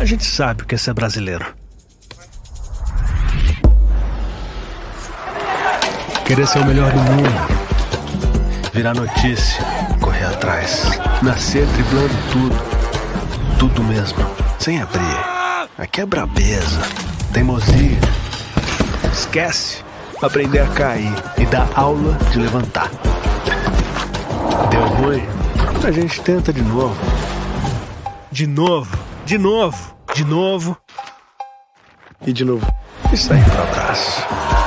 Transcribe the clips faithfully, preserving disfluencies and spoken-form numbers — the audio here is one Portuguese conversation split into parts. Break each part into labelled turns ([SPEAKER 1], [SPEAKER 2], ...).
[SPEAKER 1] A gente sabe o que é ser brasileiro. Querer ser o melhor do mundo. Virar notícia. Correr atrás. Nascer driblando tudo. Tudo mesmo. Sem abrir. Aqui é brabeza. Teimosia. Esquece. Aprender a cair e dar aula de levantar. Deu ruim? A gente tenta de novo. De novo. De novo. De novo. E de novo. E sair pro abraço.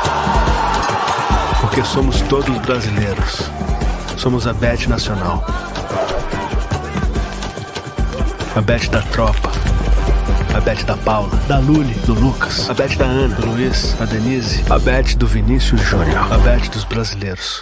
[SPEAKER 1] Porque somos todos brasileiros. Somos a Bet Nacional. A Bet da tropa. A Bet da Paula, da Luli, do Lucas. A Bet da Ana, do Luiz, a Denise. A Bet do Vinícius Júnior. A Bet dos brasileiros.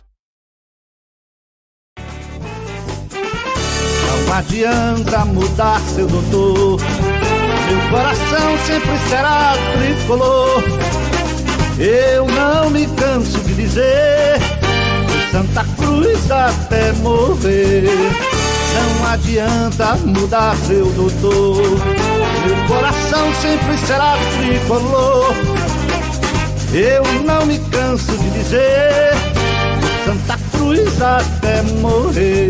[SPEAKER 2] Não adianta mudar, seu doutor. Meu coração sempre será tricolor. Eu não me canso de dizer, foi Santa Cruz até morrer. Não adianta mudar, seu doutor. Meu coração sempre será tricolor. Eu não me canso de dizer, foi Santa Cruz até morrer.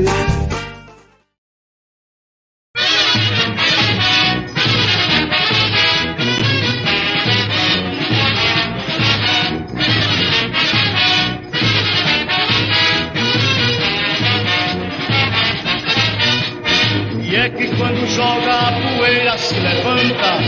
[SPEAKER 3] Quando joga a poeira se levanta,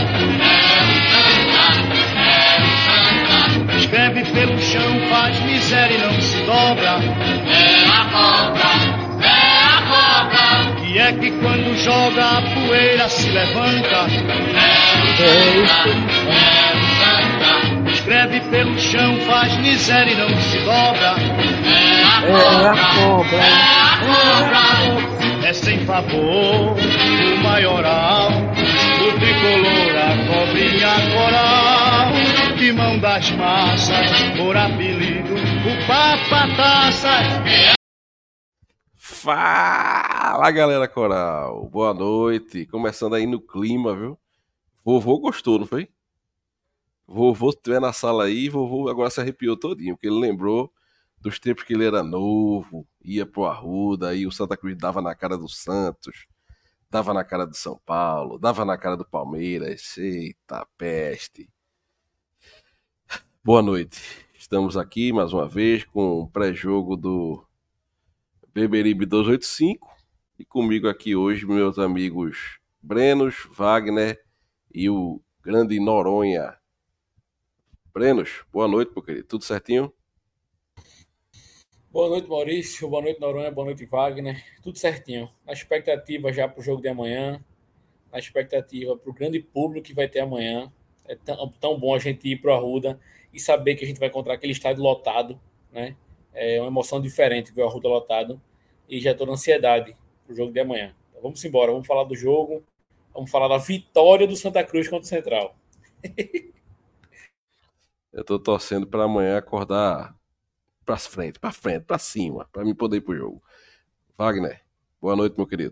[SPEAKER 3] escreve pelo chão, faz miséria e não se dobra. É a cobra, é a cobra. E é que quando joga a poeira se levanta, é o santa, é o santa. Escreve pelo chão, faz miséria e não se dobra. É a cobra, é a cobra. É sem favor o maioral, o tricolor, a cobrinha coral, timão das massas, por apelido, o papataças.
[SPEAKER 4] Fala, galera coral, boa noite, começando aí no clima, viu? Vovô gostou, não foi? Vovô, se estiver na sala aí, vovô agora se arrepiou todinho, porque ele lembrou dos tempos que ele era novo, ia pro Arruda, aí o Santa Cruz dava na cara do Santos, dava na cara do São Paulo, dava na cara do Palmeiras. Eita peste. Boa noite, estamos aqui mais uma vez com o pré-jogo do Beberibe duzentos e oitenta e cinco e comigo aqui hoje meus amigos Brenos, Wagner e o grande Noronha. Brenos, boa noite, meu querido, tudo certinho?
[SPEAKER 5] Boa noite, Maurício. Boa noite, Noronha. Boa noite, Wagner. Tudo certinho. Na expectativa já para o jogo de amanhã. Na expectativa para o grande público que vai ter amanhã. É tão, tão bom a gente ir para o Arruda e saber que a gente vai encontrar aquele estádio lotado, né? É uma emoção diferente ver o Arruda lotado. E já estou na ansiedade para o jogo de amanhã. Então, vamos embora. Vamos falar do jogo. Vamos falar da vitória do Santa Cruz contra o Central.
[SPEAKER 4] Eu estou torcendo para amanhã acordar pra frente, pra frente, pra cima, pra mim poder ir pro jogo. Wagner, boa noite, meu querido.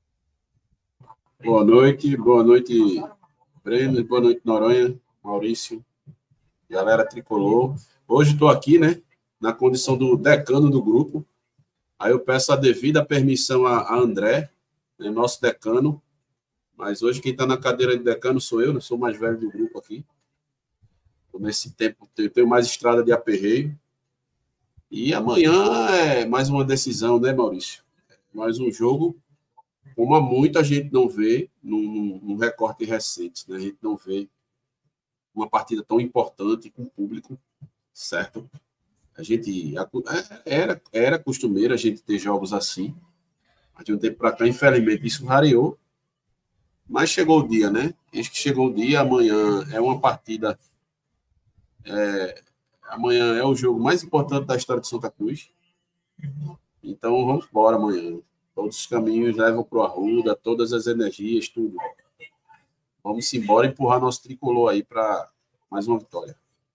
[SPEAKER 6] Boa noite, boa noite, Breno, boa noite, Noronha, Maurício, galera tricolor. Hoje estou aqui, né, na condição do decano do grupo. Aí eu peço a devida permissão a, a André, né, nosso decano. Mas hoje quem está na cadeira de decano sou eu, né, sou o mais velho do grupo aqui. Nesse tempo, eu tenho mais estrada de aperreio. E amanhã é mais uma decisão, né, Maurício? Mais um jogo, como há muito a gente não vê num, num recorte recente, né? A gente não vê uma partida tão importante com o público, certo? A gente era, era costumeiro a gente ter jogos assim, mas de um tempo para cá, infelizmente, isso rareou, mas chegou o dia, né? Acho que chegou o dia, amanhã é uma partida... É, amanhã é o jogo mais importante da história de Santa Cruz. Então, vamos embora amanhã. Todos os caminhos levam para o Arruda, todas as energias, tudo. Vamos embora empurrar nosso tricolor aí para mais uma vitória.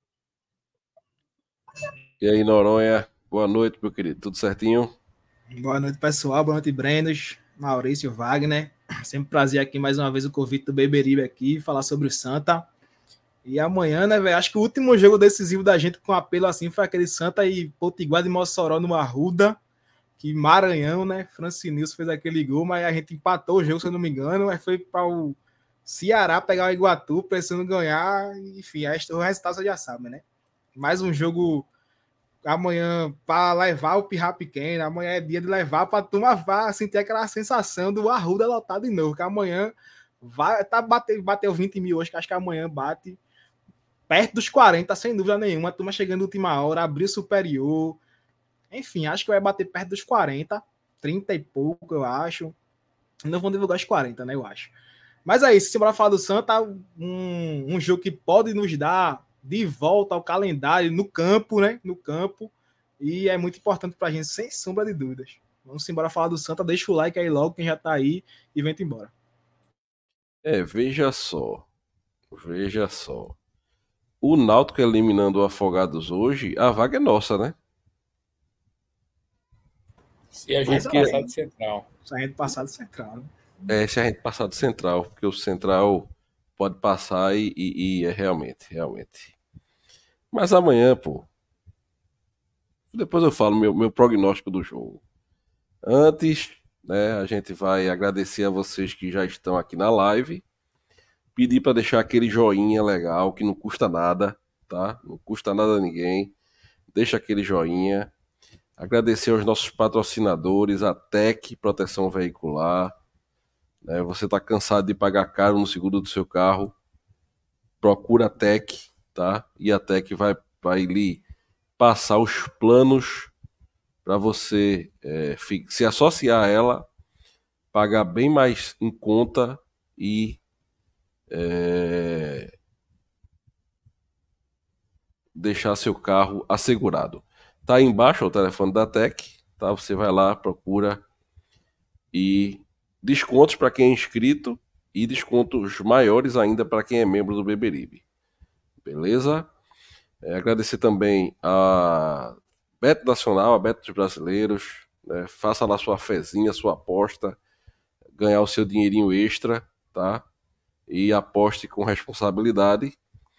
[SPEAKER 4] E aí, Noronha, boa noite, meu querido. Tudo certinho?
[SPEAKER 7] Boa noite, pessoal. Boa noite, Brenos, Maurício, Wagner. Sempre prazer aqui mais uma vez o convite do Beberibe aqui, falar sobre o Santa. E amanhã, né, velho? Acho que o último jogo decisivo da gente com apelo assim foi aquele Santa e Potiguar de Mossoró no Arruda, que Maranhão, né? Francinilson fez aquele gol, mas a gente empatou o jogo, se eu não me engano, mas foi para o Ceará pegar o Iguatu, precisando ganhar. Enfim, o resultado você já sabe, né? Mais um jogo amanhã para levar o pirra pequeno, amanhã é dia de levar para a turma vá sentir aquela sensação do Arruda lotado de novo, que amanhã vai tá bater, bateu vinte mil hoje, que acho que amanhã bate perto dos quarenta, sem dúvida nenhuma, a turma chegando na última hora, abriu superior, enfim, acho que vai bater perto dos quarenta, trinta e pouco, eu acho, não vão divulgar os quarenta, né, eu acho. Mas é isso, se bora falar do Santa, um, um jogo que pode nos dar de volta ao calendário no campo, né? No campo. E é muito importante pra gente, sem sombra de dúvidas. Vamos embora falar do Santa. Deixa o like aí logo, quem já tá aí, e vem embora.
[SPEAKER 4] É, veja só. Veja só. O Náutico eliminando o Afogados hoje, a vaga é nossa, né?
[SPEAKER 5] Se a gente
[SPEAKER 4] Porque...
[SPEAKER 5] passar de Central.
[SPEAKER 7] Se a gente passar de Central, né?
[SPEAKER 4] É, se a gente passar de Central, porque o Central pode passar e, e, e é realmente, realmente. Mas amanhã, pô, depois eu falo meu, meu prognóstico do jogo. Antes, né, a gente vai agradecer a vocês que já estão aqui na live, pedir para deixar aquele joinha legal, que não custa nada, tá? Não custa nada a ninguém. Deixa aquele joinha. Agradecer aos nossos patrocinadores, a Tec Proteção Veicular. Né, você está cansado de pagar caro no seguro do seu carro, procura a Tec, tá? E a Tec vai, vai lhe passar os planos para você é, se associar a ela, pagar bem mais em conta e é, deixar seu carro assegurado. Tá aí embaixo o telefone da Tec, tá? Você vai lá, procura e descontos para quem é inscrito e descontos maiores ainda para quem é membro do Beberibe. Beleza? É, agradecer também a Beto Nacional, a Beto dos Brasileiros. Né? Faça lá sua fezinha, sua aposta, ganhar o seu dinheirinho extra, tá? E aposte com responsabilidade.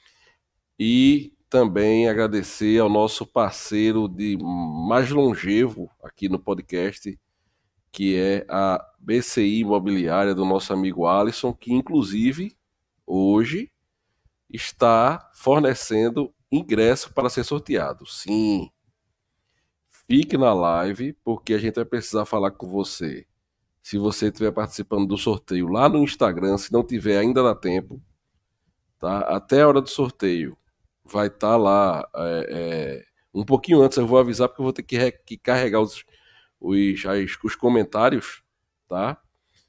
[SPEAKER 4] E também agradecer ao nosso parceiro de mais longevo aqui no podcast, que é a B C I Imobiliária do nosso amigo Alisson, que inclusive hoje está fornecendo ingresso para ser sorteado. Sim, fique na live, porque a gente vai precisar falar com você. Se você estiver participando do sorteio lá no Instagram, se não tiver, ainda dá tempo, tá? Até a hora do sorteio vai estar tá lá é, é, um pouquinho antes. Eu vou avisar porque eu vou ter que, que carregar os Os, as, os comentários, tá?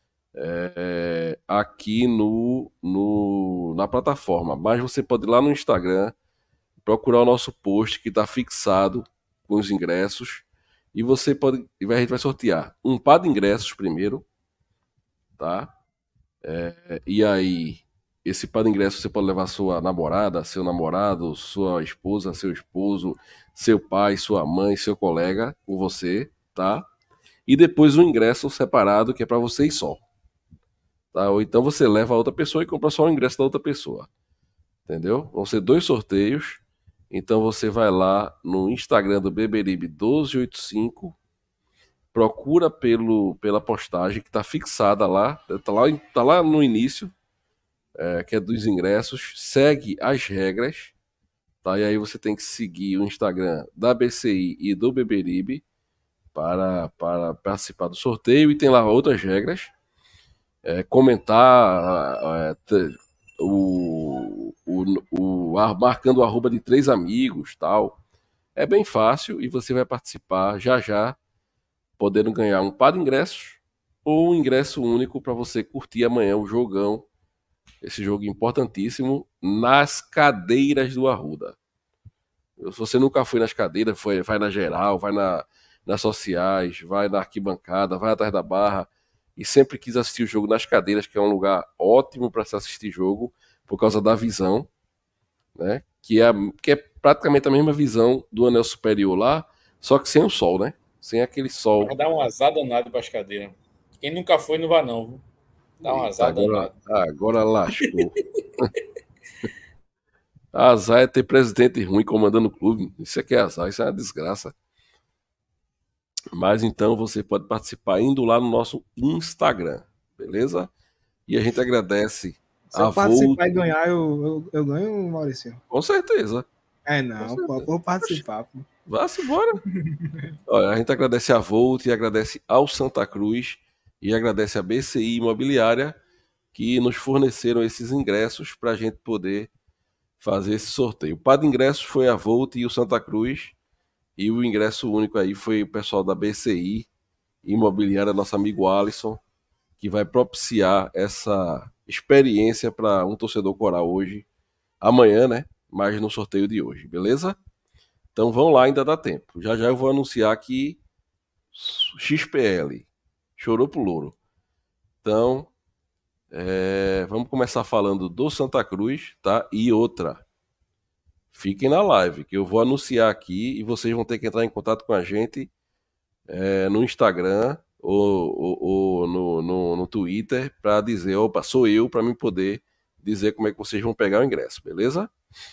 [SPEAKER 4] É, aqui no, no, na plataforma. Mas você pode ir lá no Instagram, procurar o nosso post que está fixado com os ingressos. E você pode. A gente vai sortear um par de ingressos primeiro, tá? É, e aí, esse par de ingressos você pode levar sua namorada, seu namorado, sua esposa, seu esposo, seu pai, sua mãe, seu colega com você. Tá? E depois um ingresso separado que é para vocês só. Tá? Ou então você leva a outra pessoa e compra só o ingresso da outra pessoa. Entendeu? Vão ser dois sorteios. Então você vai lá no Instagram do Beberibe um dois oito cinco, procura pelo, pela postagem que está fixada lá, está lá, tá lá no início, é, que é dos ingressos, segue as regras, tá? E aí você tem que seguir o Instagram da B C I e do Beberibe Para, para participar do sorteio, e tem lá outras regras, é, comentar é, o, o, o, a, marcando o arroba de três amigos, tal. É bem fácil e você vai participar já já, podendo ganhar um par de ingressos ou um ingresso único para você curtir amanhã o jogão, esse jogo importantíssimo, nas cadeiras do Arruda. Se você nunca foi nas cadeiras, foi, vai na geral, vai na nas sociais, vai na arquibancada, vai atrás da barra, e sempre quis assistir o jogo nas cadeiras, que é um lugar ótimo para se assistir jogo, por causa da visão, né? Que é, que é praticamente a mesma visão do anel superior lá, só que sem o sol, né? Sem aquele sol.
[SPEAKER 5] Vai dar um azar danado para as cadeiras. Quem nunca foi, não vai não. Viu? Dá um
[SPEAKER 4] Eita,
[SPEAKER 5] azar
[SPEAKER 4] agora,
[SPEAKER 5] danado.
[SPEAKER 4] agora lascou. Azar é ter presidente ruim comandando o clube. Isso aqui é azar, isso é uma desgraça. Mas então você pode participar indo lá no nosso Instagram, beleza? E a gente agradece
[SPEAKER 7] Se eu
[SPEAKER 4] a Volt.
[SPEAKER 7] participar e ganhar, eu, eu, eu ganho, Maurício.
[SPEAKER 4] Com certeza.
[SPEAKER 7] É,
[SPEAKER 4] Com
[SPEAKER 7] não, pô,
[SPEAKER 4] certeza.
[SPEAKER 7] vou participar, pô.
[SPEAKER 4] Vá-se embora. Olha, a gente agradece a Volt e agradece ao Santa Cruz e agradece a B C I Imobiliária que nos forneceram esses ingressos para a gente poder fazer esse sorteio. O par de ingressos foi a Volt e o Santa Cruz e o ingresso único aí foi o pessoal da B C I Imobiliária, nosso amigo Alisson, que vai propiciar essa experiência para um torcedor coral hoje, amanhã, né? Mas no sorteio de hoje, beleza? Então vão lá, ainda dá tempo. Já já eu vou anunciar aqui X P L. Chorou pro louro. Então, é, vamos começar falando do Santa Cruz, tá? E outra. Fiquem na live, que eu vou anunciar aqui e vocês vão ter que entrar em contato com a gente é, no Instagram ou, ou, ou no, no, no Twitter para dizer, opa, sou eu, para mim poder dizer como é que vocês vão pegar o ingresso, beleza?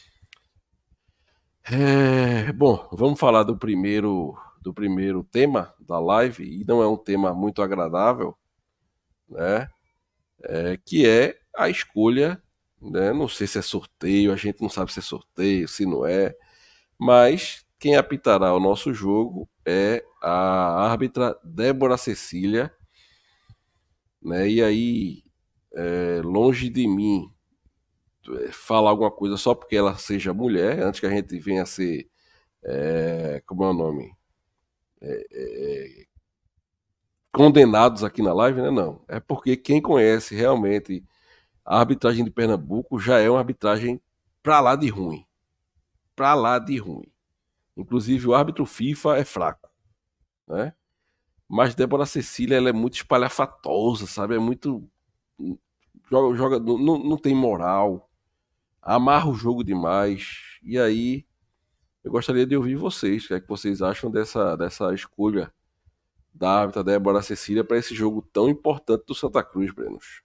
[SPEAKER 4] É, bom, vamos falar do primeiro, do primeiro tema da live, e não é um tema muito agradável, né? É, que é a escolha, né? Não sei se é sorteio, a gente não sabe se é sorteio, se não é, mas quem apitará o nosso jogo é a árbitra Débora Cecília, né? E aí, é, longe de mim falar alguma coisa só porque ela seja mulher, antes que a gente venha a ser, é, como é o nome? É, é, condenados aqui na live, né? Não. É porque quem conhece realmente a arbitragem de Pernambuco já é uma arbitragem pra lá de ruim. Pra lá de ruim. Inclusive o árbitro FIFA é fraco, né? Mas Débora Cecília, ela é muito espalhafatosa, sabe? É muito... Joga, joga, não, não tem moral. Amarra o jogo demais. E aí, eu gostaria de ouvir vocês. O que é que vocês acham dessa, dessa escolha da árbitra Débora Cecília para esse jogo tão importante do Santa Cruz, Brenos?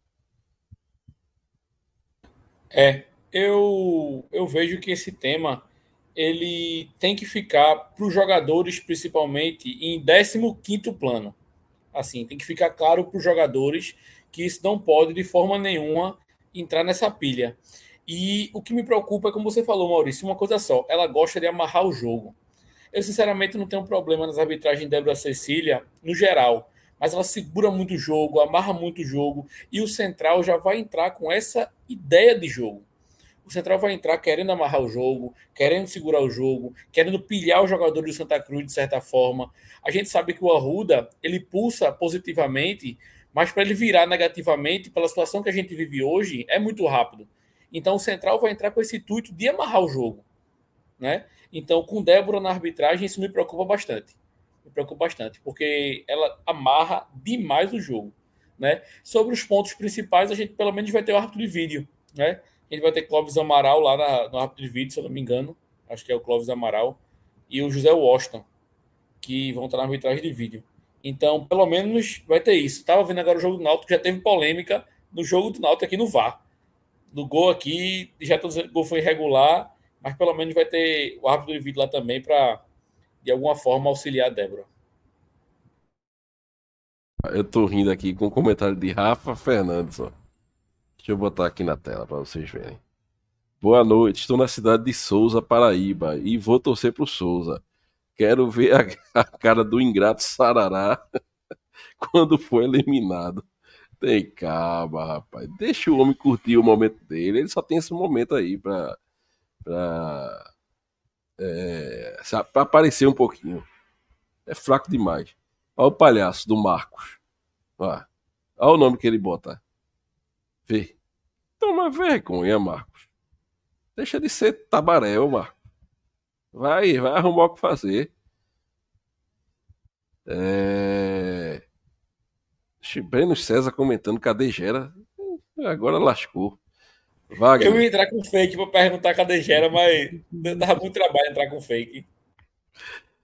[SPEAKER 5] É, eu, eu vejo que esse tema ele tem que ficar para os jogadores, principalmente, em décimo quinto plano. Assim, tem que ficar claro para os jogadores que isso não pode, de forma nenhuma, entrar nessa pilha. E o que me preocupa é, como você falou, Maurício, uma coisa só, ela gosta de amarrar o jogo. Eu, sinceramente, não tenho problema nas arbitragens de Débora Cecília, no geral, mas ela segura muito o jogo, amarra muito o jogo, e o Central já vai entrar com essa ideia de jogo. O Central vai entrar querendo amarrar o jogo, querendo segurar o jogo, querendo pilhar o jogador do Santa Cruz de certa forma. A gente sabe que o Arruda, ele pulsa positivamente, mas para ele virar negativamente, pela situação que a gente vive hoje, é muito rápido. Então o Central vai entrar com esse intuito de amarrar o jogo, né? Então, com Débora na arbitragem, isso me preocupa bastante. Me preocupa bastante, porque ela amarra demais o jogo, né? Sobre os pontos principais, a gente pelo menos vai ter o árbitro de vídeo, né? A gente vai ter Clóvis Amaral lá na, no árbitro de vídeo, se eu não me engano. Acho que é o Clóvis Amaral. E o José Washington, que vão estar na arbitragem de vídeo. Então, pelo menos vai ter isso. Estava vendo agora o jogo do Náutico, já teve polêmica no jogo do Náutico aqui no V A R. No gol aqui, já estou dizendo que o gol foi irregular, mas pelo menos vai ter o árbitro de vídeo lá também para, de alguma forma, auxiliar a Débora.
[SPEAKER 4] Eu tô rindo aqui com o comentário de Rafa Fernandes, ó. Deixa eu botar aqui na tela para vocês verem. Boa noite, estou na cidade de Souza, Paraíba, e vou torcer pro Souza. Quero ver a, a cara do ingrato Sarará quando for eliminado. Tem calma, rapaz. Deixa o homem curtir o momento dele. Ele só tem esse momento aí pra, pra, é, pra aparecer um pouquinho. É fraco demais. Olha o palhaço do Marcos. Olha, olha o nome que ele bota. Vê. Toma vergonha, Marcos. Deixa de ser tabaréu, Marcos. Vai, vai arrumar o que fazer. É... Breno César comentando, cadê Gera? Agora lascou. Wagner.
[SPEAKER 5] Eu ia entrar com fake para perguntar cadê Gera, mas dava muito trabalho entrar com fake.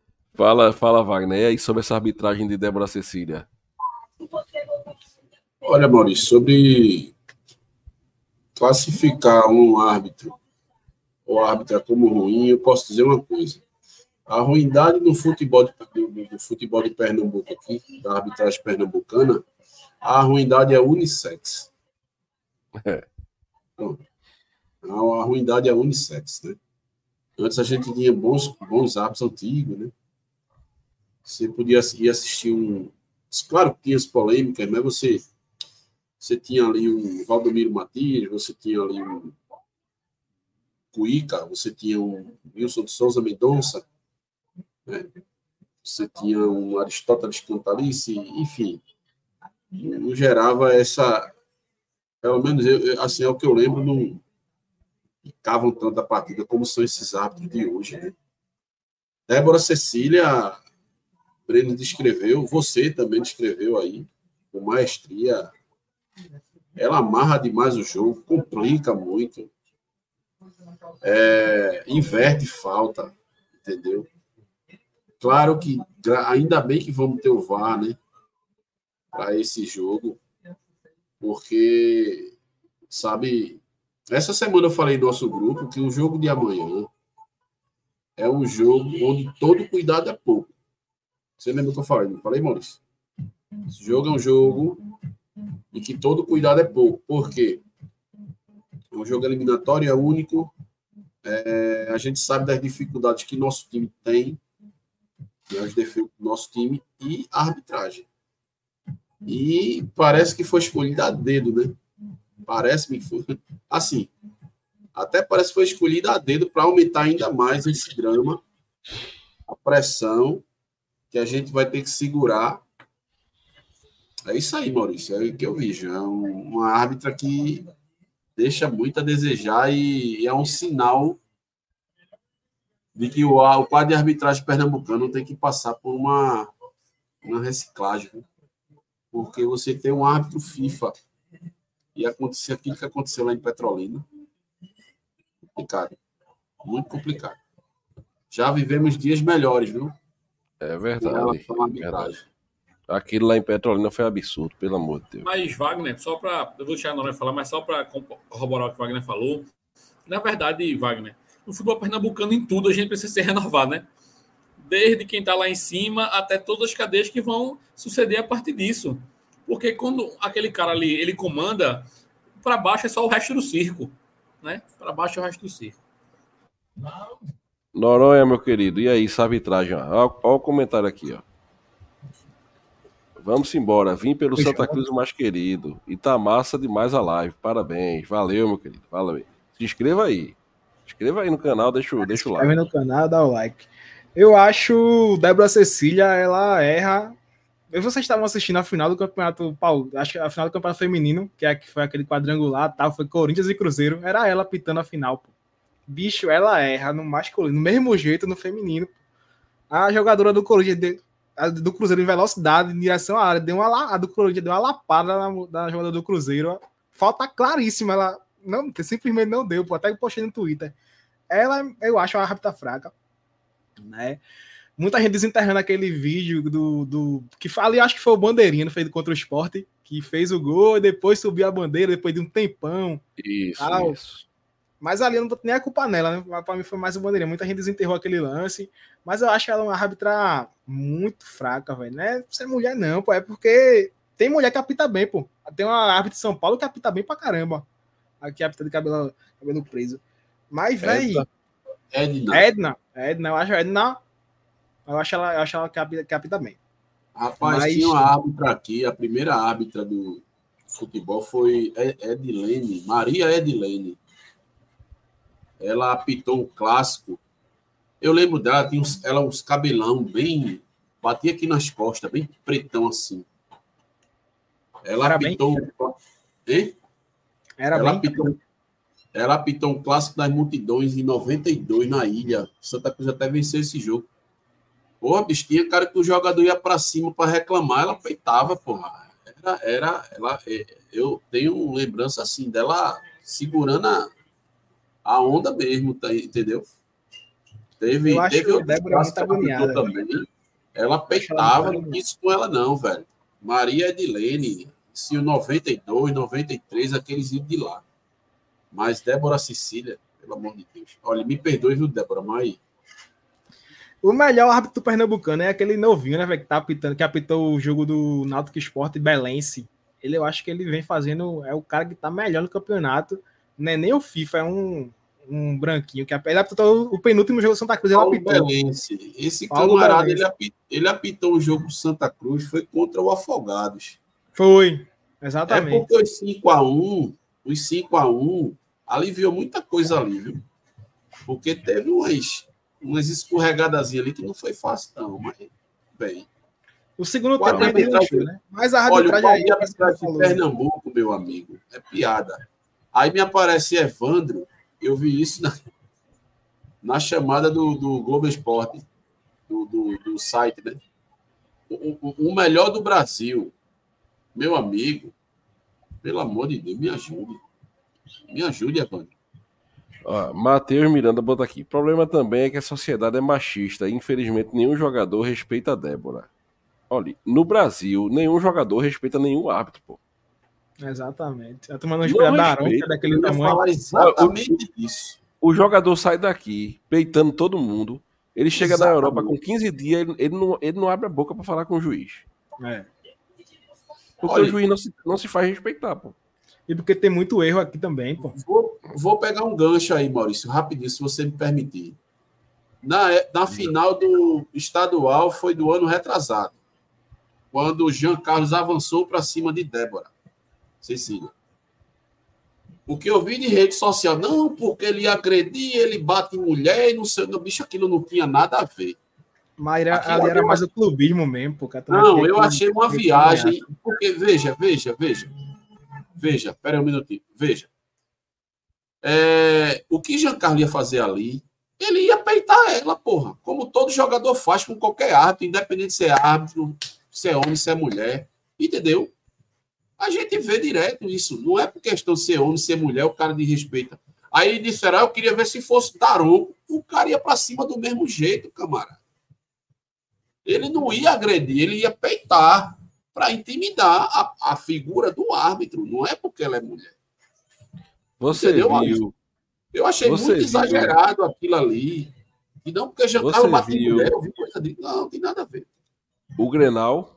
[SPEAKER 4] Fala, fala, Wagner. E aí sobre essa arbitragem de Débora Cecília?
[SPEAKER 6] Olha, Maurício, sobre classificar um árbitro ou árbitra como ruim, eu posso dizer uma coisa. A ruindade no futebol de, do, do futebol de Pernambuco aqui, da arbitragem pernambucana, a ruindade é unissex.
[SPEAKER 4] É.
[SPEAKER 6] Então, a ruindade é unissex, né? Antes a gente tinha bons, bons árbitros antigos, né? Você podia ir assistir um... Claro que tinha as polêmicas, mas você, você tinha ali um Valdomiro Matias, você tinha ali um Cuíca, você tinha um Wilson de Souza Mendonça, né? Você tinha um Aristóteles Cantalice, enfim, não gerava essa, pelo menos eu, assim é o que eu lembro, não ficavam tanto a partida como são esses árbitros de hoje, né? Débora Cecília, Breno descreveu, você também descreveu aí, com maestria, ela amarra demais o jogo, complica muito, é, inverte falta, entendeu? Claro que, ainda bem que vamos ter o V A R, né, para esse jogo, porque, sabe, essa semana eu falei no nosso grupo que o jogo de amanhã é um jogo onde todo cuidado é pouco. Você lembra o que eu falei? Não falei, Maurício? Esse jogo é um jogo em que todo cuidado é pouco. Por quê? É um jogo eliminatório, é único. É, a gente sabe das dificuldades que nosso time tem, né, os defeitos do nosso time e a arbitragem. E parece que foi escolhida a dedo, né? Parece-me que foi. Assim, até parece que foi escolhida a dedo para aumentar ainda mais esse drama, a pressão que a gente vai ter que segurar. É isso aí, Maurício, é o que eu vejo. É um, uma árbitra que deixa muito a desejar e, e é um sinal de que o, o quadro de arbitragem pernambucano tem que passar por uma, uma reciclagem, né? Porque você tem um árbitro FIFA e acontecer aquilo que aconteceu lá em Petrolina. Complicado. Muito complicado. Já vivemos dias melhores, viu?
[SPEAKER 4] É verdade. É verdade. Aquilo lá em Petrolina foi absurdo, pelo amor de Deus.
[SPEAKER 5] Mas, Wagner, só para... Eu vou deixar a Noronha falar, mas só para corroborar o que o Wagner falou. Na verdade, Wagner, no futebol pernambucano, em tudo, a gente precisa se renovar, né? Desde quem está lá em cima até todas as cadeias que vão suceder a partir disso. Porque quando aquele cara ali, ele comanda, para baixo é só o resto do circo, né? Para baixo é o resto do circo.
[SPEAKER 4] Noronha, meu querido, e aí, essa arbitragem? Olha o comentário aqui, ó. Vamos embora, vim pelo Santa Cruz o mais querido. E tá massa demais a live, parabéns, valeu, meu querido, valeu. Se inscreva aí, se inscreva aí no canal, deixa, deixa o like.
[SPEAKER 7] Se inscreve no canal, dá o like. Eu acho Débora Cecília, ela erra. Vocês estavam assistindo a final do campeonato, Paulo, acho que a final do campeonato feminino, que, é, que foi aquele quadrangular, tal, foi Corinthians e Cruzeiro, era ela pitando a final, pô. Bicho, ela erra no masculino, no mesmo jeito no feminino. A jogadora do Corinthians, a do Cruzeiro em velocidade, em direção à área, deu uma, a do Corinthians deu uma lapada na, na jogadora do Cruzeiro. Falta claríssima, ela não, simplesmente não deu, pô, até que postei no Twitter. Ela, eu acho uma árbitra fraca, né? Muita gente desenterrando aquele vídeo do, do que ali acho que foi o Bandeirinha, feito contra o Sport, que fez o gol e depois subiu a bandeira depois de um tempão.
[SPEAKER 4] Isso,
[SPEAKER 7] tal.
[SPEAKER 4] isso.
[SPEAKER 7] Mas ali eu não boto nem a culpa nela, né? Para mim foi mais o Bandeirinha. Muita gente desenterrou aquele lance, mas eu acho ela uma árbitra muito fraca, velho. Não é ser mulher, não, pô. É porque tem mulher que apita bem, pô. Tem uma árbitra de São Paulo que apita bem pra caramba. Aqui apita de cabelo, cabelo preso. Mas, velho.
[SPEAKER 6] Edna.
[SPEAKER 7] Edna. Edna, eu acho Edna. Eu acho ela, eu acho ela que apita, que apita bem.
[SPEAKER 6] Rapaz,
[SPEAKER 7] Mas...
[SPEAKER 6] tinha uma árbitra aqui, a primeira árbitra do futebol foi Edilene, Maria Edilene. Ela apitou um clássico. Eu lembro dela, tinha uns, ela uns cabelão bem... Batia aqui nas costas, bem pretão assim. Ela
[SPEAKER 7] Era
[SPEAKER 6] apitou...
[SPEAKER 7] bem...
[SPEAKER 6] Um, hein?
[SPEAKER 7] Era
[SPEAKER 6] ela,
[SPEAKER 7] bem...
[SPEAKER 6] apitou, ela apitou um clássico das multidões em noventa e dois na ilha. Santa Cruz até venceu esse jogo. Porra, bicho, tinha cara que o jogador ia pra cima pra reclamar, ela peitava, porra. Era, era, ela, eu tenho lembrança assim dela segurando a, a onda mesmo, tá, entendeu? Teve,
[SPEAKER 7] eu acho
[SPEAKER 6] teve
[SPEAKER 7] que
[SPEAKER 6] outro
[SPEAKER 7] Débora muito agoniada
[SPEAKER 6] também. Ela peitava, não quis com ela não, velho. Maria Edilene, se o noventa e dois, noventa e três, aqueles iam de lá. Mas Débora Cecília, pelo amor de Deus. Olha, me perdoe, viu, Débora, mas...
[SPEAKER 7] O melhor árbitro pernambucano é aquele novinho, né, velho, que tá apitando, que apitou o jogo do Náutico Sport e Belense. Ele, eu acho que ele vem fazendo... É o cara que tá melhor no campeonato. Não é nem o FIFA, é um, um branquinho. Que ele apitou o penúltimo jogo do Santa Cruz. Ele
[SPEAKER 6] Paulo
[SPEAKER 7] apitou.
[SPEAKER 6] Belense. Esse
[SPEAKER 7] Paulo
[SPEAKER 6] camarada,
[SPEAKER 7] Belense.
[SPEAKER 6] ele apitou, ele apitou o jogo do Santa Cruz, foi contra o Afogados.
[SPEAKER 7] Foi,
[SPEAKER 6] É
[SPEAKER 7] exatamente.
[SPEAKER 6] porque os cinco a um, os cinco a um aliviou muita coisa ali, viu? Porque teve umas, umas escorregadazinhas ali que não foi fácil, não. Mas, bem...
[SPEAKER 7] O segundo
[SPEAKER 6] Quatro
[SPEAKER 7] tempo ele
[SPEAKER 6] arbitragem-
[SPEAKER 7] lançou, né? Mas a
[SPEAKER 6] Olha, o
[SPEAKER 7] arbitragem
[SPEAKER 6] quadro
[SPEAKER 7] aí...
[SPEAKER 6] de
[SPEAKER 7] é que você
[SPEAKER 6] arbitragem de
[SPEAKER 7] falou.
[SPEAKER 6] Pernambuco, meu amigo, é piada. Aí me aparece Evandro, eu vi isso na, na chamada do, do Globo Esporte, do, do, do site, né? O, o, o melhor do Brasil. Meu amigo, pelo amor de Deus, me ajude. Me ajude, Evandro.
[SPEAKER 4] Ó, Matheus Miranda bota aqui. O problema também é que a sociedade é machista e, infelizmente, nenhum jogador respeita a Débora. Olha, no Brasil, nenhum jogador respeita nenhum árbitro, pô.
[SPEAKER 7] Exatamente. A turma não
[SPEAKER 4] Não
[SPEAKER 7] espera Daron, que
[SPEAKER 4] respeita.
[SPEAKER 7] é daquele
[SPEAKER 6] Eu ia
[SPEAKER 7] tamanho.
[SPEAKER 6] falar exatamente isso.
[SPEAKER 4] O jogador sai daqui, peitando todo mundo. Ele chega
[SPEAKER 6] Exatamente.
[SPEAKER 4] na Europa com quinze dias, ele, ele, não, ele não abre a boca pra falar com o juiz.
[SPEAKER 7] É.
[SPEAKER 4] Porque
[SPEAKER 6] Olha,
[SPEAKER 4] o juiz não se, não se faz respeitar, pô.
[SPEAKER 7] E porque tem muito erro aqui também, pô.
[SPEAKER 6] Vou, vou pegar um gancho aí, Maurício, rapidinho, se você me permitir. Na, na final do estadual foi do ano retrasado, quando o Jean Carlos avançou para cima de Débora Cecília. O que eu vi de rede social, não, porque ele agredia, ele bate em mulher e não sei, no bicho, aquilo não tinha nada a ver.
[SPEAKER 7] Mas era,
[SPEAKER 6] Aqui,
[SPEAKER 7] ali
[SPEAKER 6] olha,
[SPEAKER 7] era
[SPEAKER 6] eu
[SPEAKER 7] mais o clubismo mesmo, pô. que a turma
[SPEAKER 6] Não,
[SPEAKER 7] queria
[SPEAKER 6] eu
[SPEAKER 7] que-
[SPEAKER 6] achei uma
[SPEAKER 7] que-
[SPEAKER 6] viagem, porque, veja, veja, veja, veja, pera um minutinho, veja. É, o que Jean Carlos ia fazer ali, ele ia peitar ela, porra, como todo jogador faz com qualquer árbitro, independente de ser árbitro, se é homem, se é mulher, entendeu? A gente vê direto isso, não é por questão de ser homem, ser mulher, o cara desrespeita. Aí disseram, ah, eu queria ver se fosse Daronco, o cara ia pra cima do mesmo jeito, camarada. Ele não ia agredir, ele ia peitar para intimidar a, a figura do árbitro, não é porque ela é mulher.
[SPEAKER 4] Você
[SPEAKER 6] Entendeu,
[SPEAKER 4] viu,
[SPEAKER 6] Maurício? Eu achei
[SPEAKER 4] Você
[SPEAKER 6] muito
[SPEAKER 4] viu.
[SPEAKER 6] exagerado aquilo ali. E não porque Jean
[SPEAKER 4] Você
[SPEAKER 6] Carlos bate em
[SPEAKER 4] viu.
[SPEAKER 6] mulher, eu vi coisa de... Não, não tem nada a ver.
[SPEAKER 4] o Grenal,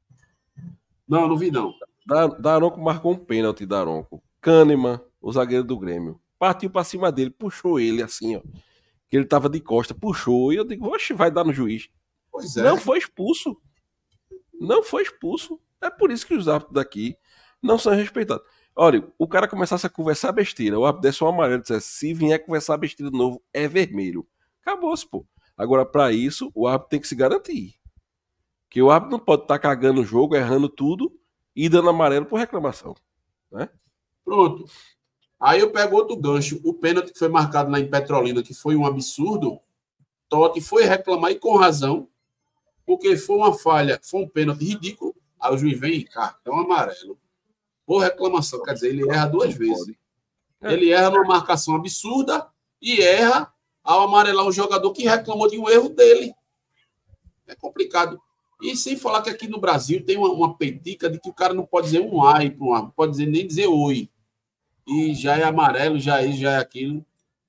[SPEAKER 6] Não, não vi não.
[SPEAKER 4] Da- Daronco marcou um pênalti, Daronco. Kahneman, o zagueiro do Grêmio, partiu pra cima dele, puxou ele assim, ó. Que ele tava de costa, puxou. E eu digo, oxe, vai dar no juiz.
[SPEAKER 6] Pois é.
[SPEAKER 4] Não foi expulso. Não foi expulso. É por isso que os árbitros daqui não são respeitados. Olha, o cara começasse a conversar besteira, o árbitro desse um amarelo e dissesse, se vier conversar besteira de novo, é vermelho. Acabou-se, pô. Agora, pra isso, o árbitro tem que se garantir. Que o árbitro não pode estar cagando o jogo, errando tudo e dando amarelo por reclamação. Né?
[SPEAKER 6] Pronto. Aí eu pego outro gancho. O pênalti que foi marcado lá em Petrolina, que foi um absurdo, Totti foi reclamar e com razão, porque foi uma falha, foi um pênalti ridículo. Aí o juiz vem, cartão amarelo. Por reclamação, quer dizer, ele erra duas vezes.
[SPEAKER 4] É.
[SPEAKER 6] Ele erra numa marcação absurda e erra ao amarelar um jogador que reclamou de um erro dele. É complicado. E sem falar que aqui no Brasil tem uma, uma peitica de que o cara não pode dizer um ai para um ar, não pode dizer, nem dizer oi. E já é amarelo, já é isso, já é aquilo.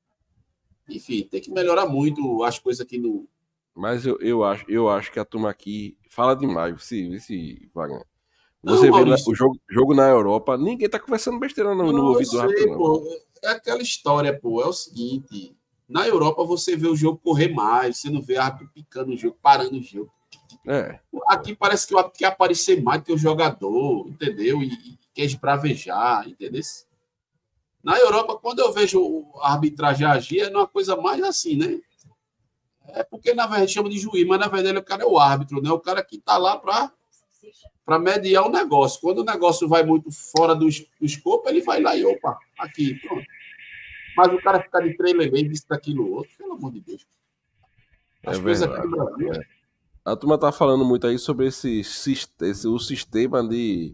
[SPEAKER 6] Enfim, tem que melhorar muito as coisas aqui no...
[SPEAKER 4] Mas eu, eu, acho, eu acho que a turma aqui fala demais. Se, se, Wagner.
[SPEAKER 6] Não,
[SPEAKER 4] Você vê na-
[SPEAKER 6] Maurício.
[SPEAKER 4] o jogo, jogo na Europa, ninguém tá conversando besteira no, no
[SPEAKER 6] Não, eu
[SPEAKER 4] ouvido do
[SPEAKER 6] sei,
[SPEAKER 4] árbitro, não.
[SPEAKER 6] pô. É aquela história, pô. É o seguinte, na Europa você vê o jogo correr mais, você não vê árbitro picando o jogo, parando o jogo.
[SPEAKER 4] É.
[SPEAKER 6] Aqui parece que o árbitro quer aparecer mais do que o jogador, entendeu? E, e quer esbravejar, entendeu? Na Europa, quando eu vejo a arbitragem agir, é uma coisa mais assim, né? É porque, na verdade, chama de juiz, mas, na verdade, o cara é o árbitro, né? O cara que tá lá para para mediar o negócio. Quando o negócio vai muito fora do, es- do escopo, ele vai lá e, opa, aqui, pronto. Mas o cara fica de trelelê e disso, daquilo, outro, pelo amor de Deus. As
[SPEAKER 4] É
[SPEAKER 6] coisas
[SPEAKER 4] verdade,
[SPEAKER 6] aqui no Brasil...
[SPEAKER 4] A turma tá falando muito aí sobre esse, sis- esse o sistema de,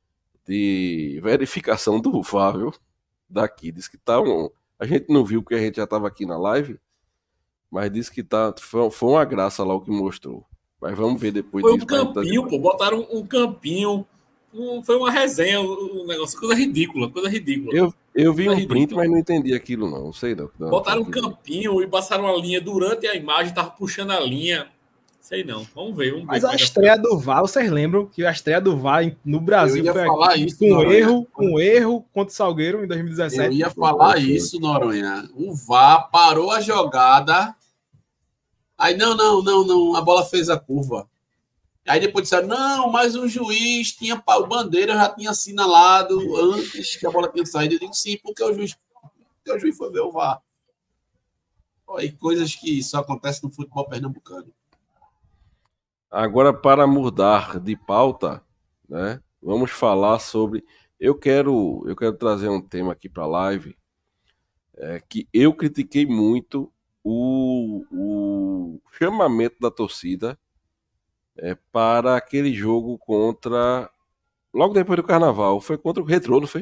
[SPEAKER 4] de verificação do V A R, viu? Daqui. Diz que tá um. A gente não viu porque a gente já tava aqui na live, mas diz que tá. Foi, foi uma graça lá o que mostrou. Mas vamos ver depois
[SPEAKER 5] Foi um
[SPEAKER 4] disso. pra gente tá-
[SPEAKER 5] campinho, pô. Botaram um campinho um, foi uma resenha, um, um negócio, coisa ridícula, coisa ridícula.
[SPEAKER 4] Eu, eu vi
[SPEAKER 5] coisa
[SPEAKER 4] um print,
[SPEAKER 5] ridícula.
[SPEAKER 4] mas não entendi aquilo, não. Não sei, não. não
[SPEAKER 5] Botaram um
[SPEAKER 4] aquilo.
[SPEAKER 5] campinho e passaram uma linha durante a imagem, tava puxando a linha. Sei não. Vamos ver, vamos
[SPEAKER 7] Mas
[SPEAKER 5] ver.
[SPEAKER 7] a estreia do V A R, vocês lembram que a estreia do V A R no Brasil
[SPEAKER 6] Eu ia
[SPEAKER 7] foi
[SPEAKER 6] falar
[SPEAKER 7] aqui,
[SPEAKER 6] isso,
[SPEAKER 7] com
[SPEAKER 6] Noronha.
[SPEAKER 7] erro, com erro contra o Salgueiro em dois mil e dezessete.
[SPEAKER 6] Eu ia falar isso, Noronha. O V A R parou a jogada. Aí, não, não, não, não. A bola fez a curva. Aí depois disseram, não, mas o juiz tinha... O bandeira já tinha assinalado antes que a bola tinha saído. Eu digo, sim, porque o juiz, porque o juiz foi ver o V A R. Olha, coisas que só acontecem no futebol pernambucano.
[SPEAKER 4] Agora, para mudar de pauta, né, vamos falar sobre... Eu quero, eu quero trazer um tema aqui para a live, é, que eu critiquei muito o, o chamamento da torcida é, para aquele jogo contra... Logo depois do Carnaval, foi contra o Retrô, não foi?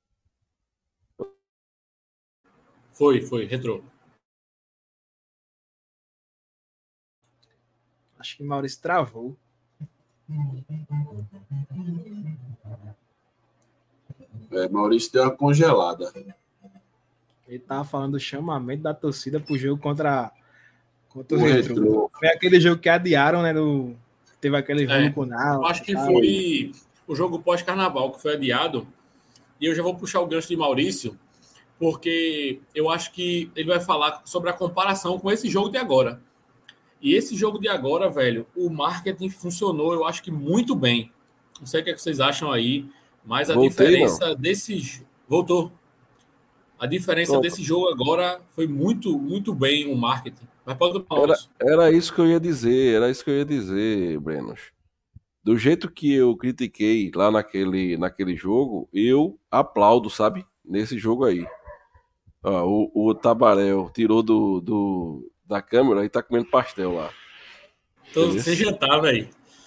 [SPEAKER 5] Foi, foi, Retrô.
[SPEAKER 7] Acho que o Maurício travou.
[SPEAKER 6] É, Maurício deu uma congelada.
[SPEAKER 7] Ele tava falando do chamamento da torcida pro jogo contra, contra o
[SPEAKER 6] O
[SPEAKER 7] Retrô.
[SPEAKER 6] Retrô.
[SPEAKER 7] Foi aquele jogo que adiaram, né? Do, teve aquele jogo
[SPEAKER 5] É,
[SPEAKER 7] com o Nau.
[SPEAKER 5] Eu acho que foi o jogo pós-carnaval que foi adiado. E eu já vou puxar o gancho de Maurício, porque eu acho que ele vai falar sobre a comparação com esse jogo de agora. E esse jogo de agora, velho, o marketing funcionou, eu acho que muito bem. Não sei o que, é que vocês acham aí, mas a
[SPEAKER 4] Voltei,
[SPEAKER 5] diferença
[SPEAKER 4] não.
[SPEAKER 5] desse... Voltou. A diferença
[SPEAKER 4] Pronto.
[SPEAKER 5] desse jogo agora foi muito, muito bem o marketing. Mas pode falar,
[SPEAKER 4] Era,
[SPEAKER 5] Maurício.
[SPEAKER 4] era isso que eu ia dizer, era isso que eu ia dizer, Brenos. Do jeito que eu critiquei lá naquele, naquele jogo, eu aplaudo, sabe? Nesse jogo aí. Ó, o, o Tabarel tirou do, do, da câmera e tá comendo pastel lá.
[SPEAKER 5] Tô
[SPEAKER 4] Beleza?
[SPEAKER 5] sem jantar, velho.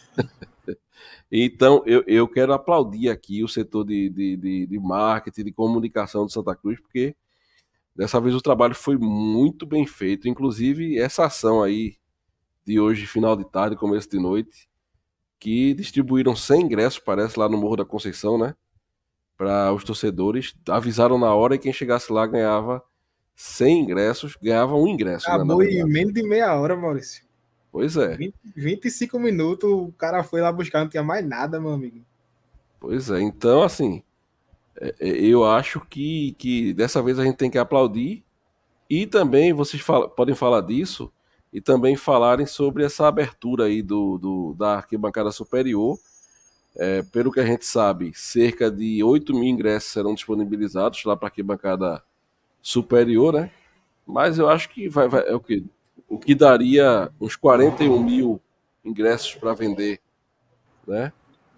[SPEAKER 4] Então, eu, eu quero aplaudir aqui o setor de, de, de, de marketing, de comunicação de Santa Cruz, porque dessa vez o trabalho foi muito bem feito. Inclusive, essa ação aí de hoje, final de tarde, começo de noite, que distribuíram cem ingressos, parece, lá no Morro da Conceição, né? Para os torcedores. Avisaram na hora e quem chegasse lá ganhava cem ingressos, ganhava um ingresso.
[SPEAKER 7] Acabou
[SPEAKER 4] né,
[SPEAKER 7] em menos de meia hora, Maurício.
[SPEAKER 4] Pois é.
[SPEAKER 7] vinte, vinte e cinco minutos, o cara foi lá buscar, não tinha mais nada, meu amigo.
[SPEAKER 4] Pois é. Então, assim, é, é, eu acho que, que dessa vez a gente tem que aplaudir e também vocês fala, podem falar disso e também falarem sobre essa abertura aí do, do, da arquibancada superior. É, pelo que a gente sabe, cerca de oito mil ingressos serão disponibilizados lá para a arquibancada superior, né? Mas eu acho que vai, vai é o que o que daria uns quarenta e um mil ingressos para vender, né?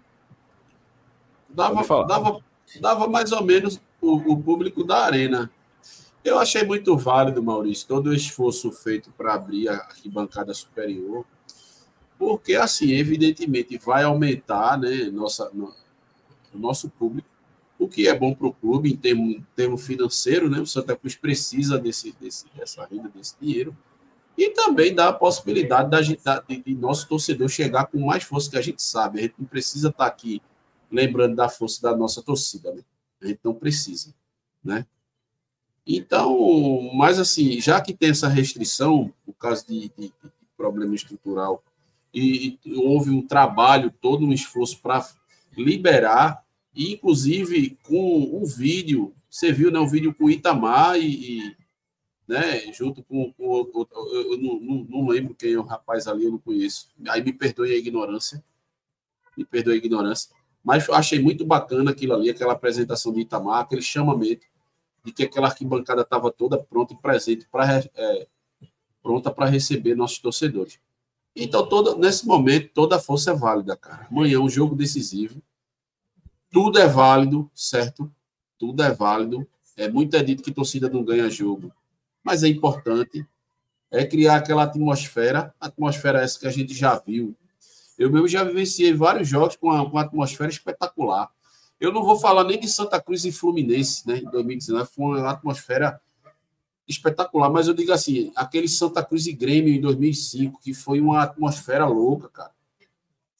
[SPEAKER 6] Dava,
[SPEAKER 4] Pode falar.
[SPEAKER 6] dava, dava mais ou menos o, o público da arena. Eu achei muito válido, Maurício, todo o esforço feito para abrir a arquibancada superior, porque, assim, evidentemente, vai aumentar, né, nossa, no, o nosso público, o que é bom para o clube em termo, termo financeiro, né? O Santa Cruz precisa desse, desse, dessa renda, desse dinheiro, e também dá a possibilidade da gente, de, de nosso torcedor chegar com mais força, que a gente sabe. A gente não precisa estar aqui lembrando da força da nossa torcida, né? A gente não precisa, né? Então, mas assim, já que tem essa restrição, por causa de, de, de problema estrutural, e, e houve um trabalho, todo um esforço para liberar, e inclusive com um vídeo, você viu, né, um vídeo com o Itamar e, e né, junto com, com o, eu não, não, não lembro quem é o rapaz ali, eu não conheço, aí me perdoe a ignorância, me perdoe a ignorância, mas achei muito bacana aquilo ali, aquela apresentação de Itamar, aquele chamamento de que aquela arquibancada estava toda pronta e presente, pra, é, pronta para receber nossos torcedores. Então, todo, nesse momento, toda a força é válida, cara. Amanhã, um jogo decisivo. Tudo é válido, certo? Tudo é válido. É muito é dito que torcida não ganha jogo. Mas é importante é criar aquela atmosfera, atmosfera essa que a gente já viu. Eu mesmo já vivenciei vários jogos com uma, com uma atmosfera espetacular. Eu não vou falar nem de Santa Cruz e Fluminense, né? Em dois mil e dezenove foi uma atmosfera espetacular, mas eu digo assim, aquele Santa Cruz e Grêmio em dois mil e cinco, que foi uma atmosfera louca, cara.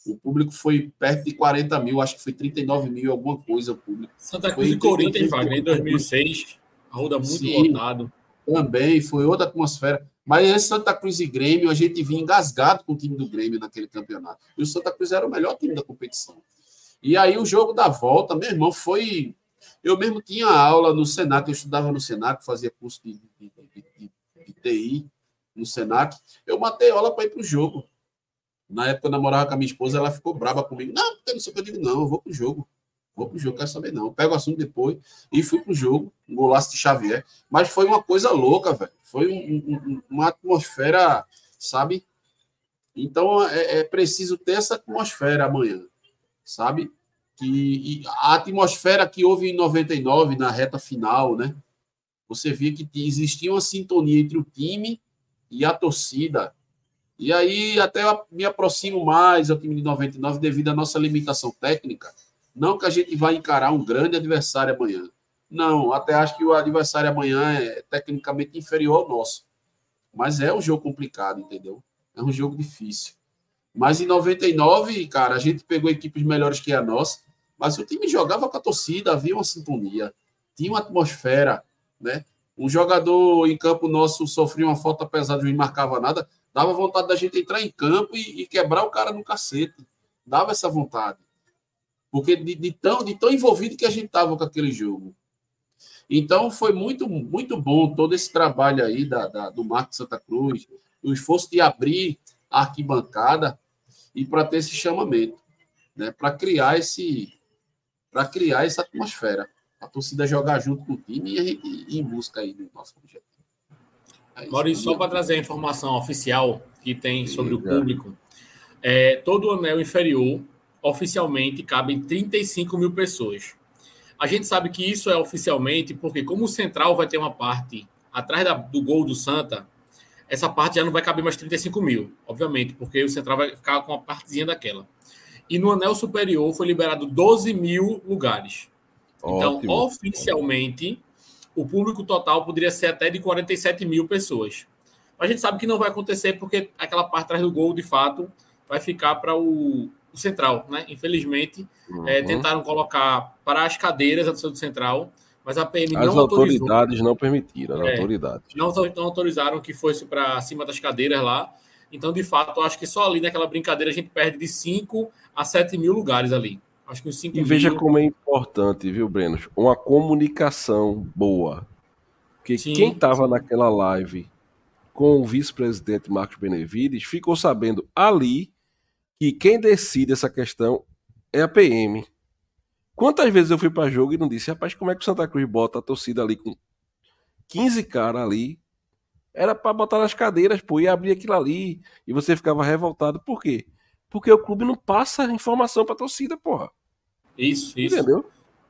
[SPEAKER 6] O público foi perto de quarenta mil, acho que foi trinta e nove mil, alguma coisa o público.
[SPEAKER 5] Santa Cruz e Corinthians, Wagner, em dois mil e seis, Arruda muito Sim, lotado.
[SPEAKER 6] Também, foi outra atmosfera. Mas esse Santa Cruz e Grêmio, a gente vinha engasgado com o time do Grêmio naquele campeonato. E o Santa Cruz era o melhor time da competição. E aí o jogo da volta, meu irmão, foi... Eu mesmo tinha aula no Senac, eu estudava no Senac, fazia curso de, de, de, de, de T I no Senac. Eu matei aula para ir para o jogo. Na época eu namorava com a minha esposa, ela ficou brava comigo. Não, porque não sei o que eu digo, não, eu vou pro jogo. Vou pro jogo, quero saber não. Eu pego o assunto depois e fui pro jogo, um golaço de Xavier. Mas foi uma coisa louca, velho. Foi um, um, uma atmosfera, sabe? Então é, é preciso ter essa atmosfera amanhã, sabe? Que, a atmosfera que houve em noventa e nove, na reta final, né? Você via que existia uma sintonia entre o time e a torcida. E aí até eu me aproximo mais ao time de noventa e nove devido à nossa limitação técnica. Não que a gente vai encarar um grande adversário amanhã. Não, até acho que o adversário amanhã é tecnicamente inferior ao nosso. Mas é um jogo complicado, entendeu? É um jogo difícil. Mas em noventa e nove, cara, a gente pegou equipes melhores que a nossa, mas o time jogava com a torcida, havia uma sintonia, tinha uma atmosfera, né? Um jogador em campo nosso sofria uma falta pesada, não marcava nada, dava vontade da gente entrar em campo e, e quebrar o cara no cacete. Dava essa vontade. Porque de, de, tão, de tão envolvido que a gente estava com aquele jogo. Então, foi muito, muito bom todo esse trabalho aí da, da, do Marcos Santa Cruz, o esforço de abrir a arquibancada e para ter esse chamamento, né? Para criar esse, para criar essa atmosfera. A torcida jogar junto com o time e a gente ir em busca aí do nosso objetivo.
[SPEAKER 5] É Maurício, só para trazer a informação oficial que tem sobre o público, é, todo o anel inferior, oficialmente, cabem trinta e cinco mil pessoas. A gente sabe que isso é oficialmente porque, como o Central vai ter uma parte atrás da, do gol do Santa, essa parte já não vai caber mais trinta e cinco mil, obviamente, porque o Central vai ficar com uma partezinha daquela. E no anel superior foi liberado doze mil lugares. Então, Ótimo. Oficialmente, o público total poderia ser até de quarenta e sete mil pessoas. Mas a gente sabe que não vai acontecer porque aquela parte atrás do gol, de fato, vai ficar para o, o Central, né? Infelizmente, uhum. é, tentaram colocar para as cadeiras do Central, mas a P M
[SPEAKER 4] as
[SPEAKER 5] não autorizou.
[SPEAKER 4] As autoridades não permitiram, as é, autoridades.
[SPEAKER 5] Não, não autorizaram que fosse para cima das cadeiras lá. Então, de fato, eu acho que só ali naquela brincadeira a gente perde de cinco a sete mil lugares ali. Acho que os cinco
[SPEAKER 4] e veja
[SPEAKER 5] mil...
[SPEAKER 4] como é importante, viu, Breno? Uma comunicação boa. Porque sim, quem estava naquela live com o vice-presidente Marcos Benevides ficou sabendo ali que quem decide essa questão é a P M. Quantas vezes eu fui para jogo e não disse, rapaz, como é que o Santa Cruz bota a torcida ali com quinze caras ali? Era para botar nas cadeiras, pô, e abrir aquilo ali. E você ficava revoltado. Por quê? Porque o clube não passa informação para a torcida, porra.
[SPEAKER 5] Isso, isso.
[SPEAKER 4] Entendeu?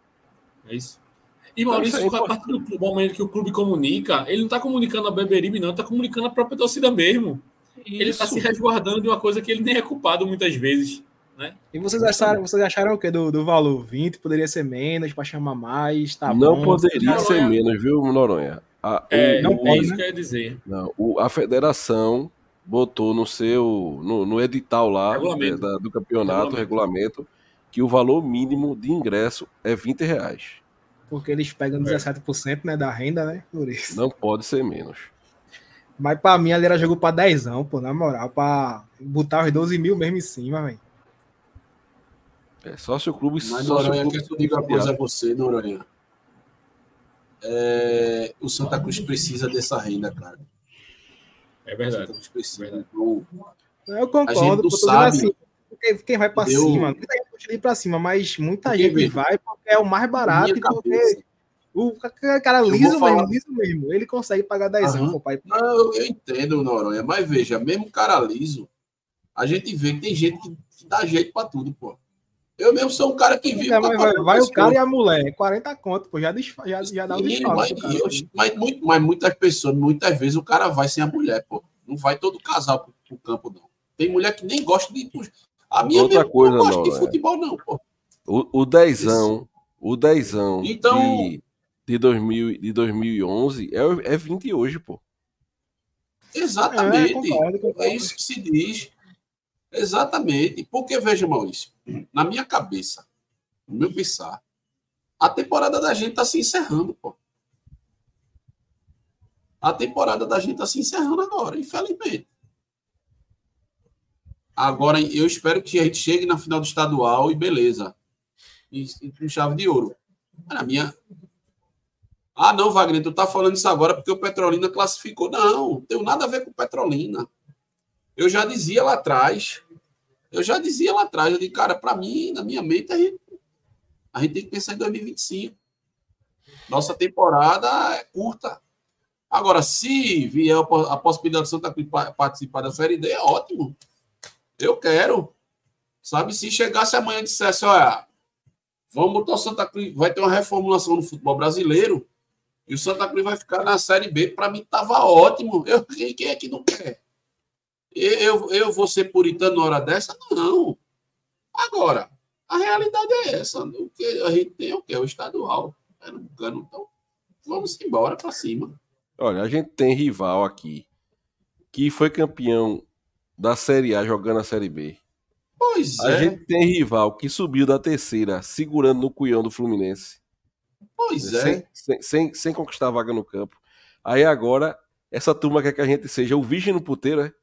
[SPEAKER 5] É isso. E Maurício, então, a partir do momento que o clube comunica, ele não está comunicando a Beberibe, não, está comunicando a própria torcida mesmo. Isso. Ele está se resguardando de uma coisa que ele nem é culpado muitas vezes. Né?
[SPEAKER 7] E vocês acharam, vocês acharam o quê do, do valor? vinte poderia ser menos para chamar mais? Tá
[SPEAKER 4] não
[SPEAKER 7] bom,
[SPEAKER 4] poderia ser Noronha. menos, viu, Noronha? A,
[SPEAKER 5] é,
[SPEAKER 4] o,
[SPEAKER 5] não
[SPEAKER 4] o,
[SPEAKER 5] pode, isso né? quer dizer.
[SPEAKER 4] Não, o, a federação botou no seu no, no edital lá de, da, do campeonato, regulamento. regulamento, que o valor mínimo de ingresso é vinte reais.
[SPEAKER 7] Porque eles pegam dezessete por cento, né, da renda, né? Por isso.
[SPEAKER 4] Não pode ser menos.
[SPEAKER 7] Mas pra mim, ali era jogo pra dezão, pô, na moral, pra botar os doze mil mesmo em cima, velho.
[SPEAKER 4] É só se o clube...
[SPEAKER 6] Mas,
[SPEAKER 4] só
[SPEAKER 6] Noronha,
[SPEAKER 4] se o
[SPEAKER 6] clube... que eu digo uma coisa a você, Noronha. É... O Santa Cruz precisa dessa renda, cara.
[SPEAKER 5] É verdade.
[SPEAKER 6] O Santa Cruz precisa.
[SPEAKER 5] Verdade.
[SPEAKER 7] Eu concordo, pô,
[SPEAKER 6] sabe...
[SPEAKER 7] assim, quem vai pra
[SPEAKER 6] Deu...
[SPEAKER 7] cima, muita gente pode ir pra cima, mas muita porque, gente veja, vai porque é o mais barato e porque o cara liso falar... mesmo, liso mesmo, ele consegue pagar dez anos. Pai.
[SPEAKER 6] Não, eu entendo, Noronha, mas veja, mesmo cara liso, a gente vê que tem gente que, que dá jeito pra tudo, pô. Eu mesmo sou um cara que vive...
[SPEAKER 7] É, mas vai, vai o cara e a mulher, quarenta conto, pô, já, já, já dá o desfalque.
[SPEAKER 6] Mas, eu, mas, muito, mas muitas pessoas, muitas vezes o cara vai sem a mulher, pô. Não vai todo casal pro, pro campo, não. Tem mulher que nem gosta de... A minha
[SPEAKER 4] Outra
[SPEAKER 6] mesmo
[SPEAKER 4] coisa,
[SPEAKER 6] não gosta
[SPEAKER 4] não,
[SPEAKER 6] de
[SPEAKER 4] é.
[SPEAKER 6] futebol, não, pô.
[SPEAKER 4] O, o dezão, o dezão
[SPEAKER 6] então,
[SPEAKER 4] de, de, dois mil, de dois mil e onze é, é vinte hoje, pô.
[SPEAKER 6] Exatamente. É, concordo, concordo. É isso que se diz. Exatamente. Porque, veja, Maurício, na minha cabeça, no meu pensar, a temporada da gente está se encerrando, pô. A temporada da gente está se encerrando agora, infelizmente. Agora, eu espero que a gente chegue na final do estadual e beleza. E, e com chave de ouro. Na minha... Ah, não, Wagner, tu tá falando isso agora porque o Petrolina classificou. Não, não tem nada a ver com o Petrolina. Eu já dizia lá atrás, eu já dizia lá atrás, eu digo, cara, para mim, na minha mente, a gente, a gente tem que pensar em dois mil e vinte e cinco. Nossa temporada é curta. Agora, se vier a possibilidade de Santa Cruz participar da Série D, é ótimo. Eu quero. Sabe, se chegasse amanhã e dissesse, olha, vamos botar o Santa Cruz, vai ter uma reformulação no futebol brasileiro, e o Santa Cruz vai ficar na Série B, para mim estava ótimo. Eu, quem, quem é que não quer? Eu, eu vou ser puritano na hora dessa? Não. Agora, a realidade é essa. O que a gente tem é o quê? O estadual. Pernambucano. Então, vamos embora para cima.
[SPEAKER 4] Olha, a gente tem rival aqui que foi campeão da Série A jogando a Série B.
[SPEAKER 6] Pois
[SPEAKER 4] a
[SPEAKER 6] é.
[SPEAKER 4] A gente tem rival que subiu da terceira segurando no cuião do Fluminense.
[SPEAKER 6] Pois
[SPEAKER 4] sem,
[SPEAKER 6] é.
[SPEAKER 4] Sem, sem, sem conquistar a vaga no campo. Aí agora, essa turma quer que a gente seja o virgem no puteiro, é?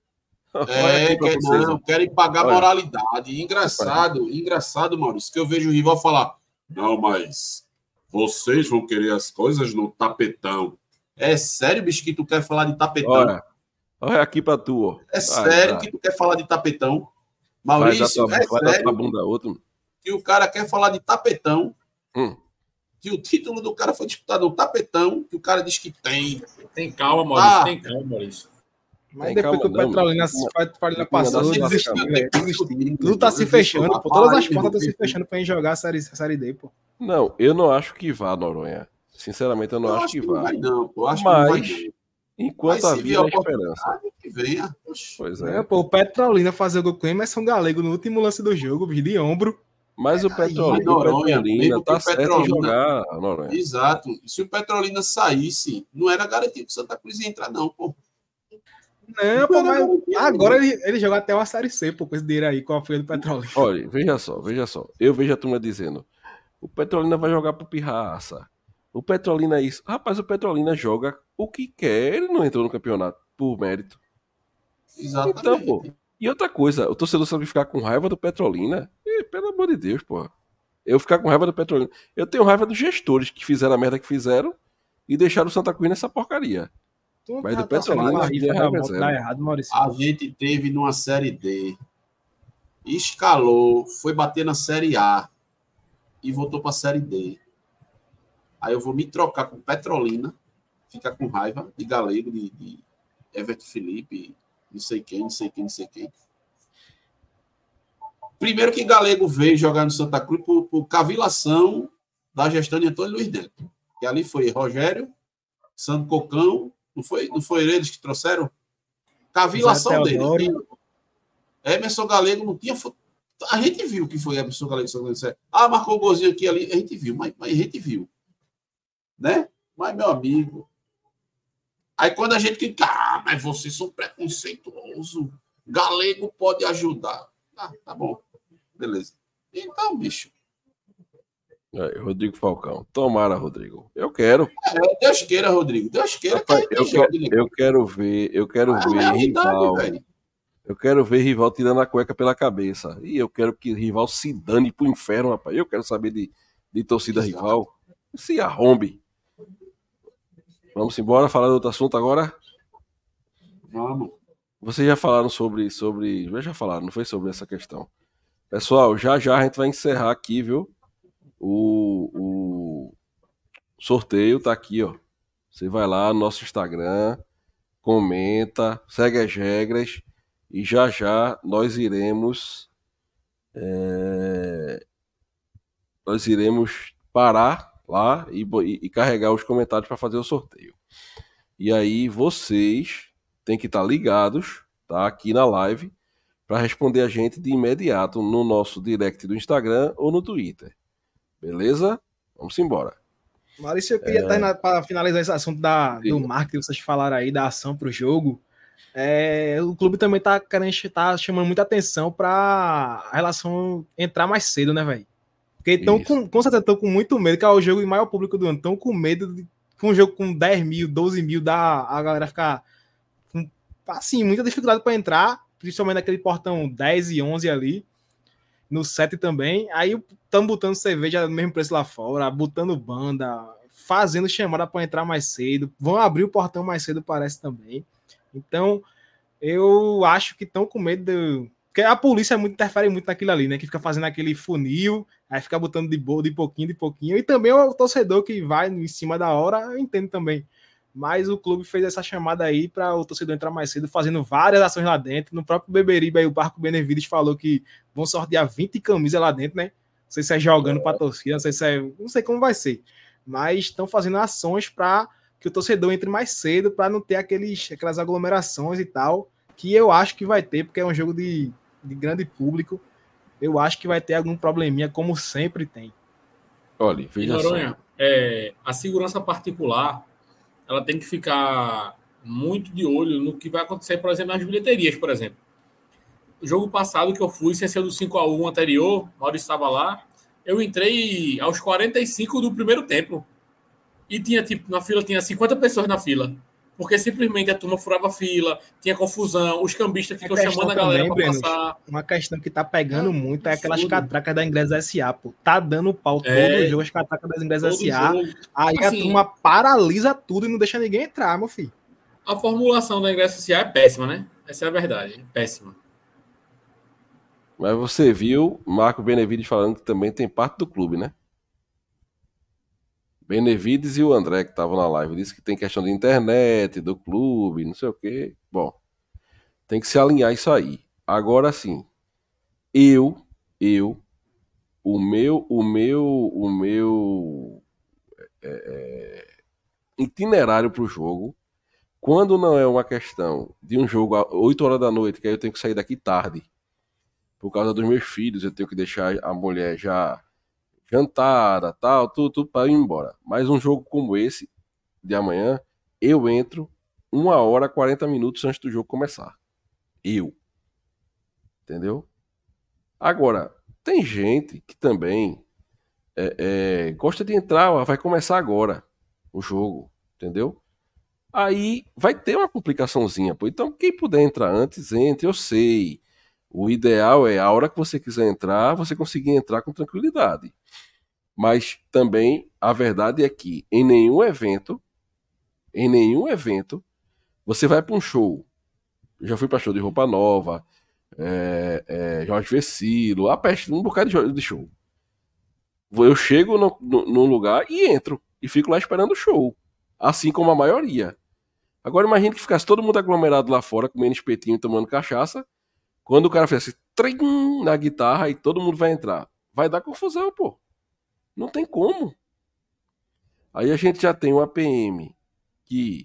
[SPEAKER 6] É, quer, não, querem pagar Olha. moralidade. Engraçado, Olha. engraçado, Maurício, que eu vejo o rival falar, não, mas vocês vão querer as coisas no tapetão. É sério, bicho, que tu quer falar de tapetão?
[SPEAKER 4] Olha, olha aqui pra tu, ó.
[SPEAKER 6] É sério vai, que tu quer falar de tapetão? Maurício,
[SPEAKER 4] vai
[SPEAKER 6] dar tua,
[SPEAKER 4] é
[SPEAKER 6] vai
[SPEAKER 4] sério bunda outro.
[SPEAKER 6] Que o cara quer falar de tapetão,
[SPEAKER 4] hum.
[SPEAKER 6] que o título do cara foi disputado no tapetão, que o cara diz que tem.
[SPEAKER 5] Tem calma, Maurício, ah, tem calma, Maurício.
[SPEAKER 7] Mas tem depois calma, que o Petrolina
[SPEAKER 6] não,
[SPEAKER 7] passou, desistiu, velho. Tudo tá se fechando, pô. Todas as portas estão se fechando pra gente jogar a série, a série D, pô.
[SPEAKER 4] Não, eu não acho que vá, Noronha. Sinceramente, eu não eu acho, acho que, que vá.
[SPEAKER 6] Não vai, não, pô. Acho
[SPEAKER 4] Mas,
[SPEAKER 6] que não vai,
[SPEAKER 4] enquanto a vida é esperança.
[SPEAKER 6] Que venha.
[SPEAKER 4] Pois é.
[SPEAKER 7] é. Pô, o Petrolina fazer o gol com o Emerson Galego no último lance do jogo, de ombro.
[SPEAKER 4] Mas o Petrolina, Noronha, o Petrolina tá certo Petrolina, em jogar, Noronha.
[SPEAKER 6] Exato. Se o Petrolina saísse, não era garantido que o Santa Cruz ia entrar, não, pô.
[SPEAKER 7] Não, pô, mas agora ele, ele joga até uma Série C, pô, com esse dinheiro aí, com a folha do Petrolina.
[SPEAKER 4] Olha, veja só, veja só. Eu vejo a turma dizendo, o Petrolina vai jogar pro Pirraça. O Petrolina é isso. Rapaz, o Petrolina joga o que quer. Ele não entrou no campeonato por mérito.
[SPEAKER 6] Exatamente.
[SPEAKER 4] Então, pô. E outra coisa, o torcedor sabe ficar com raiva do Petrolina. E, pelo amor de Deus, pô. Eu ficar com raiva do Petrolina. Eu tenho raiva dos gestores que fizeram a merda que fizeram e deixaram o Santa Cruz nessa porcaria.
[SPEAKER 7] Tu
[SPEAKER 4] Mas
[SPEAKER 7] tá,
[SPEAKER 4] do Petrolina,
[SPEAKER 7] tá
[SPEAKER 4] a,
[SPEAKER 7] raiva dá errado, Maurício.
[SPEAKER 6] A gente teve numa Série D, escalou, foi bater na Série A e voltou pra Série D. Aí eu vou me trocar com Petrolina, ficar com raiva de Galego, de, de Everton Felipe, não sei quem, não sei quem, não sei quem. Primeiro que Galego veio jogar no Santa Cruz por, por cavilação da gestão de Antônio Luiz Neto. Que ali foi Rogério, Santo Cocão, não foi, não foi eles que trouxeram? Cavilação dele. Emerson Galego não tinha... A gente viu que foi Emerson Galego. Ah, marcou o golzinho aqui ali. A gente viu, mas, mas a gente viu. Né? Mas, meu amigo... Aí quando a gente fica, ah, mas vocês são preconceituosos, Galego pode ajudar. Ah, tá bom. Beleza. Então, bicho.
[SPEAKER 4] Aí, Rodrigo Falcão. Tomara, Rodrigo. Eu quero.
[SPEAKER 6] É, Deus queira, Rodrigo. Deus queira.
[SPEAKER 4] Rapaz, que eu, quero, eu quero ver, eu quero ah, ver rival. Véio. Eu quero ver rival tirando a cueca pela cabeça. E eu quero que rival se dane pro inferno, rapaz. Eu quero saber de, de torcida Exato. rival. Se arrombe. Vamos embora falar de outro assunto agora?
[SPEAKER 6] Vamos.
[SPEAKER 4] Vocês já falaram sobre, sobre... Já falaram, não foi sobre essa questão. Pessoal, já já a gente vai encerrar aqui, viu? O, o sorteio tá aqui, ó. Você vai lá no nosso Instagram, comenta, segue as regras e já já nós iremos... É, nós iremos parar lá e, e, e carregar os comentários para fazer o sorteio. E aí vocês têm que estar ligados, tá, aqui na live para responder a gente de imediato no nosso direct do Instagram ou no Twitter. Beleza? Vamos embora.
[SPEAKER 7] Maurício, eu queria é... para finalizar esse assunto da, do marketing, vocês falaram aí da ação para o jogo. É, o clube também tá, querendo, tá chamando muita atenção para a relação entrar mais cedo, né, velho? Porque estão com, com certeza estão com muito medo, que é o jogo de maior público do ano. Estão com medo de com um jogo com dez mil, doze mil, dá a galera ficar com, assim, muita dificuldade para entrar, principalmente naquele portão dez e onze ali, no sete também. Aí estão botando cerveja no mesmo preço lá fora, botando banda, fazendo chamada para entrar mais cedo. Vão abrir o portão mais cedo, parece também. Então, eu acho que estão com medo de... Porque a polícia muito, interfere muito naquilo ali, né? Que fica fazendo aquele funil, aí fica botando de, bo... de pouquinho, de pouquinho. E também o torcedor que vai em cima da hora, eu entendo também. Mas o clube fez essa chamada aí para o torcedor entrar mais cedo, fazendo várias ações lá dentro. No próprio Beberibe, aí o Barco Benevides falou que vão sortear vinte camisas lá dentro, né? Não sei se é jogando para a torcida, não sei se é... Não sei como vai ser. Mas estão fazendo ações para que o torcedor entre mais cedo, para não ter aqueles, aquelas aglomerações e tal, que eu acho que vai ter, porque é um jogo de, de grande público. Eu acho que vai ter algum probleminha, como sempre tem.
[SPEAKER 4] Olha, veja
[SPEAKER 5] só. É, a segurança particular, ela tem que ficar muito de olho no que vai acontecer, por exemplo, nas bilheterias, por exemplo. O jogo passado que eu fui, sem ser do cinco a um anterior, o Maurício estava lá, eu entrei aos quarenta e cinco do primeiro tempo. E tinha, tipo, na fila tinha cinquenta pessoas na fila. Porque simplesmente a turma furava a fila, tinha confusão, os cambistas ficam chamando a galera para passar.
[SPEAKER 7] Uma questão que tá pegando é, muito é aquelas catracas da Inglesa S A, pô. Tá dando pau é, todo jogo, as catracas das Inglesa S A. Jogo. Aí assim, a turma paralisa tudo e não deixa ninguém entrar, meu filho.
[SPEAKER 5] A formulação da Inglesa S A é péssima, né? Essa é a verdade, é péssima.
[SPEAKER 4] Mas você viu Marco Benevides falando que também tem parte do clube, né? Benevides e o André, que estavam na live, disse que tem questão de internet, do clube, não sei o quê. Bom, tem que se alinhar isso aí. Agora sim, eu, eu, o meu, o meu, o meu é, itinerário para o jogo, quando não é uma questão de um jogo às oito horas da noite, que aí eu tenho que sair daqui tarde, por causa dos meus filhos, eu tenho que deixar a mulher já jantada, tal, tudo, tudo para ir embora. Mas um jogo como esse, de amanhã, eu entro uma hora, quarenta minutos antes do jogo começar. Eu. Entendeu? Agora, tem gente que também é, é, gosta de entrar, vai começar agora o jogo, entendeu? Aí vai ter uma complicaçãozinha, pô. Então, quem puder entrar antes, entre, eu sei. O ideal é, a hora que você quiser entrar, você conseguir entrar com tranquilidade. Mas também a verdade é que em nenhum evento, em nenhum evento, você vai para um show. Eu já fui para show de Roupa Nova, é, é, Jorge Vecilo, a peste, um bocado de show. Eu chego no, no, num lugar e entro, e fico lá esperando o show. Assim como a maioria. Agora imagine que ficasse todo mundo aglomerado lá fora, comendo espetinho e tomando cachaça. Quando o cara fizesse trim na guitarra e todo mundo vai entrar. Vai dar confusão, pô. Não tem como. Aí a gente já tem uma P M que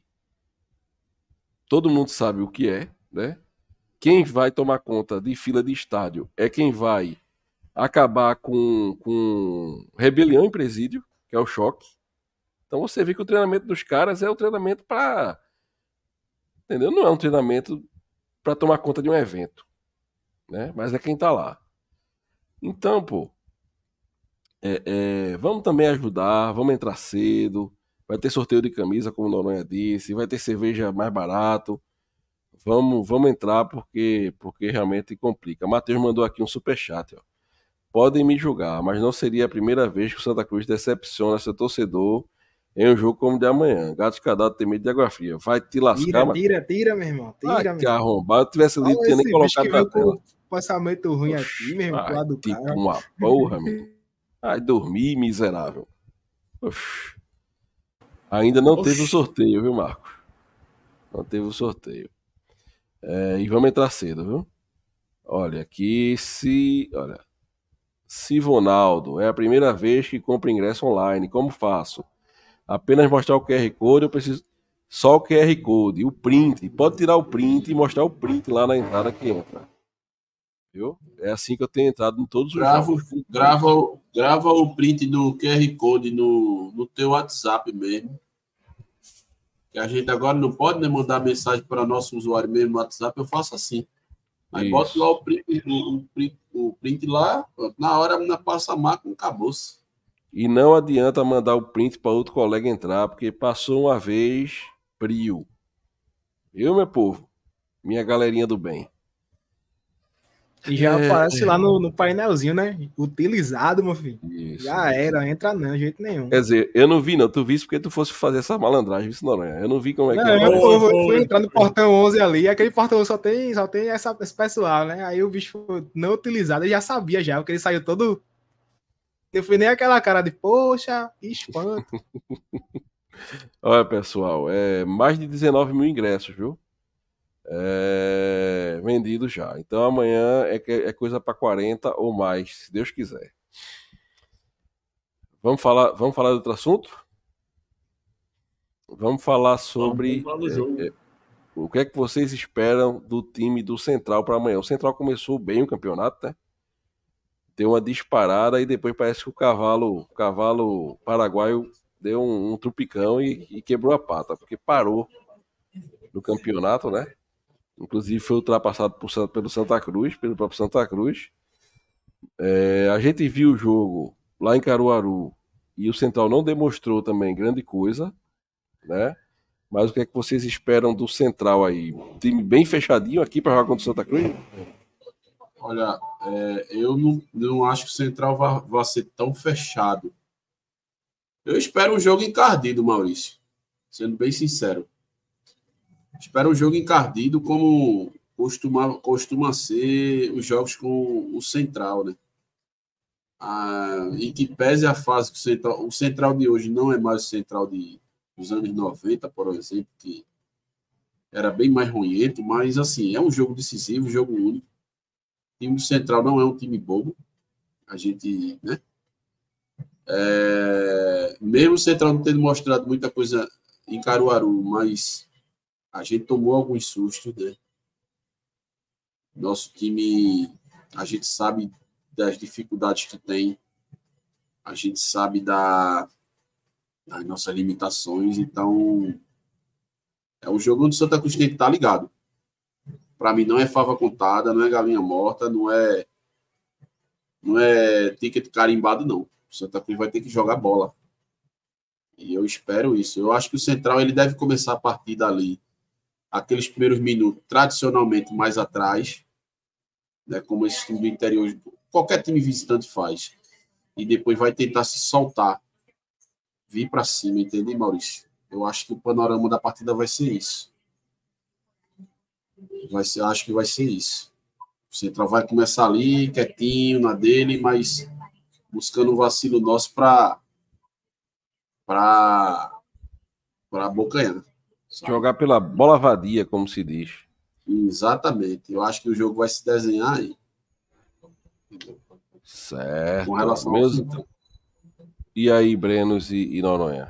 [SPEAKER 4] todo mundo sabe o que é, né? Quem vai tomar conta de fila de estádio é quem vai acabar com, com rebelião em presídio, que é o choque. Então você vê que o treinamento dos caras é o treinamento para... Entendeu? Não é um treinamento para tomar conta de um evento, né? Mas é quem tá lá. Então, pô, é, é, vamos também ajudar, vamos entrar cedo, vai ter sorteio de camisa, como o Noronha disse, vai ter cerveja mais barato, vamos, vamos entrar porque, porque realmente complica. Matheus mandou aqui um superchat, ó. Podem me julgar, mas não seria a primeira vez que o Santa Cruz decepciona seu torcedor em um jogo como o de amanhã. Gato escadado tem medo de água fria. Vai te lascar,
[SPEAKER 7] Tira,
[SPEAKER 4] mano.
[SPEAKER 7] tira, tira, meu irmão. Tira,
[SPEAKER 4] ah,
[SPEAKER 7] meu
[SPEAKER 4] que arrombado. Se tivesse lido, tinha nem colocado na tela.
[SPEAKER 7] Passamento ruim aqui, meu irmão,
[SPEAKER 4] Ai,
[SPEAKER 7] lado do
[SPEAKER 4] tipo
[SPEAKER 7] cara.
[SPEAKER 4] uma porra, meu. Ai, dormi, miserável. Oxi. Ainda não Oxi. teve o sorteio, viu, Marcos? Não teve o sorteio. É, e vamos entrar cedo, viu? Olha, aqui se... Olha... Sivonaldo, é a primeira vez que compro ingresso online. Como faço? Apenas mostrar o Q R Code, eu preciso só o Q R Code, o print. Pode tirar o print e mostrar o print lá na entrada que entra. Viu? É assim que eu tenho entrado em todos os
[SPEAKER 6] grava,
[SPEAKER 4] jogos.
[SPEAKER 6] Grava, grava o print do Q R Code no, no teu WhatsApp mesmo. que a gente agora não pode, né, mandar mensagem para nosso usuário mesmo no WhatsApp, eu faço assim. Aí
[SPEAKER 4] Isso.
[SPEAKER 6] boto lá o print, o, o print, o print lá, na hora a menina passa a máquina, acabou-se.
[SPEAKER 4] E não adianta mandar o print para outro colega entrar, porque passou uma vez frio. Eu, meu povo, minha galerinha do bem.
[SPEAKER 7] E já
[SPEAKER 4] É,
[SPEAKER 7] aparece lá no, no painelzinho, né? Utilizado, meu filho.
[SPEAKER 4] Isso,
[SPEAKER 7] Já
[SPEAKER 4] isso.
[SPEAKER 7] era, entra não, de jeito nenhum.
[SPEAKER 4] Quer dizer, eu não vi não, tu viste porque tu fosse fazer essa malandragem, isso não, né? Eu não vi como é que...
[SPEAKER 7] Não, eu
[SPEAKER 5] Foi,
[SPEAKER 7] fui,
[SPEAKER 5] foi.
[SPEAKER 7] fui entrar no portão onze ali, aquele portão só tem, só tem essa, esse pessoal, né? Aí o bicho foi não utilizado, eu já sabia já, porque ele saiu todo... Eu fui nem aquela cara de, poxa, que espanto.
[SPEAKER 4] Olha, pessoal, é mais de dezenove mil ingressos, viu? É... Vendidos já. Então amanhã é, que- é coisa para quarenta ou mais, se Deus quiser. Vamos falar, vamos falar de outro assunto? Vamos falar sobre
[SPEAKER 5] Vamos falar do jogo.
[SPEAKER 4] é, é, o que é que vocês esperam do time do Central para amanhã. O Central começou bem o campeonato, né? Deu uma disparada e depois parece que o cavalo, o cavalo paraguaio deu um, um trupicão e, e quebrou a pata, porque parou no campeonato, né? Inclusive foi ultrapassado por, San- pelo Santa Cruz, pelo próprio Santa Cruz. É, a gente viu o jogo lá em Caruaru e o Central não demonstrou também grande coisa, né? Mas o que é que vocês esperam do Central aí? Time bem fechadinho aqui para jogar contra o Santa Cruz?
[SPEAKER 6] Olha, é, eu não, não acho que o Central vai, vai ser tão fechado. Eu espero um jogo encardido, Maurício. Sendo bem sincero. Espero um jogo encardido como costuma, costuma ser os jogos com o Central, né? Ah, em que pese a fase que o Central, o Central de hoje não é mais o Central de, dos anos noventa, por exemplo, que era bem mais ruim, mas assim, é um jogo decisivo, um jogo único. O time do Central não é um time bobo. A gente, né? É, mesmo o Central não tendo mostrado muita coisa em Caruaru, mas a gente tomou alguns sustos, né? Nosso time, a gente sabe das dificuldades que tem, a gente sabe da, das nossas limitações, então é um jogo onde o Santa Cruz tem que estar ligado. Para mim não é fava contada, não é galinha morta, não é não é ticket carimbado, não. O Santa Cruz vai ter que jogar bola. E eu espero isso. Eu acho que o Central ele deve começar a partir dali, aqueles primeiros minutos, tradicionalmente mais atrás, né, como esse time do interior, qualquer time visitante faz. E depois vai tentar se soltar, vir para cima, entendeu, Maurício? Eu acho que o panorama da partida vai ser isso. Vai ser, acho que vai ser isso. O Central vai começar ali, quietinho, na dele, mas buscando um vacilo nosso para para para abocanhar. Sabe?
[SPEAKER 4] Jogar pela bola vadia, como se diz.
[SPEAKER 6] Exatamente. Eu acho que o jogo vai se desenhar aí.
[SPEAKER 4] Certo.
[SPEAKER 6] Com relação ao
[SPEAKER 4] Meus...
[SPEAKER 6] Central.
[SPEAKER 4] E aí, Brenos e, e Noronha?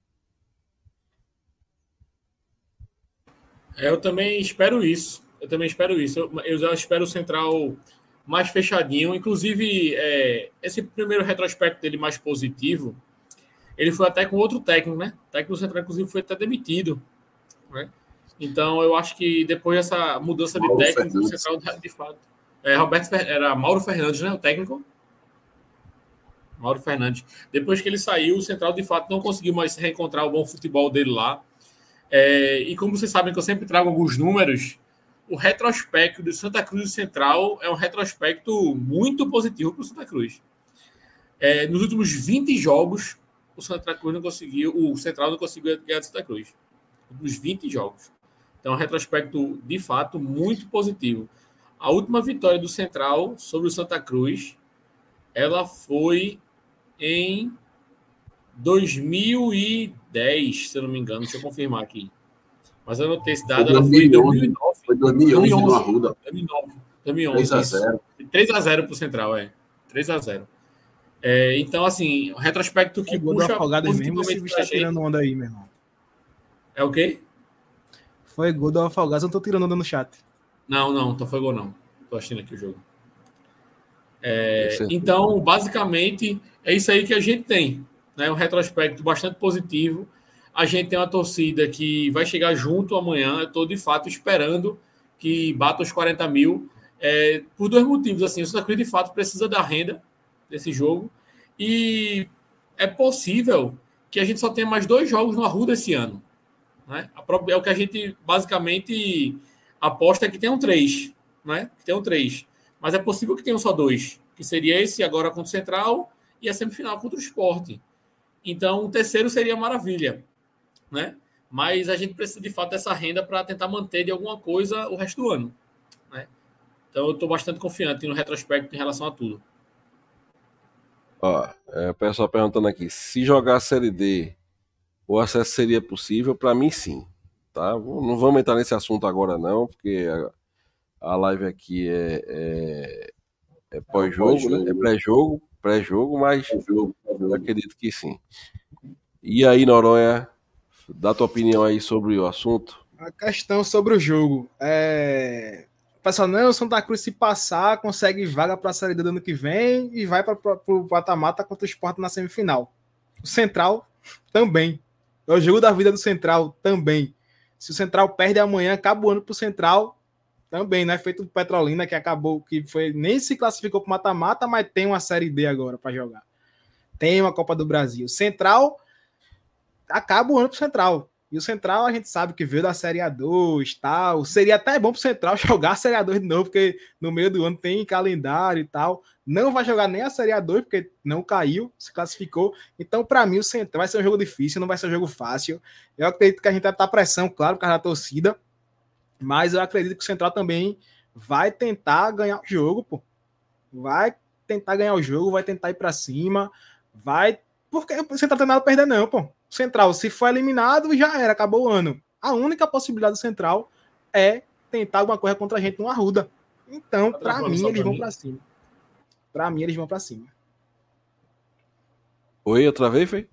[SPEAKER 5] Eu também espero isso. Eu também espero isso. Eu, eu já espero o Central mais fechadinho. Inclusive, é, esse primeiro retrospecto dele mais positivo, ele foi até com outro técnico, né? O técnico do Central, inclusive, foi até demitido. Né? Então, eu acho que depois dessa mudança de
[SPEAKER 6] Mauro
[SPEAKER 5] técnico, o
[SPEAKER 6] Fernandes.
[SPEAKER 5] Central, de fato... É, Roberto Fer... Era Mauro Fernandes, né? O técnico. Mauro Fernandes. Depois que ele saiu, o Central, de fato, não conseguiu mais reencontrar o bom futebol dele lá. É, e como vocês sabem que eu sempre trago alguns números, o retrospecto do Santa Cruz Central é um retrospecto muito positivo para o Santa Cruz. É, nos últimos vinte jogos, o Santa Cruz não conseguiu, o Central não conseguiu ganhar do Santa Cruz. Nos vinte jogos. Então, é um retrospecto, de fato, muito positivo. A última vitória do Central sobre o Santa Cruz, ela foi em dois mil e dez, se eu não me engano. Deixa eu confirmar aqui. Mas eu anotei esse dado. Ela foi em dois mil e nove.
[SPEAKER 6] Foi dois mil e onze no Arruda.
[SPEAKER 5] dois mil e nove. dois mil e onze.
[SPEAKER 6] três a zero.
[SPEAKER 5] três a zero para o Central, é. três a zero. É, então, assim, o retrospecto que
[SPEAKER 7] É gol do
[SPEAKER 5] puxa
[SPEAKER 7] Afogados mesmo, esse
[SPEAKER 5] positivamente
[SPEAKER 7] bicho
[SPEAKER 5] pra
[SPEAKER 7] tá tirando
[SPEAKER 5] gente.
[SPEAKER 7] onda aí, meu irmão.
[SPEAKER 5] É o quê?
[SPEAKER 7] Foi gol do Afogados, eu não tô tirando onda no chat.
[SPEAKER 5] Não, não, então foi gol não. Tô assistindo aqui o jogo. É,
[SPEAKER 4] Esse é-
[SPEAKER 5] então, basicamente, é isso aí que a gente tem. Né? Um retrospecto bastante positivo. A gente tem uma torcida que vai chegar junto amanhã. Eu estou, de fato, esperando que bata os quarenta mil. É, por dois motivos. Assim, o Santa Cruz, de fato, precisa da renda desse jogo. E é possível que a gente só tenha mais dois jogos no Arruda esse ano. Né? É o que a gente, basicamente, aposta que tenham três. Né? Que tenham três. Mas é possível que tenham só dois. Que seria esse agora contra o Central e a semifinal contra o Sport. Então, o terceiro seria maravilha. Né? Mas a gente precisa de fato dessa renda para tentar manter de alguma coisa o resto do ano. Né? Então eu estou bastante confiante no retrospecto em relação a tudo.
[SPEAKER 4] Ó, é, o pessoal perguntando aqui, se jogar a Série D, o acesso seria possível? Para mim, sim. Tá? Não vamos entrar nesse assunto agora não, porque a, a live aqui é, é, é pós-jogo, né? É pré-jogo, pré-jogo, mas pré-jogo, pré-jogo. Eu acredito que sim. E aí, Noronha, dá tua opinião aí sobre o assunto.
[SPEAKER 7] A questão sobre o jogo. É... O pessoal, não, o Santa Cruz se passar, consegue vaga para a Série D do ano que vem e vai para o mata-mata contra o Sport na semifinal. O Central também. É o jogo da vida do Central também. Se o Central perde amanhã, acaba o ano para o Central também, não é feito do Petrolina, que acabou, que foi nem se classificou para o mata-mata, mas tem uma Série D agora para jogar. Tem uma Copa do Brasil. Central acaba o ano pro Central. E o Central a gente sabe que veio da Série A dois e tal. Seria até bom pro Central jogar a Série A dois de novo, porque no meio do ano tem calendário e tal. Não vai jogar nem a Série A dois, porque não caiu, se classificou. Então, para mim, o Central vai ser um jogo difícil, não vai ser um jogo fácil. Eu acredito que a gente vai estar pressão, claro, por causa da torcida. Mas eu acredito que o Central também vai tentar ganhar o jogo, pô. Vai tentar ganhar o jogo, vai tentar ir para cima, vai... Porque o Central tem nada a perder, não, pô. O Central, se for eliminado, já era, acabou o ano. A única possibilidade do Central é tentar alguma coisa contra a gente no Arruda. Então, tá para mim, eles vão para cima. Para mim, eles vão para cima.
[SPEAKER 4] Oi, outra vez, foi?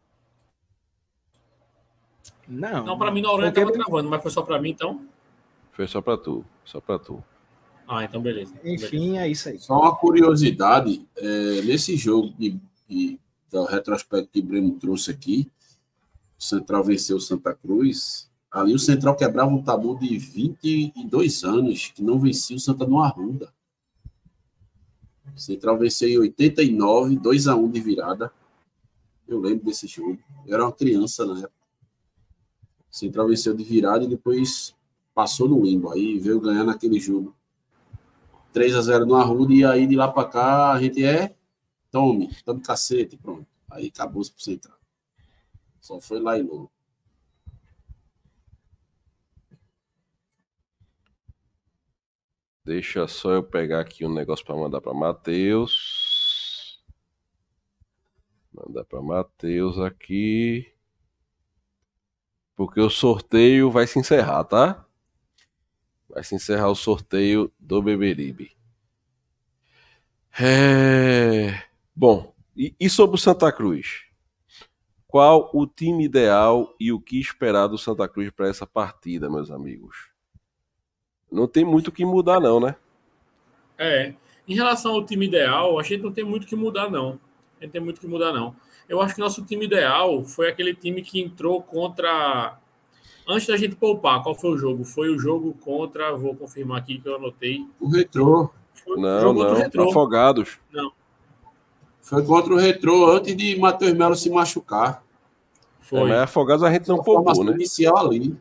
[SPEAKER 5] Não. Não, para mim, Noronha tava gravando, mas foi só para mim, então?
[SPEAKER 4] Foi só para tu, só para tu.
[SPEAKER 5] Ah, então beleza.
[SPEAKER 7] Enfim,
[SPEAKER 5] beleza.
[SPEAKER 7] É isso aí.
[SPEAKER 6] Só uma curiosidade, é, nesse jogo de, de, do retrospecto que o Breno trouxe aqui, o Central venceu o Santa Cruz, ali o Central quebrava um tabu de vinte e dois anos, que não vencia o Santa no Arruda. O Central venceu em oitenta e nove, dois a um de virada. Eu lembro desse jogo. Eu era uma criança na época. O Central venceu de virada e depois passou no limbo. Aí veio ganhar naquele jogo. três a zero no Arruda, e aí de lá para cá a gente é tome, tome cacete, pronto. Aí acabou-se pro Central. Só foi lá e louco.
[SPEAKER 4] Deixa só eu pegar aqui um negócio para mandar para Matheus. Mandar para Matheus aqui. Porque o sorteio vai se encerrar, tá? Vai se encerrar o sorteio do Beberibe. É... Bom, e, e sobre o Santa Cruz? Qual o time ideal e o que esperar do Santa Cruz para essa partida, meus amigos? Não tem muito o que mudar, não, né?
[SPEAKER 5] É. Em relação ao time ideal, a gente não tem muito o que mudar, não. A gente tem muito o que mudar, não. Eu acho que nosso time ideal foi aquele time que entrou contra... Antes da gente poupar, qual foi o jogo? Foi o jogo contra... Vou confirmar aqui que eu anotei.
[SPEAKER 6] O Retrô.
[SPEAKER 5] Foi
[SPEAKER 4] não,
[SPEAKER 5] o jogo
[SPEAKER 4] não.
[SPEAKER 5] Retrô.
[SPEAKER 4] Afogados.
[SPEAKER 5] Não.
[SPEAKER 6] Foi contra o Retrô antes de Matheus Melo se machucar.
[SPEAKER 4] Foi. É, mas Afogados a gente não
[SPEAKER 6] a
[SPEAKER 4] poupou, né?
[SPEAKER 6] Inicial ali.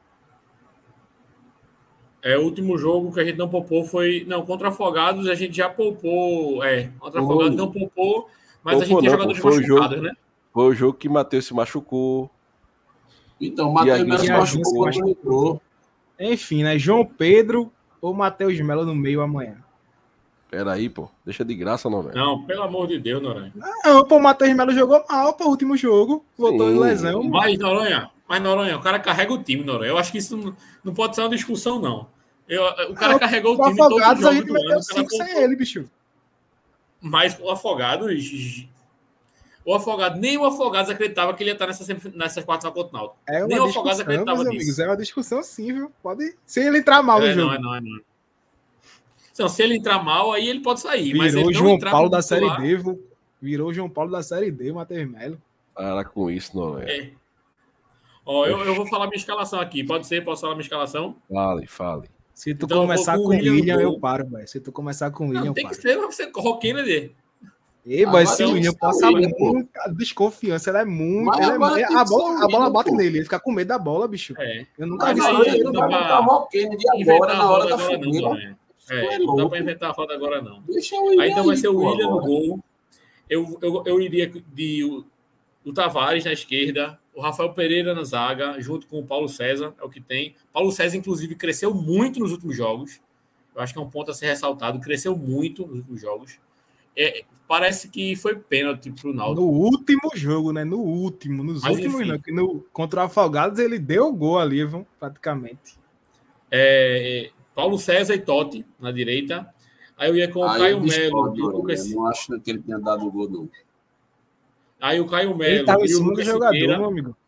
[SPEAKER 5] É, o último jogo que a gente não poupou foi... Não, contra Afogados a gente já poupou... É, contra Afogados oh. não poupou, mas poupou, a gente tinha jogadores machucados, né?
[SPEAKER 4] Foi o jogo que Matheus se machucou.
[SPEAKER 6] Então, Matheus Melo se machucou, se machucou.
[SPEAKER 7] Enfim, né? João Pedro ou Matheus Melo no meio amanhã?
[SPEAKER 4] Peraí, pô. Deixa de graça, não, velho.
[SPEAKER 5] Não, pelo amor de Deus, Noronha.
[SPEAKER 7] Não, pô, o Matheus Melo jogou mal, pô, o último jogo. Voltou em lesão.
[SPEAKER 5] Mas, Noronha, mas, Noronha, o cara carrega o time, Noronha. Eu acho que isso não, não pode ser uma discussão, não. Eu, o cara não, carregou o time todo
[SPEAKER 7] jogo. A gente meteu cinco sem ele, bicho.
[SPEAKER 5] Mas o Afogados... O Afogado, nem o Afogados acreditava que ele ia estar nessa, nessas quatro contra o Náutico.
[SPEAKER 7] É uma
[SPEAKER 5] nem o Afogados acreditava nisso.
[SPEAKER 7] Amigos, é uma discussão sim, viu? Pode... Se ele entrar mal
[SPEAKER 5] é,
[SPEAKER 7] no jogo.
[SPEAKER 5] Não, é, não, é, não. Então, se ele entrar mal, aí ele pode sair.
[SPEAKER 7] Virou
[SPEAKER 5] mas ele
[SPEAKER 7] João
[SPEAKER 5] não
[SPEAKER 7] Paulo da Série D, virou João Paulo da Série D, Matheus Melo.
[SPEAKER 4] Para com isso, não é?
[SPEAKER 5] é. Ó, eu, eu vou falar minha escalação aqui. Pode ser? Posso falar minha escalação?
[SPEAKER 4] Fale, fale.
[SPEAKER 7] Se tu
[SPEAKER 5] Então, eu
[SPEAKER 7] começar
[SPEAKER 5] vou
[SPEAKER 7] com
[SPEAKER 5] com
[SPEAKER 7] o
[SPEAKER 5] o William
[SPEAKER 7] William,
[SPEAKER 5] no
[SPEAKER 7] eu
[SPEAKER 5] gol.
[SPEAKER 7] paro, velho. Se tu começar com o William,
[SPEAKER 5] Não,
[SPEAKER 7] eu
[SPEAKER 5] tem que
[SPEAKER 7] paro.
[SPEAKER 5] ser, você correu Kennedy.
[SPEAKER 7] E, mas
[SPEAKER 6] Agora
[SPEAKER 7] esse
[SPEAKER 6] tem que
[SPEAKER 7] William
[SPEAKER 6] ser
[SPEAKER 7] passa
[SPEAKER 6] o William, pô.
[SPEAKER 7] muita desconfiança. Ele é muito.
[SPEAKER 6] Mas
[SPEAKER 7] Ele é,
[SPEAKER 6] agora
[SPEAKER 7] é-
[SPEAKER 6] tem
[SPEAKER 7] a,
[SPEAKER 6] que ser
[SPEAKER 7] bola,
[SPEAKER 6] o
[SPEAKER 7] a bola
[SPEAKER 6] William,
[SPEAKER 7] bate
[SPEAKER 6] pô.
[SPEAKER 7] nele. Ele fica com medo da bola, bicho.
[SPEAKER 5] É.
[SPEAKER 7] Eu nunca
[SPEAKER 6] Mas
[SPEAKER 7] vi
[SPEAKER 5] Mas
[SPEAKER 7] isso
[SPEAKER 5] aí
[SPEAKER 7] aí.
[SPEAKER 6] ele não
[SPEAKER 5] não
[SPEAKER 6] vai
[SPEAKER 5] dá
[SPEAKER 6] botar
[SPEAKER 5] pra
[SPEAKER 6] o Kennedy
[SPEAKER 5] inventar
[SPEAKER 6] agora,
[SPEAKER 5] a
[SPEAKER 6] na hora
[SPEAKER 5] roda
[SPEAKER 6] da
[SPEAKER 5] agora, não,
[SPEAKER 6] fogueira.
[SPEAKER 5] Noronha. É,
[SPEAKER 6] Tu é
[SPEAKER 5] não dá
[SPEAKER 6] louco.
[SPEAKER 5] pra inventar a roda agora, não.
[SPEAKER 6] Deixa o William
[SPEAKER 5] Aí então vai ser o
[SPEAKER 6] pô,
[SPEAKER 5] William no
[SPEAKER 6] agora.
[SPEAKER 5] gol. Eu, eu, eu iria de o, o Tavares na esquerda, o Rafael Pereira na zaga, junto com o Paulo César, é o que tem. Paulo César, inclusive, cresceu muito nos últimos jogos. Eu acho que é um ponto a ser ressaltado. Cresceu muito nos últimos jogos. É, parece que foi pênalti pro
[SPEAKER 7] No
[SPEAKER 5] Náutico.
[SPEAKER 7] último jogo, né? No último. Nos
[SPEAKER 5] Mas,
[SPEAKER 7] últimos,
[SPEAKER 5] enfim.
[SPEAKER 7] não. Que no, contra o Afogados, ele deu o gol ali, viu? Praticamente.
[SPEAKER 5] É, Paulo César e Totti na direita. Aí eu ia com o
[SPEAKER 6] Aí
[SPEAKER 5] Caio
[SPEAKER 6] eu
[SPEAKER 5] Melo
[SPEAKER 6] discordo,
[SPEAKER 5] e o
[SPEAKER 6] Noronha.
[SPEAKER 5] Lucas.
[SPEAKER 6] Eu não acho que ele tenha dado o gol, não.
[SPEAKER 5] Aí o Caio
[SPEAKER 7] Ele
[SPEAKER 5] Melo
[SPEAKER 7] tava em
[SPEAKER 5] e o
[SPEAKER 7] cima do
[SPEAKER 5] Lucas
[SPEAKER 7] jogador,
[SPEAKER 5] Siqueira.
[SPEAKER 7] meu amigo.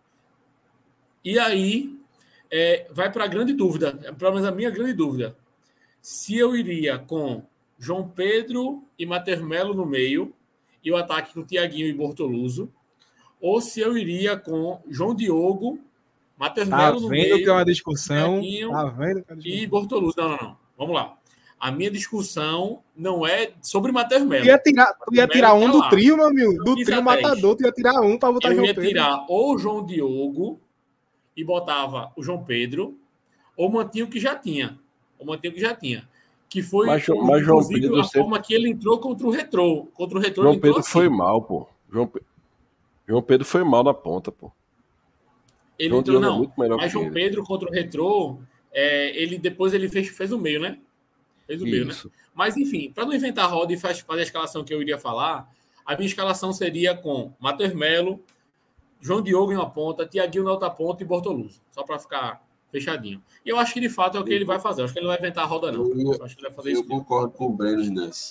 [SPEAKER 5] E aí é, vai para a grande dúvida, pelo menos a minha grande dúvida. Se eu iria com João Pedro e Matheus Melo no meio e o ataque com Tiaguinho e Bortoluso, ou se eu iria com João Diogo, Matheus
[SPEAKER 7] Tá
[SPEAKER 5] Melo no
[SPEAKER 7] vendo que é
[SPEAKER 5] meio,
[SPEAKER 7] uma discussão?
[SPEAKER 5] Tiaguinho
[SPEAKER 7] Tá vendo que é uma
[SPEAKER 5] e
[SPEAKER 7] discussão?
[SPEAKER 5] Bortoluso. Não, não, não. Vamos lá. A minha discussão não é sobre Matheus
[SPEAKER 7] Tu
[SPEAKER 5] Melo.
[SPEAKER 7] ia tirar, tu ia
[SPEAKER 5] Melo
[SPEAKER 7] tirar um
[SPEAKER 5] tá
[SPEAKER 7] do
[SPEAKER 5] lá.
[SPEAKER 7] trio, meu amigo. Do
[SPEAKER 5] quis
[SPEAKER 7] trio
[SPEAKER 5] a dez.
[SPEAKER 7] matador, tu ia tirar um pra botar
[SPEAKER 5] Eu
[SPEAKER 7] João
[SPEAKER 5] ia
[SPEAKER 7] Pedro.
[SPEAKER 5] tirar ou o João Diogo e botava o João Pedro, ou mantinha o que já tinha. Ou mantinha o que já tinha. Que foi,
[SPEAKER 4] Mas, Jo- mas João
[SPEAKER 5] inclusive,
[SPEAKER 4] Pedro
[SPEAKER 5] a
[SPEAKER 4] sempre-
[SPEAKER 5] forma que ele entrou contra o Retrô. Contra o Retrô,
[SPEAKER 4] João
[SPEAKER 5] ele entrou
[SPEAKER 4] Pedro
[SPEAKER 5] assim.
[SPEAKER 4] foi mal, pô. João, Pe- João Pedro foi mal na ponta, pô.
[SPEAKER 5] Ele
[SPEAKER 4] João
[SPEAKER 5] entrou,
[SPEAKER 4] Diogo é
[SPEAKER 5] não.
[SPEAKER 4] muito melhor
[SPEAKER 5] Mas
[SPEAKER 4] que
[SPEAKER 5] João
[SPEAKER 4] ele.
[SPEAKER 5] Pedro contra o Retrô, é, ele depois ele fez, fez o meio, né? Fez o meio, né?
[SPEAKER 4] Isso.
[SPEAKER 5] Mas, enfim, para não inventar a roda e faz- fazer a escalação que eu iria falar, a minha escalação seria com Matheus Melo, João Diogo em uma ponta, Tiaguinho na outra ponta e Bortoluso. Só para ficar fechadinho. E eu acho que, de fato, é o que ele vai fazer. Eu acho que ele não vai inventar a roda, não.
[SPEAKER 6] Eu, ia-
[SPEAKER 5] Eu acho que ele vai fazer
[SPEAKER 6] eu
[SPEAKER 5] isso. mesmo.
[SPEAKER 6] concordo com o Breno nessa.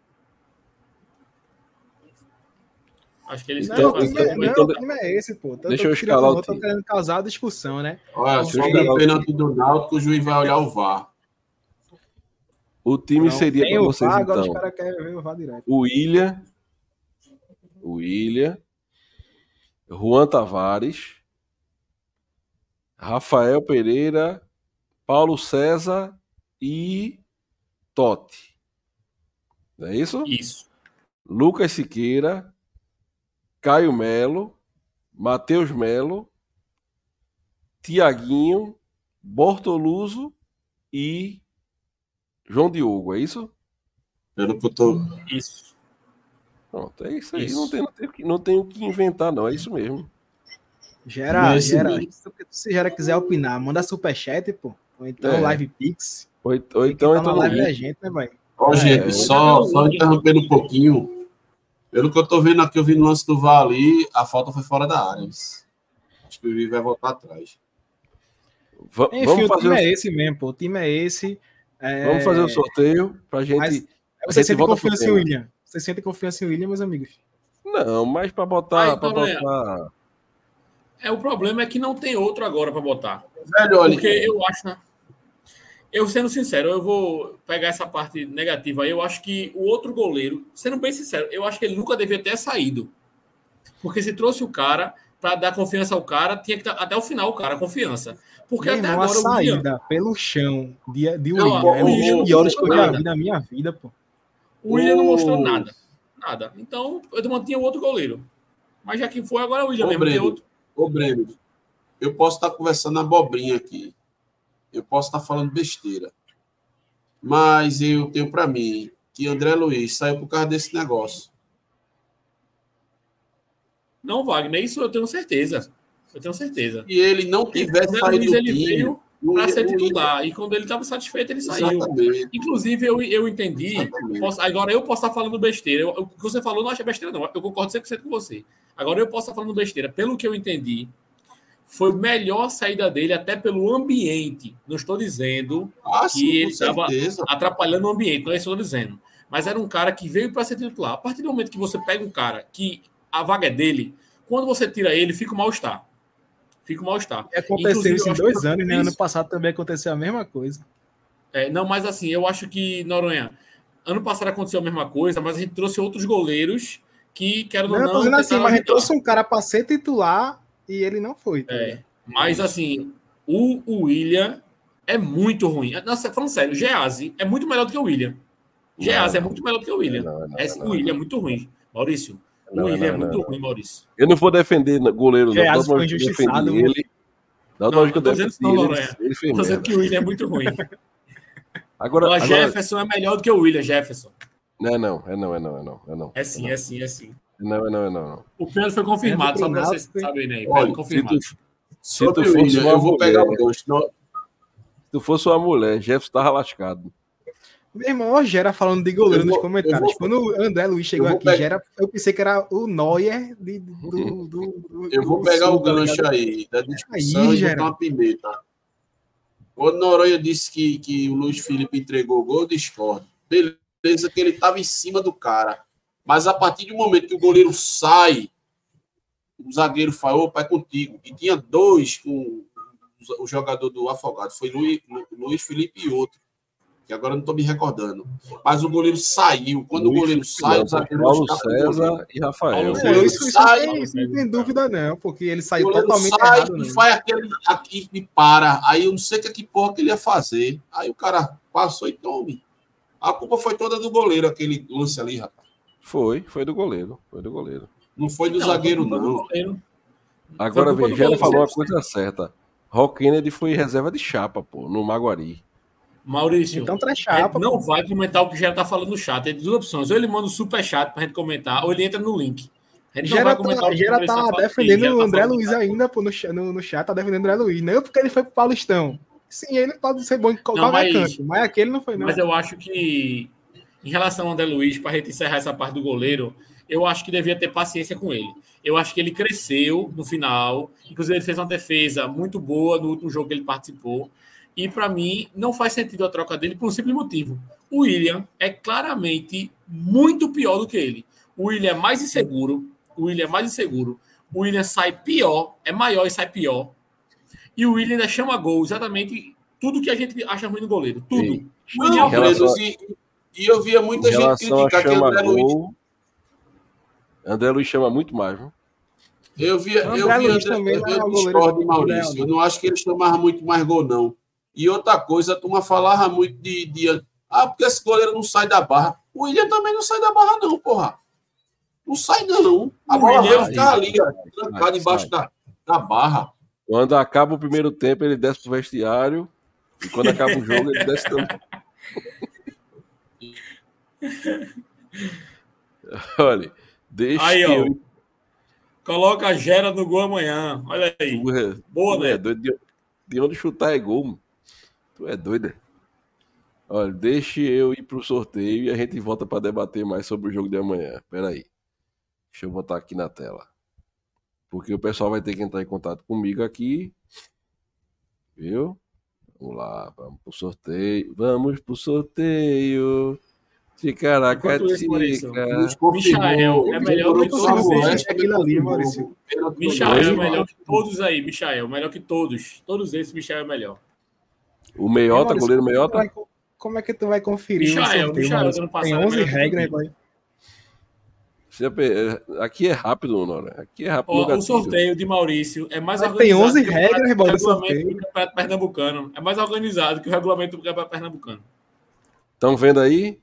[SPEAKER 5] Acho que ele
[SPEAKER 7] Não,
[SPEAKER 5] vai
[SPEAKER 7] o
[SPEAKER 5] fazer.
[SPEAKER 7] time é,
[SPEAKER 5] Vai
[SPEAKER 7] não,
[SPEAKER 5] tentar.
[SPEAKER 7] o time é esse, pô. Tô,
[SPEAKER 4] Deixa
[SPEAKER 7] tô
[SPEAKER 4] eu
[SPEAKER 7] tirando
[SPEAKER 4] escalar o
[SPEAKER 7] nota, tô
[SPEAKER 4] time.
[SPEAKER 7] querendo causar discussão, né?
[SPEAKER 6] Olha,
[SPEAKER 7] Deixa eu
[SPEAKER 6] sobre
[SPEAKER 4] escalar
[SPEAKER 6] o
[SPEAKER 4] o
[SPEAKER 6] pênalti do Náutico, o juiz vai olhar o V A R.
[SPEAKER 4] O time
[SPEAKER 7] Não,
[SPEAKER 4] seria
[SPEAKER 7] tem
[SPEAKER 4] para
[SPEAKER 7] o
[SPEAKER 4] vocês,
[SPEAKER 7] V A R, agora os
[SPEAKER 4] então,
[SPEAKER 7] caras querem ver o V A R direto.
[SPEAKER 4] o William, o William, Juan Tavares, Rafael Pereira, Paulo César e Totti. Não é isso?
[SPEAKER 5] Isso.
[SPEAKER 4] Lucas Siqueira, Caio Melo, Matheus Melo, Tiaguinho, Bortoluso e João Diogo, é isso?
[SPEAKER 6] Pelo que eu tô.
[SPEAKER 5] Isso.
[SPEAKER 4] Pronto, é isso aí.
[SPEAKER 5] Isso.
[SPEAKER 4] Não tem, não, tem, o que- não tem o que inventar, não. É isso mesmo.
[SPEAKER 7] Gera,
[SPEAKER 6] Esse
[SPEAKER 7] Gera,
[SPEAKER 6] mesmo.
[SPEAKER 7] se Gera quiser opinar, manda superchat, pô. Ou então
[SPEAKER 4] É.
[SPEAKER 7] live pix.
[SPEAKER 4] Ou, ou
[SPEAKER 7] Quem
[SPEAKER 4] então
[SPEAKER 7] tá
[SPEAKER 4] entra
[SPEAKER 7] na
[SPEAKER 4] no
[SPEAKER 7] live é a
[SPEAKER 4] link.
[SPEAKER 7] gente, né, vai?
[SPEAKER 6] Ó,
[SPEAKER 4] É,
[SPEAKER 6] gente,
[SPEAKER 4] eu
[SPEAKER 6] só,
[SPEAKER 5] vou dar
[SPEAKER 6] só
[SPEAKER 5] um link.
[SPEAKER 6] interrompendo um pouquinho. Pelo que eu tô vendo aqui, eu vi no lance do V A R ali, a falta foi fora da área. Acho que o juiz vai voltar atrás.
[SPEAKER 4] Va-
[SPEAKER 7] Enfim,
[SPEAKER 4] vamos,
[SPEAKER 7] o
[SPEAKER 4] fazer
[SPEAKER 7] time
[SPEAKER 4] o,
[SPEAKER 7] é esse mesmo, pô. O time é esse. É...
[SPEAKER 4] vamos fazer o sorteio pra gente.
[SPEAKER 7] Mas
[SPEAKER 4] a
[SPEAKER 7] você
[SPEAKER 4] gente
[SPEAKER 7] sente
[SPEAKER 4] volta pro
[SPEAKER 7] confiança em
[SPEAKER 4] tema.
[SPEAKER 7] William? Você sente confiança em William, meus amigos?
[SPEAKER 4] Não, mas pra botar.
[SPEAKER 5] Aí,
[SPEAKER 4] pra
[SPEAKER 5] Noronha,
[SPEAKER 4] botar...
[SPEAKER 5] É, o problema é que não tem outro agora para botar.
[SPEAKER 6] Velho, olha,
[SPEAKER 5] Porque eu acho, né? Eu sendo sincero, eu vou pegar essa parte negativa aí. Eu acho que o outro goleiro, sendo bem sincero, eu acho que ele nunca devia ter saído. Porque se trouxe o cara para dar confiança ao cara, tinha que dar até o final o cara, confiança. Porque
[SPEAKER 7] Meu
[SPEAKER 5] até
[SPEAKER 7] irmão, a
[SPEAKER 5] agora o William,
[SPEAKER 7] saída pelo chão de, de
[SPEAKER 5] Não,
[SPEAKER 7] William é
[SPEAKER 5] o
[SPEAKER 7] um
[SPEAKER 5] William
[SPEAKER 7] dos piores que eu já
[SPEAKER 5] nada.
[SPEAKER 7] vi na minha vida, pô.
[SPEAKER 5] o William não mostrou
[SPEAKER 6] o-
[SPEAKER 5] nada. Nada. Então, eu mantinha o outro goleiro. Mas já que foi, agora é o William
[SPEAKER 6] Ô,
[SPEAKER 5] mesmo. Tem
[SPEAKER 6] Breno,
[SPEAKER 5] outro.
[SPEAKER 6] ô, Breno, eu posso estar conversando abobrinha aqui. Eu posso estar falando besteira. Mas eu tenho para mim que André Luiz saiu por causa desse negócio.
[SPEAKER 5] Não, Wagner, isso eu tenho certeza. Eu tenho certeza.
[SPEAKER 6] Se ele não tivesse
[SPEAKER 5] André
[SPEAKER 6] saído
[SPEAKER 5] Luiz,
[SPEAKER 6] do
[SPEAKER 5] ele
[SPEAKER 6] time,
[SPEAKER 5] veio
[SPEAKER 6] não
[SPEAKER 5] para
[SPEAKER 6] ia-
[SPEAKER 5] ser
[SPEAKER 6] não ia-
[SPEAKER 5] titular. E quando ele estava satisfeito, ele saiu.
[SPEAKER 6] Exatamente.
[SPEAKER 5] Inclusive, eu, eu entendi.
[SPEAKER 6] Exatamente.
[SPEAKER 5] Posso- agora eu posso estar falando besteira. Eu- o que você falou não acha besteira, não. Eu concordo cem por cento com você. Agora eu posso estar falando besteira. Pelo que eu entendi, foi melhor a saída dele, até pelo ambiente. Não estou dizendo
[SPEAKER 6] Ah,
[SPEAKER 5] que
[SPEAKER 6] sim,
[SPEAKER 5] ele
[SPEAKER 6] com
[SPEAKER 5] estava
[SPEAKER 6] certeza.
[SPEAKER 5] atrapalhando o ambiente, não é isso que eu estou dizendo. Mas era um cara que veio para ser titular. A partir do momento que você pega um cara que a vaga é dele, quando você tira ele, fica o mal-estar. Fica o mal-estar.
[SPEAKER 7] Aconteceu
[SPEAKER 5] Inclusive,
[SPEAKER 7] isso
[SPEAKER 5] eu
[SPEAKER 7] em
[SPEAKER 5] acho
[SPEAKER 7] dois
[SPEAKER 5] que
[SPEAKER 7] anos, né?
[SPEAKER 5] isso-
[SPEAKER 7] Ano passado também aconteceu a mesma coisa.
[SPEAKER 5] É, não, mas assim, eu acho que, Noronha, ano passado aconteceu a mesma coisa, mas a gente trouxe outros goleiros que, quero
[SPEAKER 7] Não,
[SPEAKER 5] ou
[SPEAKER 7] eu tô
[SPEAKER 5] não,
[SPEAKER 7] dizendo assim,
[SPEAKER 5] tentaram
[SPEAKER 7] mas a gente
[SPEAKER 5] ajudar.
[SPEAKER 7] trouxe um cara pra ser titular e ele não foi. Tá
[SPEAKER 5] É,
[SPEAKER 7] ligado?
[SPEAKER 5] mas assim, o, o William é muito ruim. Nossa, falando sério, o Geazi é muito melhor do que o William. Geazi é
[SPEAKER 4] Não,
[SPEAKER 5] muito melhor do que o William.
[SPEAKER 4] não, não,
[SPEAKER 5] É,
[SPEAKER 4] não,
[SPEAKER 5] o William
[SPEAKER 4] não.
[SPEAKER 5] é muito ruim. Maurício, o
[SPEAKER 4] Não,
[SPEAKER 5] William
[SPEAKER 4] não,
[SPEAKER 5] é muito
[SPEAKER 4] não,
[SPEAKER 5] ruim, Maurício.
[SPEAKER 4] Eu não vou defender goleiro, não. Da
[SPEAKER 7] Geazi
[SPEAKER 4] última
[SPEAKER 7] foi
[SPEAKER 4] vez que eu
[SPEAKER 7] injustiçado,
[SPEAKER 4] defendi
[SPEAKER 7] viu?
[SPEAKER 4] ele. Da última
[SPEAKER 5] Não,
[SPEAKER 4] vez que eu
[SPEAKER 5] não tô dizendo
[SPEAKER 4] defendi
[SPEAKER 5] isso não,
[SPEAKER 4] ele,
[SPEAKER 5] Noronha.
[SPEAKER 4] ele fez
[SPEAKER 5] Tô dizendo
[SPEAKER 4] merda.
[SPEAKER 5] que o William é muito ruim.
[SPEAKER 4] Agora,
[SPEAKER 5] O
[SPEAKER 4] agora...
[SPEAKER 5] Jefferson é melhor do que o William, Jefferson.
[SPEAKER 4] Não, é não, é não, é não, é não. É, não,
[SPEAKER 5] É sim,
[SPEAKER 4] é,
[SPEAKER 5] é sim, é sim.
[SPEAKER 4] não, é não, é não, é não.
[SPEAKER 5] O Pedro foi confirmado, só para vocês saberem aí.
[SPEAKER 6] Olha,
[SPEAKER 5] Pedro confirmado.
[SPEAKER 4] Se tu, se
[SPEAKER 6] Sobre
[SPEAKER 4] tu
[SPEAKER 6] o
[SPEAKER 4] fosse
[SPEAKER 6] William,
[SPEAKER 4] uma
[SPEAKER 6] eu vou
[SPEAKER 4] mulher,
[SPEAKER 6] pegar o gancho. Não,
[SPEAKER 4] se tu fosse uma mulher, Jefferson tava lascado.
[SPEAKER 7] Meu irmão, ó, Gera falando de goleiro
[SPEAKER 6] Eu
[SPEAKER 7] nos
[SPEAKER 6] vou-
[SPEAKER 7] comentários.
[SPEAKER 6] eu vou-
[SPEAKER 7] Quando o André Luiz chegou
[SPEAKER 6] eu vou
[SPEAKER 7] aqui,
[SPEAKER 6] pegar-
[SPEAKER 7] Gera, eu pensei que era o Neuer de- do, do, do-
[SPEAKER 6] eu vou
[SPEAKER 7] do
[SPEAKER 6] pegar
[SPEAKER 7] Sul,
[SPEAKER 6] o
[SPEAKER 7] tá ligado?
[SPEAKER 6] gancho aí da discussão
[SPEAKER 7] Aí,
[SPEAKER 6] e
[SPEAKER 7] Gera.
[SPEAKER 6] botar uma pimenta. Quando Noronha disse que, que o Luiz Felipe entregou o gol, eu discordo. Beleza que ele estava em cima do cara. Mas a partir do momento que o goleiro sai, o zagueiro fala, opa, é contigo. E tinha dois com o jogador do Afogado. Foi Luiz, Luiz Felipe e outro. Que agora eu não estou me recordando. Mas o goleiro saiu. Quando
[SPEAKER 4] Luiz
[SPEAKER 6] o goleiro
[SPEAKER 4] Felipe
[SPEAKER 6] sai,
[SPEAKER 4] não,
[SPEAKER 6] o zagueiro
[SPEAKER 4] Paulo
[SPEAKER 6] escapa do goleiro.
[SPEAKER 4] César e Rafael.
[SPEAKER 5] Paulo
[SPEAKER 7] Não,
[SPEAKER 5] César.
[SPEAKER 7] isso, isso,
[SPEAKER 6] sai,
[SPEAKER 7] não, isso não tem
[SPEAKER 5] cara.
[SPEAKER 7] dúvida, não, porque ele
[SPEAKER 6] O
[SPEAKER 7] saiu
[SPEAKER 6] goleiro
[SPEAKER 7] totalmente
[SPEAKER 6] sai
[SPEAKER 7] errado.
[SPEAKER 6] e
[SPEAKER 7] Né?
[SPEAKER 6] faz aquele aqui e para. Aí eu não sei o que, que porra que ele ia fazer. Aí o cara passou e tome. A culpa foi toda do goleiro, aquele lance ali, rapaz.
[SPEAKER 4] Foi, foi do goleiro. Foi do goleiro.
[SPEAKER 6] Não foi do
[SPEAKER 5] Então,
[SPEAKER 6] zagueiro,
[SPEAKER 5] foi culpa do
[SPEAKER 6] não.
[SPEAKER 5] goleiro.
[SPEAKER 4] Agora,
[SPEAKER 5] Foi culpa
[SPEAKER 4] veja,
[SPEAKER 5] do
[SPEAKER 4] Gera
[SPEAKER 5] goleiro,
[SPEAKER 4] falou uma
[SPEAKER 5] Jefferson.
[SPEAKER 4] coisa certa. Rock Kennedy foi reserva de chapa, pô, no Maguari.
[SPEAKER 5] Maurício,
[SPEAKER 7] Então traz
[SPEAKER 5] a gente
[SPEAKER 7] chapa.
[SPEAKER 5] não
[SPEAKER 7] pô.
[SPEAKER 5] vai comentar o que o Gera tá falando no chat. Tem duas opções. Ou ele manda um superchat pra gente comentar, ou ele entra no link. A gente não
[SPEAKER 7] Gera
[SPEAKER 5] vai comentar
[SPEAKER 7] tá,
[SPEAKER 5] o que
[SPEAKER 7] Gera
[SPEAKER 5] Maurício
[SPEAKER 7] tá
[SPEAKER 5] falando,
[SPEAKER 7] defendendo
[SPEAKER 5] Gera
[SPEAKER 7] o
[SPEAKER 5] tá
[SPEAKER 7] André
[SPEAKER 5] falando
[SPEAKER 7] Luiz
[SPEAKER 5] no chat.
[SPEAKER 7] ainda pô, no, cha- no, no chat, tá defendendo o André Luiz. Não porque ele foi pro Paulistão. Sim, ele pode ser bom em qualquer
[SPEAKER 5] Não, mas-
[SPEAKER 7] canto, mas aquele não foi, não.
[SPEAKER 5] Mas eu acho que, em relação ao André Luiz, para a gente encerrar essa parte do goleiro, eu acho que devia ter paciência com ele. Eu acho que ele cresceu no final. Inclusive, ele fez uma defesa muito boa no último jogo que ele participou. E, para mim, não faz sentido a troca dele por um simples motivo. O William é claramente muito pior do que ele. O William é mais inseguro. O William é mais inseguro. O William sai pior, é maior e sai pior. E o William ainda chama gol, exatamente tudo que a gente acha ruim no goleiro. Tudo.
[SPEAKER 4] Sim.
[SPEAKER 5] O William é
[SPEAKER 6] Não,
[SPEAKER 5] o
[SPEAKER 4] relação-
[SPEAKER 6] Breno, e, e eu via muita
[SPEAKER 4] Em
[SPEAKER 6] gente
[SPEAKER 4] relação a
[SPEAKER 6] criticar que
[SPEAKER 4] chama
[SPEAKER 6] André Luiz.
[SPEAKER 4] gol, André Luiz chama muito mais, viu?
[SPEAKER 6] Eu via,
[SPEAKER 7] André
[SPEAKER 6] eu vi
[SPEAKER 7] Luiz
[SPEAKER 6] André,
[SPEAKER 7] também
[SPEAKER 6] eu,
[SPEAKER 7] não é
[SPEAKER 6] eu
[SPEAKER 7] o goleiro
[SPEAKER 6] discordo de
[SPEAKER 7] ideal,
[SPEAKER 6] Maurício.
[SPEAKER 7] né?
[SPEAKER 6] Eu não acho que ele chamava muito mais gol, não. E outra coisa, a turma falava muito de, de. Ah, porque esse goleiro não sai da barra. O William também não sai da barra, não, porra. Não sai, não. A
[SPEAKER 5] O
[SPEAKER 6] bola
[SPEAKER 5] William
[SPEAKER 6] vai ficar ali, ó,
[SPEAKER 4] sai,
[SPEAKER 6] trancada embaixo
[SPEAKER 4] sai.
[SPEAKER 6] da, da barra.
[SPEAKER 4] Quando acaba o primeiro tempo, ele desce pro vestiário. E quando acaba o jogo, ele desce também. Olha, deixa
[SPEAKER 5] Aí, ó.
[SPEAKER 4] eu.
[SPEAKER 5] Coloca a Gera no gol amanhã. Olha aí.
[SPEAKER 4] Tu é,
[SPEAKER 5] Boa,
[SPEAKER 4] tu é
[SPEAKER 5] né?
[SPEAKER 4] doido. De, de onde chutar é gol, mano. Tu é doido. é? Olha, deixa eu ir pro sorteio e a gente volta para debater mais sobre o jogo de amanhã. Pera aí. Deixa eu botar aqui na tela. Porque o pessoal vai ter que entrar em contato comigo aqui. Viu? Vamos lá, vamos pro sorteio. Vamos pro sorteio.
[SPEAKER 5] Enquanto isso, Maurício,
[SPEAKER 4] Ticaracatica.
[SPEAKER 6] Nos confirmou.
[SPEAKER 5] Michael é melhor
[SPEAKER 6] Demorou
[SPEAKER 5] que
[SPEAKER 6] todo
[SPEAKER 5] todos
[SPEAKER 6] o
[SPEAKER 5] vocês.
[SPEAKER 6] resto,
[SPEAKER 7] Aquilo ali,
[SPEAKER 6] confirmou.
[SPEAKER 7] Maurício.
[SPEAKER 6] Pênalti no
[SPEAKER 5] Michael
[SPEAKER 6] Brasil.
[SPEAKER 5] é melhor que todos aí, Michael. Melhor que todos. Todos esses, Michael é melhor.
[SPEAKER 4] O Meiota,
[SPEAKER 7] Maurício,
[SPEAKER 4] goleiro
[SPEAKER 7] como é que tu
[SPEAKER 4] Meiota.
[SPEAKER 7] vai- Como é que tu vai conferir o
[SPEAKER 5] Michael,
[SPEAKER 7] sorteio,
[SPEAKER 5] Michael,
[SPEAKER 7] Maurício?
[SPEAKER 5] ano passado,
[SPEAKER 7] Tem
[SPEAKER 5] é
[SPEAKER 7] onze
[SPEAKER 5] melhor que
[SPEAKER 7] regras,
[SPEAKER 5] tudo.
[SPEAKER 7] boy.
[SPEAKER 4] Você pe- Aqui é rápido, Nora. Aqui é rápido. no
[SPEAKER 5] Ó, o
[SPEAKER 4] gatilho.
[SPEAKER 5] sorteio de Maurício é mais
[SPEAKER 7] Mas
[SPEAKER 5] organizado
[SPEAKER 7] tem onze
[SPEAKER 5] que o
[SPEAKER 7] regras,
[SPEAKER 5] regulamento
[SPEAKER 7] boy, do sorteio.
[SPEAKER 5] do Campeonato Pernambucano. É mais organizado que o regulamento do Campeonato Pernambucano.
[SPEAKER 4] Estão vendo aí?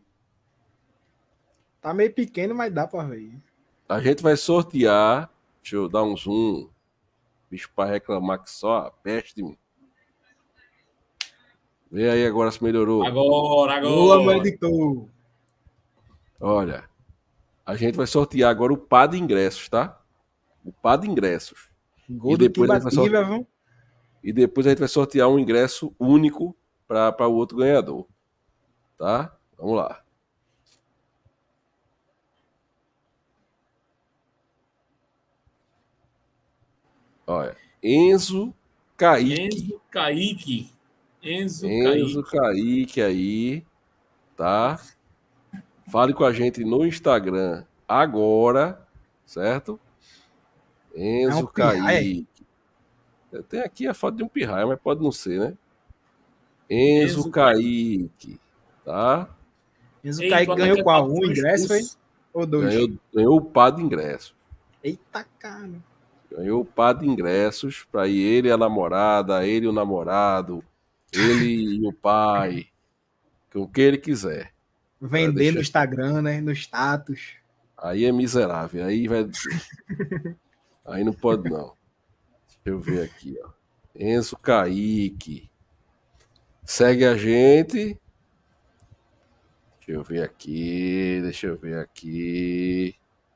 [SPEAKER 7] Tá meio pequeno, mas dá pra ver.
[SPEAKER 4] A gente vai sortear. Deixa eu dar um zoom. Bicho para reclamar que só a peste de mim. Vê aí agora se melhorou.
[SPEAKER 5] Agora,
[SPEAKER 7] Boa, meu
[SPEAKER 5] agora.
[SPEAKER 7] editor.
[SPEAKER 4] Olha, a gente vai sortear agora o par de ingressos, tá? O par de ingressos.
[SPEAKER 7] Gol
[SPEAKER 4] E
[SPEAKER 7] do
[SPEAKER 4] depois a gente vai
[SPEAKER 7] Tibativa, viu?
[SPEAKER 4] E depois a gente vai sortear um ingresso único para o outro ganhador. Tá? Vamos lá. Olha, Enzo Kaique.
[SPEAKER 5] Enzo Kaique. Enzo,
[SPEAKER 4] Enzo
[SPEAKER 5] Kaique.
[SPEAKER 4] Kaique aí, tá? Fale com a gente no Instagram agora, certo? Enzo
[SPEAKER 7] É um pirraia.
[SPEAKER 4] Kaique. Tem aqui a foto de um pirraia, mas pode não ser, né? Enzo,
[SPEAKER 5] Enzo
[SPEAKER 4] Kaique, tá?
[SPEAKER 7] Enzo
[SPEAKER 5] Ei,
[SPEAKER 7] Kaique
[SPEAKER 5] tu
[SPEAKER 7] ganhou
[SPEAKER 5] ataca
[SPEAKER 7] qual?
[SPEAKER 5] quatro
[SPEAKER 7] Um ingresso, foi?
[SPEAKER 5] expulso.
[SPEAKER 7] Ou dois?
[SPEAKER 4] Ganhou, ganhou o par de ingresso.
[SPEAKER 7] Eita, cara.
[SPEAKER 4] Ganhou um par de ingressos para ir ele e a namorada, ele e o namorado, ele e o pai, com o que ele quiser.
[SPEAKER 7] Vender
[SPEAKER 4] deixa-
[SPEAKER 7] no Instagram, né? No status.
[SPEAKER 4] Aí é miserável, aí vai. Aí não pode não. Deixa eu ver aqui, ó. Enzo Kaique. Segue a gente. Deixa eu ver aqui, deixa eu ver aqui.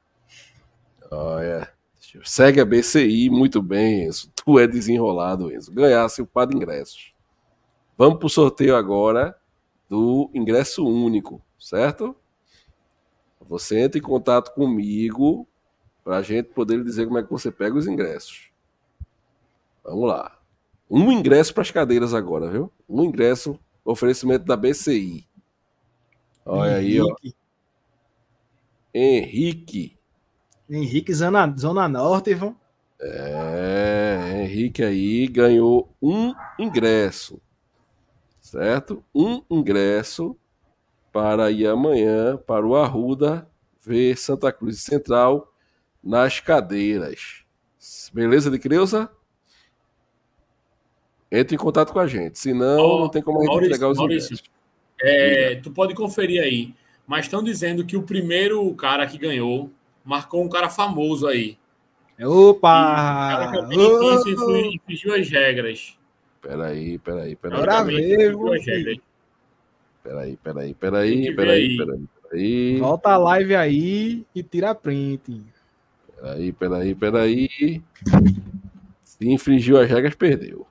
[SPEAKER 4] Olha. deixa eu- Segue a B C I, muito bem, Enzo. Tu é desenrolado, Enzo. Ganhasse o par de ingressos. Vamos pro sorteio agora do ingresso único, certo? Você entra em contato comigo para a gente poder lhe dizer como é que você pega os ingressos. Vamos lá. Um ingresso para as cadeiras agora, viu? Um ingresso, oferecimento da B C I. Olha aí, ó.
[SPEAKER 7] Henrique.
[SPEAKER 4] Henrique.
[SPEAKER 7] Henrique, Zona, Zona Norte, vão.
[SPEAKER 4] É, Henrique aí ganhou um ingresso, certo? Um ingresso para ir amanhã para o Arruda ver Santa Cruz Central nas cadeiras. Beleza de Creuza? Entre em contato com a gente, senão
[SPEAKER 5] Ó,
[SPEAKER 4] não tem como a gente
[SPEAKER 5] Maurício,
[SPEAKER 4] entregar os
[SPEAKER 5] Maurício,
[SPEAKER 4] ingressos.
[SPEAKER 5] É, tu pode conferir aí, mas estão dizendo que o primeiro cara que ganhou marcou um cara famoso aí. E o cara
[SPEAKER 7] Opa!
[SPEAKER 5] também
[SPEAKER 7] Ô,
[SPEAKER 5] infringiu, infringiu as regras.
[SPEAKER 4] Peraí, peraí, peraí.
[SPEAKER 7] Bora
[SPEAKER 5] Teoricamente,
[SPEAKER 7] ver,
[SPEAKER 5] infringiu as
[SPEAKER 7] filho.
[SPEAKER 5] regras.
[SPEAKER 4] Peraí, peraí,
[SPEAKER 5] Tem que
[SPEAKER 4] peraí,
[SPEAKER 5] ver
[SPEAKER 4] peraí,
[SPEAKER 5] aí.
[SPEAKER 4] peraí, peraí.
[SPEAKER 7] Volta a live aí e tira a print.
[SPEAKER 4] Peraí, peraí, peraí. Se infringiu as regras, perdeu.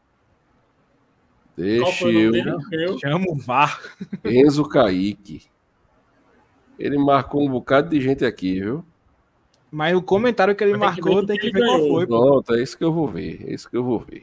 [SPEAKER 5] Qual
[SPEAKER 4] Deixa
[SPEAKER 5] foi o nome
[SPEAKER 4] eu.
[SPEAKER 5] dele? Eu?
[SPEAKER 7] Chama o V A R.
[SPEAKER 4] Enzo Kaique. Ele marcou um bocado de gente aqui, viu?
[SPEAKER 7] Mas o comentário que ele
[SPEAKER 5] Mas tem que ver
[SPEAKER 7] marcou
[SPEAKER 5] do
[SPEAKER 7] tem
[SPEAKER 5] que
[SPEAKER 7] que
[SPEAKER 5] ele
[SPEAKER 7] ver qual
[SPEAKER 5] ganhou.
[SPEAKER 7] foi, pô.
[SPEAKER 4] Pronto, é isso que eu vou ver. É isso que eu vou ver.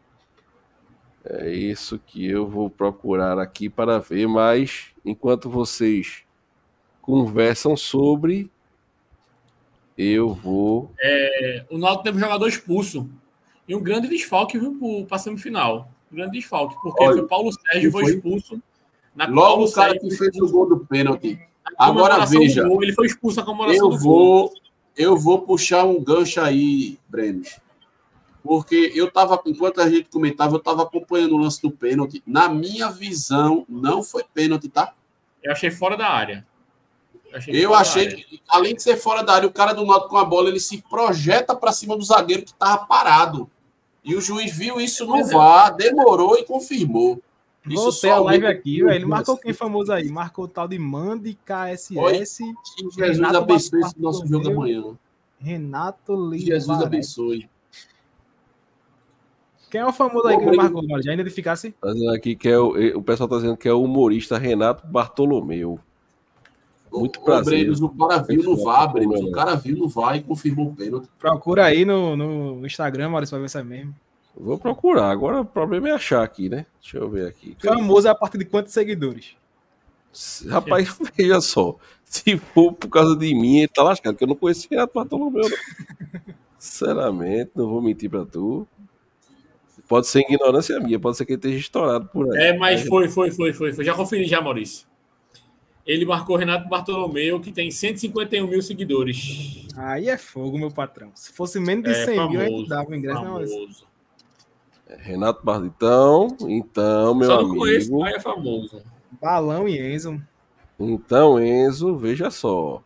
[SPEAKER 4] É isso que eu vou procurar aqui para ver, mas enquanto vocês conversam sobre, eu vou.
[SPEAKER 5] É, o Náutico teve um jogador expulso. E um grande desfalque, viu, para a semifinal. Um grande desfalque, porque
[SPEAKER 6] Olha,
[SPEAKER 5] foi Paulo Sérgio
[SPEAKER 6] quem
[SPEAKER 5] foi
[SPEAKER 6] foi?
[SPEAKER 5] expulso. Na
[SPEAKER 6] Logo
[SPEAKER 5] Paulo
[SPEAKER 6] o cara
[SPEAKER 5] Sérgio
[SPEAKER 6] que
[SPEAKER 5] foi
[SPEAKER 6] fez o gol do pênalti.
[SPEAKER 5] na
[SPEAKER 6] Agora
[SPEAKER 5] comemoração
[SPEAKER 6] veja,
[SPEAKER 5] do gol, ele foi expulso na comemoração
[SPEAKER 6] eu
[SPEAKER 5] do gol.
[SPEAKER 6] vou, eu vou puxar um gancho aí, Breno. Porque eu tava, enquanto a gente comentava, eu tava acompanhando o lance do pênalti. Na minha visão, não foi pênalti, tá?
[SPEAKER 5] Eu achei fora da área. Eu achei,
[SPEAKER 6] Eu
[SPEAKER 5] fora da
[SPEAKER 6] achei
[SPEAKER 5] área.
[SPEAKER 6] que, além de ser fora da área, o cara do Náutico com a bola, ele se projeta para cima do zagueiro que tava parado. E o juiz viu isso no
[SPEAKER 5] Pois é.
[SPEAKER 6] V A R, demorou e confirmou. Isso
[SPEAKER 7] Voltei a
[SPEAKER 6] só
[SPEAKER 7] live
[SPEAKER 6] aumenta-
[SPEAKER 7] aqui, velho. Ele marcou quem famoso aí? Marcou o tal de Mandi K S S.
[SPEAKER 6] Que Jesus
[SPEAKER 7] Renato
[SPEAKER 6] abençoe
[SPEAKER 7] Bartolomeu.
[SPEAKER 6] esse nosso jogo amanhã.
[SPEAKER 7] Renato Lima.
[SPEAKER 6] Jesus abençoe.
[SPEAKER 7] Quem é o famoso aí que ele
[SPEAKER 6] Ô,
[SPEAKER 7] marcou, mano? Já identificasse?
[SPEAKER 4] Tá dizendo aqui que é o, o pessoal tá dizendo que é o humorista Renato Bartolomeu. Muito
[SPEAKER 6] Ô,
[SPEAKER 4] prazer.
[SPEAKER 6] Brenos, o cara viu no V A R, Brenos. O cara viu no V A R e confirmou o pênalti.
[SPEAKER 7] Procura aí no, no Instagram, Maurício, pra ver se é mesmo.
[SPEAKER 4] Vou procurar. Agora o problema é achar aqui, né? Deixa eu ver aqui.
[SPEAKER 7] Famoso é a partir de quantos seguidores?
[SPEAKER 4] Rapaz, veja só. Se for por causa de mim, ele tá lascado, porque eu não conheço Renato Bartolomeu, não. Sinceramente, não vou mentir pra tu. Pode ser ignorância minha, pode ser que ele esteja estourado por aí.
[SPEAKER 5] É, mas foi, foi, foi, foi, foi. Já conferi já, Maurício. Ele marcou Renato Bartolomeu, que tem cento e cinquenta e um mil seguidores.
[SPEAKER 7] Aí é fogo, meu patrão. Se fosse menos de
[SPEAKER 5] É
[SPEAKER 7] cem mil, a gente
[SPEAKER 5] famoso,
[SPEAKER 7] dava o ingresso. Não, mas...
[SPEAKER 5] famoso.
[SPEAKER 4] Renato Bartolomeu, então, então, meu
[SPEAKER 5] Só não conheço,
[SPEAKER 4] amigo.
[SPEAKER 5] mas é famoso.
[SPEAKER 7] Balão e Enzo.
[SPEAKER 4] Então, Enzo, veja só.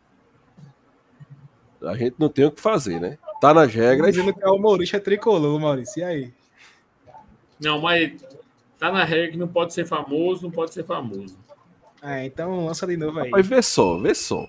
[SPEAKER 4] A gente não tem o que fazer, né? Tá nas regras.
[SPEAKER 7] Dizendo que é humorista tricolor, Maurício. E aí?
[SPEAKER 5] Não, mas tá na regra que não pode ser famoso, não pode ser famoso.
[SPEAKER 7] É, então lança de novo aí.
[SPEAKER 4] Mas vê só, vê só.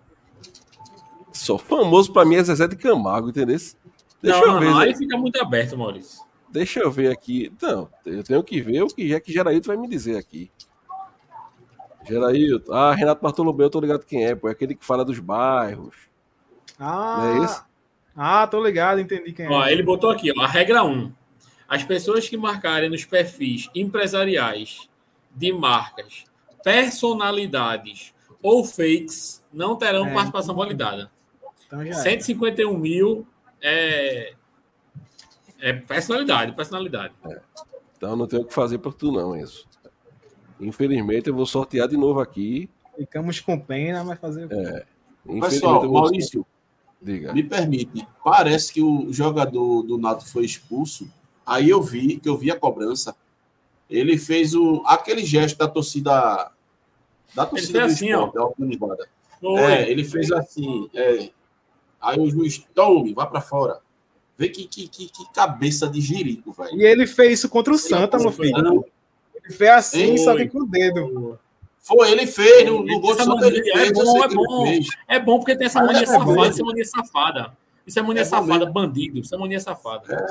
[SPEAKER 4] Só famoso pra mim é Zezé de Camargo, entendeu? Deixa
[SPEAKER 5] não,
[SPEAKER 4] eu
[SPEAKER 5] não,
[SPEAKER 4] ver.
[SPEAKER 5] não,
[SPEAKER 4] Zé.
[SPEAKER 5] aí fica muito aberto, Maurício.
[SPEAKER 4] Deixa eu ver aqui. Não, eu tenho que ver o que é que Gerailton vai me dizer aqui. Gerailton. Ah, Renato Bartolomeu, eu tô ligado quem é, pô. É aquele que fala dos bairros.
[SPEAKER 7] Ah,
[SPEAKER 4] Não é esse?
[SPEAKER 7] ah, tô ligado, entendi quem é.
[SPEAKER 5] Ó, ele botou aqui, ó, a regra um. As pessoas que marcarem nos perfis empresariais de marcas, personalidades ou fakes não terão
[SPEAKER 7] É,
[SPEAKER 5] participação
[SPEAKER 7] então-
[SPEAKER 5] validada.
[SPEAKER 7] Então já
[SPEAKER 5] cento e cinquenta e um mil é, é personalidade, personalidade.
[SPEAKER 4] Então não tenho o que fazer por tu, não, Enzo. Infelizmente, eu vou sortear de novo aqui.
[SPEAKER 7] ficamos com pena, mas fazer o quê?
[SPEAKER 4] Infelizmente,
[SPEAKER 6] Pessoal,
[SPEAKER 4] eu vou
[SPEAKER 6] Maurício,
[SPEAKER 4] Diga.
[SPEAKER 6] Me permite, parece que o jogador do Náutico foi expulso. Aí eu vi, que eu vi a cobrança. Ele fez o, aquele gesto da torcida da torcida do
[SPEAKER 5] assim,
[SPEAKER 6] esporte,
[SPEAKER 5] ó.
[SPEAKER 6] da organizada.
[SPEAKER 5] Oi.
[SPEAKER 6] É, ele fez assim. É, aí o juiz, tome, vá para fora. Vê que, que, que, que cabeça de jirico, velho.
[SPEAKER 7] E ele fez isso contra o Santa, meu filho. Ele fez assim,
[SPEAKER 6] Ei.
[SPEAKER 7] só que com o dedo.
[SPEAKER 6] Foi, ele fez, no, no gol do
[SPEAKER 5] Essa
[SPEAKER 6] Santa ele
[SPEAKER 5] mania
[SPEAKER 6] fez.
[SPEAKER 5] é
[SPEAKER 6] eu
[SPEAKER 5] bom,
[SPEAKER 6] sei
[SPEAKER 5] é
[SPEAKER 6] que ele
[SPEAKER 5] bom.
[SPEAKER 6] fez.
[SPEAKER 5] É bom porque tem essa
[SPEAKER 6] Mas
[SPEAKER 5] mania
[SPEAKER 6] é
[SPEAKER 5] safada,
[SPEAKER 6] bom.
[SPEAKER 5] isso é mania safada. Isso é mania
[SPEAKER 6] É bom
[SPEAKER 5] safada,
[SPEAKER 6] mesmo.
[SPEAKER 5] bandido. Isso é mania safada.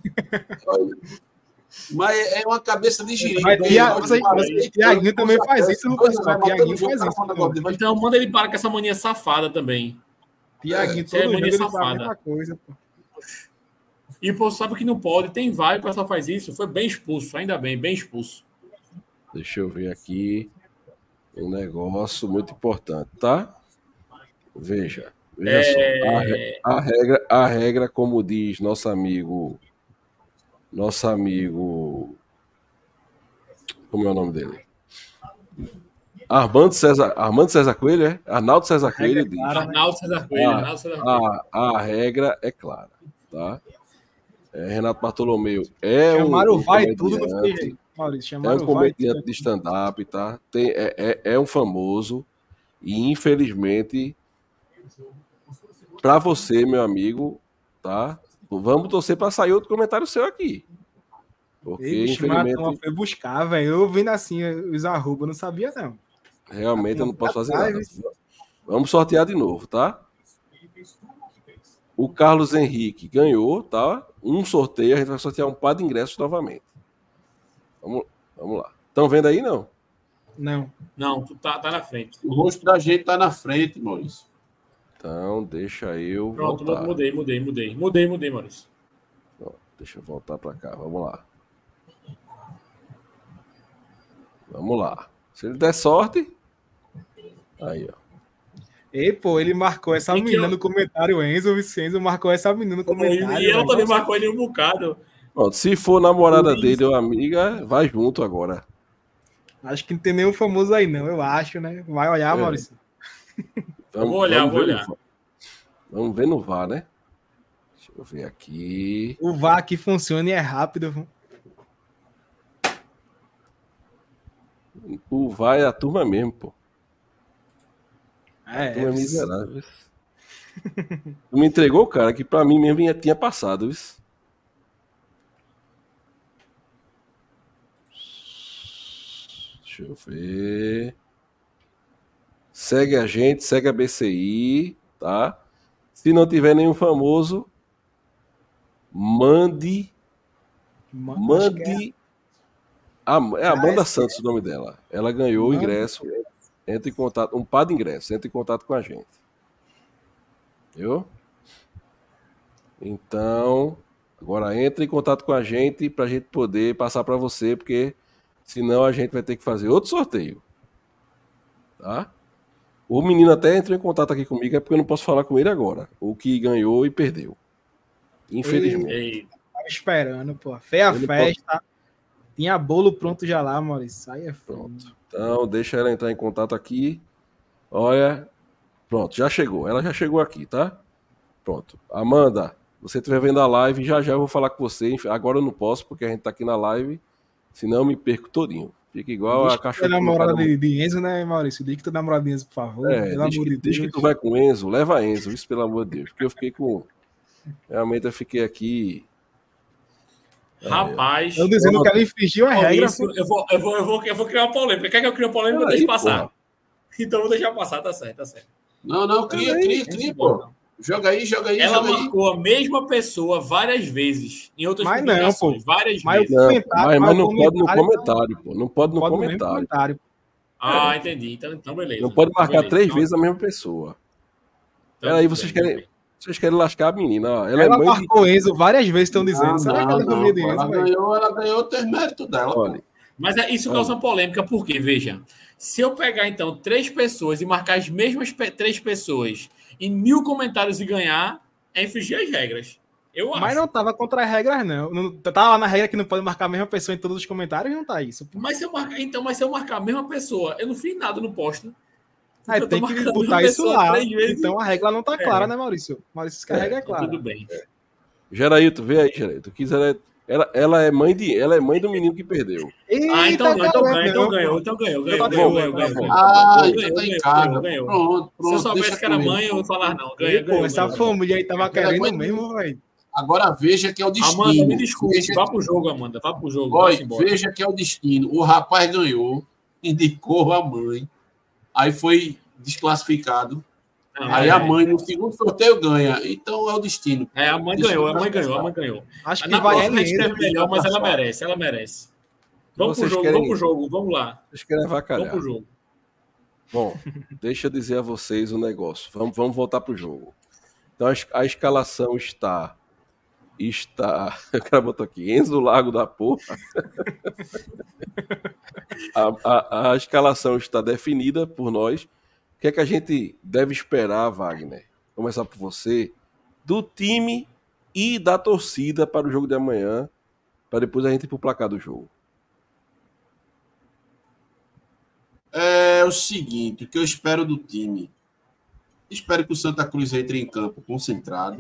[SPEAKER 6] Mas é uma cabeça de jirico.
[SPEAKER 7] Mas
[SPEAKER 6] porque
[SPEAKER 7] Tia-
[SPEAKER 6] nós
[SPEAKER 7] você-
[SPEAKER 6] paramos,
[SPEAKER 7] você- Thiaguinho também faz isso,
[SPEAKER 6] dois
[SPEAKER 7] Lucas.
[SPEAKER 6] anos,
[SPEAKER 7] Thiaguinho
[SPEAKER 6] matando o jogo,
[SPEAKER 7] faz
[SPEAKER 6] cara,
[SPEAKER 7] isso,
[SPEAKER 6] falando
[SPEAKER 7] pô.
[SPEAKER 6] agora, depois-
[SPEAKER 5] Então manda ele parar com essa mania safada também.
[SPEAKER 7] Tiaguinho,
[SPEAKER 5] Isso é
[SPEAKER 7] todo jogo
[SPEAKER 5] mania
[SPEAKER 7] ele faz a
[SPEAKER 5] safada.
[SPEAKER 7] mesma coisa, pô.
[SPEAKER 5] E o povo sabe que não pode. Tem vários que o pessoal faz isso. Foi bem expulso, ainda bem, bem expulso.
[SPEAKER 4] Deixa eu ver aqui um negócio muito importante, tá? Veja, veja
[SPEAKER 5] É...
[SPEAKER 4] só. A, re- a regra, a regra, como diz nosso amigo, nosso amigo, como é o nome dele? Armando César, Armando César Coelho, é? Arnaldo César Coelho diz.
[SPEAKER 5] Arnaldo César Coelho,
[SPEAKER 4] Ah,
[SPEAKER 5] Arnaldo César Coelho.
[SPEAKER 4] A, a regra é clara, tá? É, Renato Bartolomeu é um,
[SPEAKER 7] Chamaram o
[SPEAKER 4] um
[SPEAKER 7] vai tudo do
[SPEAKER 4] comediante,
[SPEAKER 7] que Maurício,
[SPEAKER 4] é
[SPEAKER 7] chamaram
[SPEAKER 4] um
[SPEAKER 7] o vai
[SPEAKER 4] comediante
[SPEAKER 7] tudo.
[SPEAKER 4] de stand-up, tá? Tem, é, é, é um famoso e infelizmente para você, meu amigo, tá? Vamos torcer para sair outro comentário seu aqui, porque
[SPEAKER 7] Ei, bicho,
[SPEAKER 4] infelizmente
[SPEAKER 7] Maratona foi buscar, velho. Eu vendo assim os arroba, não sabia não.
[SPEAKER 4] realmente eu não posso fazer
[SPEAKER 7] Atrás,
[SPEAKER 4] nada. Vamos sortear de novo, tá? O Carlos Henrique ganhou, tá? Um sorteio, a gente vai sortear um par de ingressos novamente. Vamos, vamos lá. Estão vendo aí, não?
[SPEAKER 7] Não.
[SPEAKER 5] Não, tu tá, tá na frente.
[SPEAKER 6] O rosto da gente tá na frente, Maurício.
[SPEAKER 4] Então, deixa eu
[SPEAKER 5] Pronto,
[SPEAKER 4] voltar.
[SPEAKER 5] mudei, mudei, mudei. Mudei, mudei, Maurício.
[SPEAKER 4] Ó, deixa eu voltar para cá. Vamos lá. Vamos lá. Se ele der sorte... Aí, ó.
[SPEAKER 7] Ei, pô, ele marcou essa
[SPEAKER 5] E que
[SPEAKER 7] menina
[SPEAKER 5] eu-
[SPEAKER 7] no comentário, o Enzo Vicenzo marcou essa menina no comentário.
[SPEAKER 5] E ela
[SPEAKER 7] velho.
[SPEAKER 5] também marcou ele um bocado.
[SPEAKER 4] Pronto, se for namorada
[SPEAKER 5] Luiz.
[SPEAKER 4] dele ou amiga, vai junto agora.
[SPEAKER 7] Acho que não tem nenhum famoso aí, não, eu acho, né? Vai olhar,
[SPEAKER 4] É.
[SPEAKER 7] Maurício.
[SPEAKER 4] Vamos,
[SPEAKER 5] vou olhar,
[SPEAKER 4] vamos
[SPEAKER 5] vou
[SPEAKER 4] ver
[SPEAKER 5] olhar.
[SPEAKER 4] no VAR. Vamos ver no V A R, né? Deixa eu ver aqui.
[SPEAKER 7] O V A R aqui funciona e é rápido.
[SPEAKER 4] O V A R é a turma mesmo, pô.
[SPEAKER 7] É,
[SPEAKER 4] Tu é miserável. Tu me entregou, cara, que pra mim mesmo já tinha passado, isso. Deixa eu ver. Segue a gente, segue a B C I, tá? Se não tiver nenhum famoso, mande,
[SPEAKER 7] Ma- acho que é-
[SPEAKER 4] mande. A, é a
[SPEAKER 7] Ah,
[SPEAKER 4] Amanda
[SPEAKER 7] esse-
[SPEAKER 4] Santos o nome dela. Ela ganhou o
[SPEAKER 7] Mande.
[SPEAKER 4] ingresso. Entre em contato, um par de ingressos, entre em contato com a gente. Viu? Então, agora entre em contato com a gente pra gente poder passar pra você, porque senão a gente vai ter que fazer outro sorteio. Tá? O menino até entrou em contato aqui comigo, é porque eu não posso falar com ele agora. O que ganhou e perdeu. Infelizmente.
[SPEAKER 5] Ei,
[SPEAKER 7] Tava esperando, pô. Feia a
[SPEAKER 4] Ele
[SPEAKER 7] festa. Tinha bolo pronto já lá, Maurício. Aí é foda.
[SPEAKER 4] Pronto. Então, deixa ela entrar em contato aqui. Olha. Pronto, já chegou. Ela já chegou aqui, tá? Pronto. Amanda, você estiver vendo a live, já já eu vou falar com você. Inf- Agora eu não posso, porque a gente tá aqui na live. Senão eu me perco todinho. Fica igual
[SPEAKER 7] Diz
[SPEAKER 4] a
[SPEAKER 7] que tu é
[SPEAKER 4] cachorra.
[SPEAKER 7] namorada de, de Enzo, né, Maurício? Diz que tu é namorada de Enzo, por favor.
[SPEAKER 4] É,
[SPEAKER 7] pelo
[SPEAKER 4] diz
[SPEAKER 7] amor
[SPEAKER 4] que,
[SPEAKER 7] de
[SPEAKER 4] diz
[SPEAKER 7] Deus.
[SPEAKER 4] que tu vai com Enzo, leva Enzo, isso pelo amor de Deus. Porque eu fiquei com. Realmente eu fiquei aqui.
[SPEAKER 5] rapaz.
[SPEAKER 7] Estão dizendo que ela infringiu a regra.
[SPEAKER 5] Maurício, eu, vou, eu, vou, eu, vou, eu vou criar uma polêmica. Quer que eu crie uma polêmica?
[SPEAKER 4] Peraí,
[SPEAKER 5] Deixa passar.
[SPEAKER 4] porra.
[SPEAKER 5] Então eu vou deixar passar, tá certo, tá certo.
[SPEAKER 6] Não, não, cria, cria, cria, pô. Joga aí, joga aí,
[SPEAKER 5] Ela
[SPEAKER 6] joga aí.
[SPEAKER 5] marcou a mesma pessoa várias vezes em outras
[SPEAKER 7] Mas não,
[SPEAKER 5] publicações. Várias
[SPEAKER 7] Mas
[SPEAKER 5] vezes.
[SPEAKER 7] o
[SPEAKER 4] Não,
[SPEAKER 7] comentário,
[SPEAKER 4] mas, mas não
[SPEAKER 7] o
[SPEAKER 4] pode no
[SPEAKER 7] comentário-
[SPEAKER 4] comentário, pô. Não pode no
[SPEAKER 7] Pode no mesmo
[SPEAKER 4] comentário.
[SPEAKER 7] comentário.
[SPEAKER 5] Ah, entendi. Então, então beleza.
[SPEAKER 4] Não pode marcar
[SPEAKER 5] Beleza.
[SPEAKER 4] três
[SPEAKER 5] Então-
[SPEAKER 4] vezes a mesma pessoa.
[SPEAKER 5] então
[SPEAKER 4] Peraí,
[SPEAKER 5] tudo
[SPEAKER 4] vocês
[SPEAKER 5] bem,
[SPEAKER 4] querem,
[SPEAKER 5] tudo bem.
[SPEAKER 4] vocês querem lascar a menina. Ó. Ela,
[SPEAKER 7] Ela,
[SPEAKER 4] é mãe de...
[SPEAKER 7] marcou Enzo várias vezes, estão dizendo.
[SPEAKER 6] Não,
[SPEAKER 7] Será que
[SPEAKER 6] não,
[SPEAKER 7] ela é
[SPEAKER 6] não,
[SPEAKER 7] família de
[SPEAKER 6] pô,
[SPEAKER 7] Enzo,
[SPEAKER 6] ela
[SPEAKER 7] velho?
[SPEAKER 6] ganhou, ela ganhou, tem mérito dela, pô.
[SPEAKER 4] Olha,
[SPEAKER 5] Mas é- isso causa uma polêmica, porque, veja, se eu pegar, então, três pessoas e marcar as mesmas pe- três pessoas em mil comentários e ganhar, é infringir as regras. Eu acho.
[SPEAKER 7] Mas não tava contra as regras, não. não. Tá lá na regra que não pode marcar a mesma pessoa em todos os comentários, não tá isso. Pô.
[SPEAKER 5] Mas se eu marcar, então, mas se eu marcar a mesma pessoa, eu não fiz nada no post.
[SPEAKER 7] Aí
[SPEAKER 5] Eu tô
[SPEAKER 7] tem que
[SPEAKER 5] marcando
[SPEAKER 7] botar
[SPEAKER 5] uma
[SPEAKER 7] isso
[SPEAKER 5] pessoa
[SPEAKER 7] lá.
[SPEAKER 5] três vezes.
[SPEAKER 7] Então a regra não tá
[SPEAKER 5] É.
[SPEAKER 7] clara, né, Maurício? Maurício, se carrega é, clara.
[SPEAKER 5] Tudo bem.
[SPEAKER 4] Gerailton, vê aí, Gerailton. Quis ela, ela, ela, é mãe de, ela é mãe do menino que perdeu.
[SPEAKER 5] Ah, então não, então
[SPEAKER 7] galera,
[SPEAKER 5] ganha, então
[SPEAKER 7] não,
[SPEAKER 5] ganhou,
[SPEAKER 7] pô.
[SPEAKER 5] então ganhou,
[SPEAKER 7] Tá
[SPEAKER 5] ganhou,
[SPEAKER 7] boa,
[SPEAKER 5] ganhou,
[SPEAKER 7] tá
[SPEAKER 5] ganhou,
[SPEAKER 7] bom.
[SPEAKER 5] ganhou.
[SPEAKER 6] Ah,
[SPEAKER 5] Ganhou,
[SPEAKER 6] então tá em
[SPEAKER 5] ganhou,
[SPEAKER 6] casa.
[SPEAKER 5] ganhou.
[SPEAKER 6] Pronto, pronto.
[SPEAKER 5] Se eu soubesse
[SPEAKER 6] deixa
[SPEAKER 5] que era
[SPEAKER 6] com ele.
[SPEAKER 5] mãe, eu não ia falar não.
[SPEAKER 7] Ei,
[SPEAKER 5] Ganha,
[SPEAKER 7] pô,
[SPEAKER 5] ganhou,
[SPEAKER 7] essa
[SPEAKER 5] ganhou.
[SPEAKER 7] família aí tava
[SPEAKER 6] Agora
[SPEAKER 7] querendo
[SPEAKER 6] aguenta-
[SPEAKER 7] mesmo, velho.
[SPEAKER 6] Agora veja que é o destino.
[SPEAKER 5] Amanda, me desculpe,
[SPEAKER 6] Veja,
[SPEAKER 5] vá pro jogo, Amanda, vá pro jogo,
[SPEAKER 6] Boy,
[SPEAKER 5] vá embora.
[SPEAKER 6] veja que é o destino. O rapaz ganhou, indicou a mãe, aí foi desclassificado.
[SPEAKER 5] Não,
[SPEAKER 6] Aí
[SPEAKER 5] é,
[SPEAKER 6] a mãe no segundo sorteio ganha. Então é o destino.
[SPEAKER 5] É, a mãe
[SPEAKER 6] Destino
[SPEAKER 5] ganhou, a mãe
[SPEAKER 6] das
[SPEAKER 5] ganhou, a mãe
[SPEAKER 6] pessoas.
[SPEAKER 5] ganhou.
[SPEAKER 7] Acho que
[SPEAKER 5] Na
[SPEAKER 7] vai
[SPEAKER 5] próxima a gente
[SPEAKER 7] L N.
[SPEAKER 5] escreve melhor, mas ela merece, ela merece. Vamos pro
[SPEAKER 4] Vocês
[SPEAKER 5] jogo,
[SPEAKER 4] querem-
[SPEAKER 5] vamos pro jogo, vamos lá.
[SPEAKER 4] Vocês querem
[SPEAKER 5] Vamos
[SPEAKER 4] avacalhar.
[SPEAKER 5] pro jogo.
[SPEAKER 4] Bom, deixa eu dizer a vocês o negócio. Vamos, vamos voltar pro jogo. Então a, es- a escalação está. Está. O cara botou aqui, Enzo Lago da porra. a, a, a escalação está definida por nós. O que é que a gente deve esperar, Wagner? Começar por você, do time e da torcida para o jogo de amanhã, para depois a gente ir pro placar do jogo.
[SPEAKER 6] É o seguinte, o que eu espero do time. Espero que o Santa Cruz entre em campo concentrado,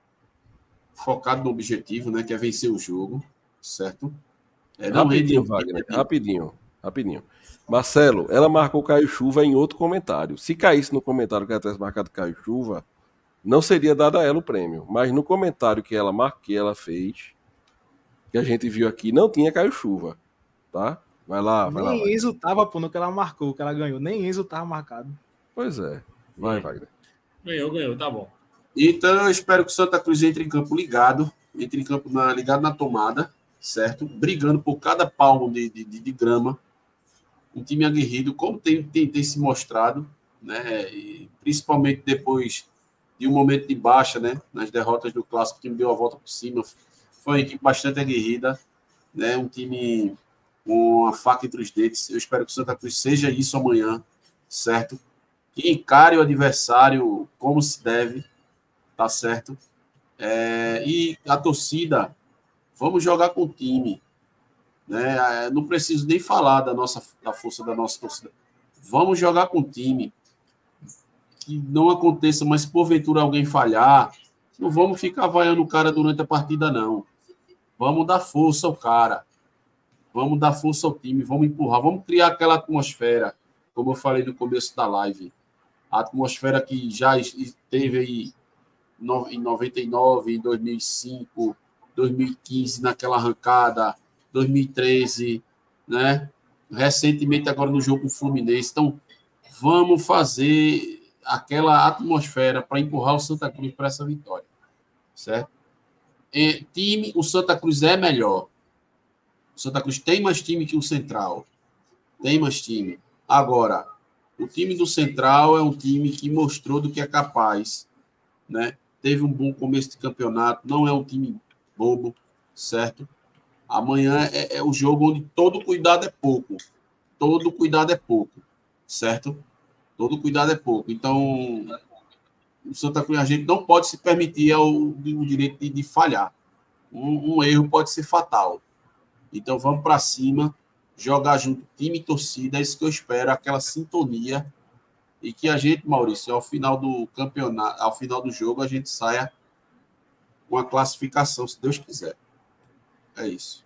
[SPEAKER 6] focado no objetivo, né, que é vencer o jogo, certo? É, não
[SPEAKER 4] Rapidinho,
[SPEAKER 6] entre-
[SPEAKER 4] Wagner. Rapidinho. Rapidinho. Marcelo, ela marcou Caio Chuva em outro comentário. Se caísse no comentário que ela tivesse marcado Caio Chuva, não seria dado a ela o prêmio. Mas no comentário que ela marcou, que ela fez, que a gente viu aqui, não tinha Caio Chuva. Tá? Vai lá, vai lá.
[SPEAKER 7] Nem
[SPEAKER 4] Wagner.
[SPEAKER 7] Enzo tava, pô, no que ela marcou, que ela ganhou. Nem Enzo tava marcado.
[SPEAKER 4] Pois é. Vai, Wagner.
[SPEAKER 5] Ganhou, ganhou, tá bom.
[SPEAKER 6] Então, eu espero que o Santa Cruz entre em campo ligado, entre em campo na, ligado na tomada, certo? Brigando por cada palmo de, de, de, de grama. Um time aguerrido, como tem, tem, tem se mostrado, né? E principalmente depois de um momento de baixa, né? Nas derrotas do Clássico, o time deu a volta por cima. Foi uma equipe bastante aguerrida, né? Um time com uma faca entre os dentes. Eu espero que o Santa Cruz seja isso amanhã, certo? Que encare o adversário como se deve, tá certo? É, e a torcida, vamos jogar com o time, né? Não preciso nem falar da nossa da força da nossa torcida. Vamos jogar com o time. Que não aconteça, mas se porventura alguém falhar, não vamos ficar vaiando o cara durante a partida, não. Vamos dar força ao cara. Vamos dar força ao time, vamos empurrar, vamos criar aquela atmosfera, como eu falei no começo da live. A atmosfera que já teve aí em noventa e nove, em dois mil e cinco, dois mil e quinze, naquela arrancada, dois mil e treze, né? Recentemente agora no jogo com o Fluminense. Então, vamos fazer aquela atmosfera para empurrar o Santa Cruz para essa vitória, certo? E, time, o Santa Cruz é melhor. O Santa Cruz tem mais time que o Central. Tem mais time. Agora, o time do Central é um time que mostrou do que é capaz, né? Teve um bom começo de campeonato, não é um time bobo, certo? Amanhã é, é o jogo onde todo cuidado é pouco. Todo cuidado é pouco, certo? Todo cuidado é pouco. Então, o Santa Cruz, a gente não pode se permitir o, o direito de, de falhar. Um, um erro pode ser fatal. Então, vamos para cima, jogar junto, time e torcida, é isso que eu espero, aquela sintonia. E que a gente, Maurício, ao final do campeonato, ao final do jogo, a gente saia com a classificação, se Deus quiser. É isso.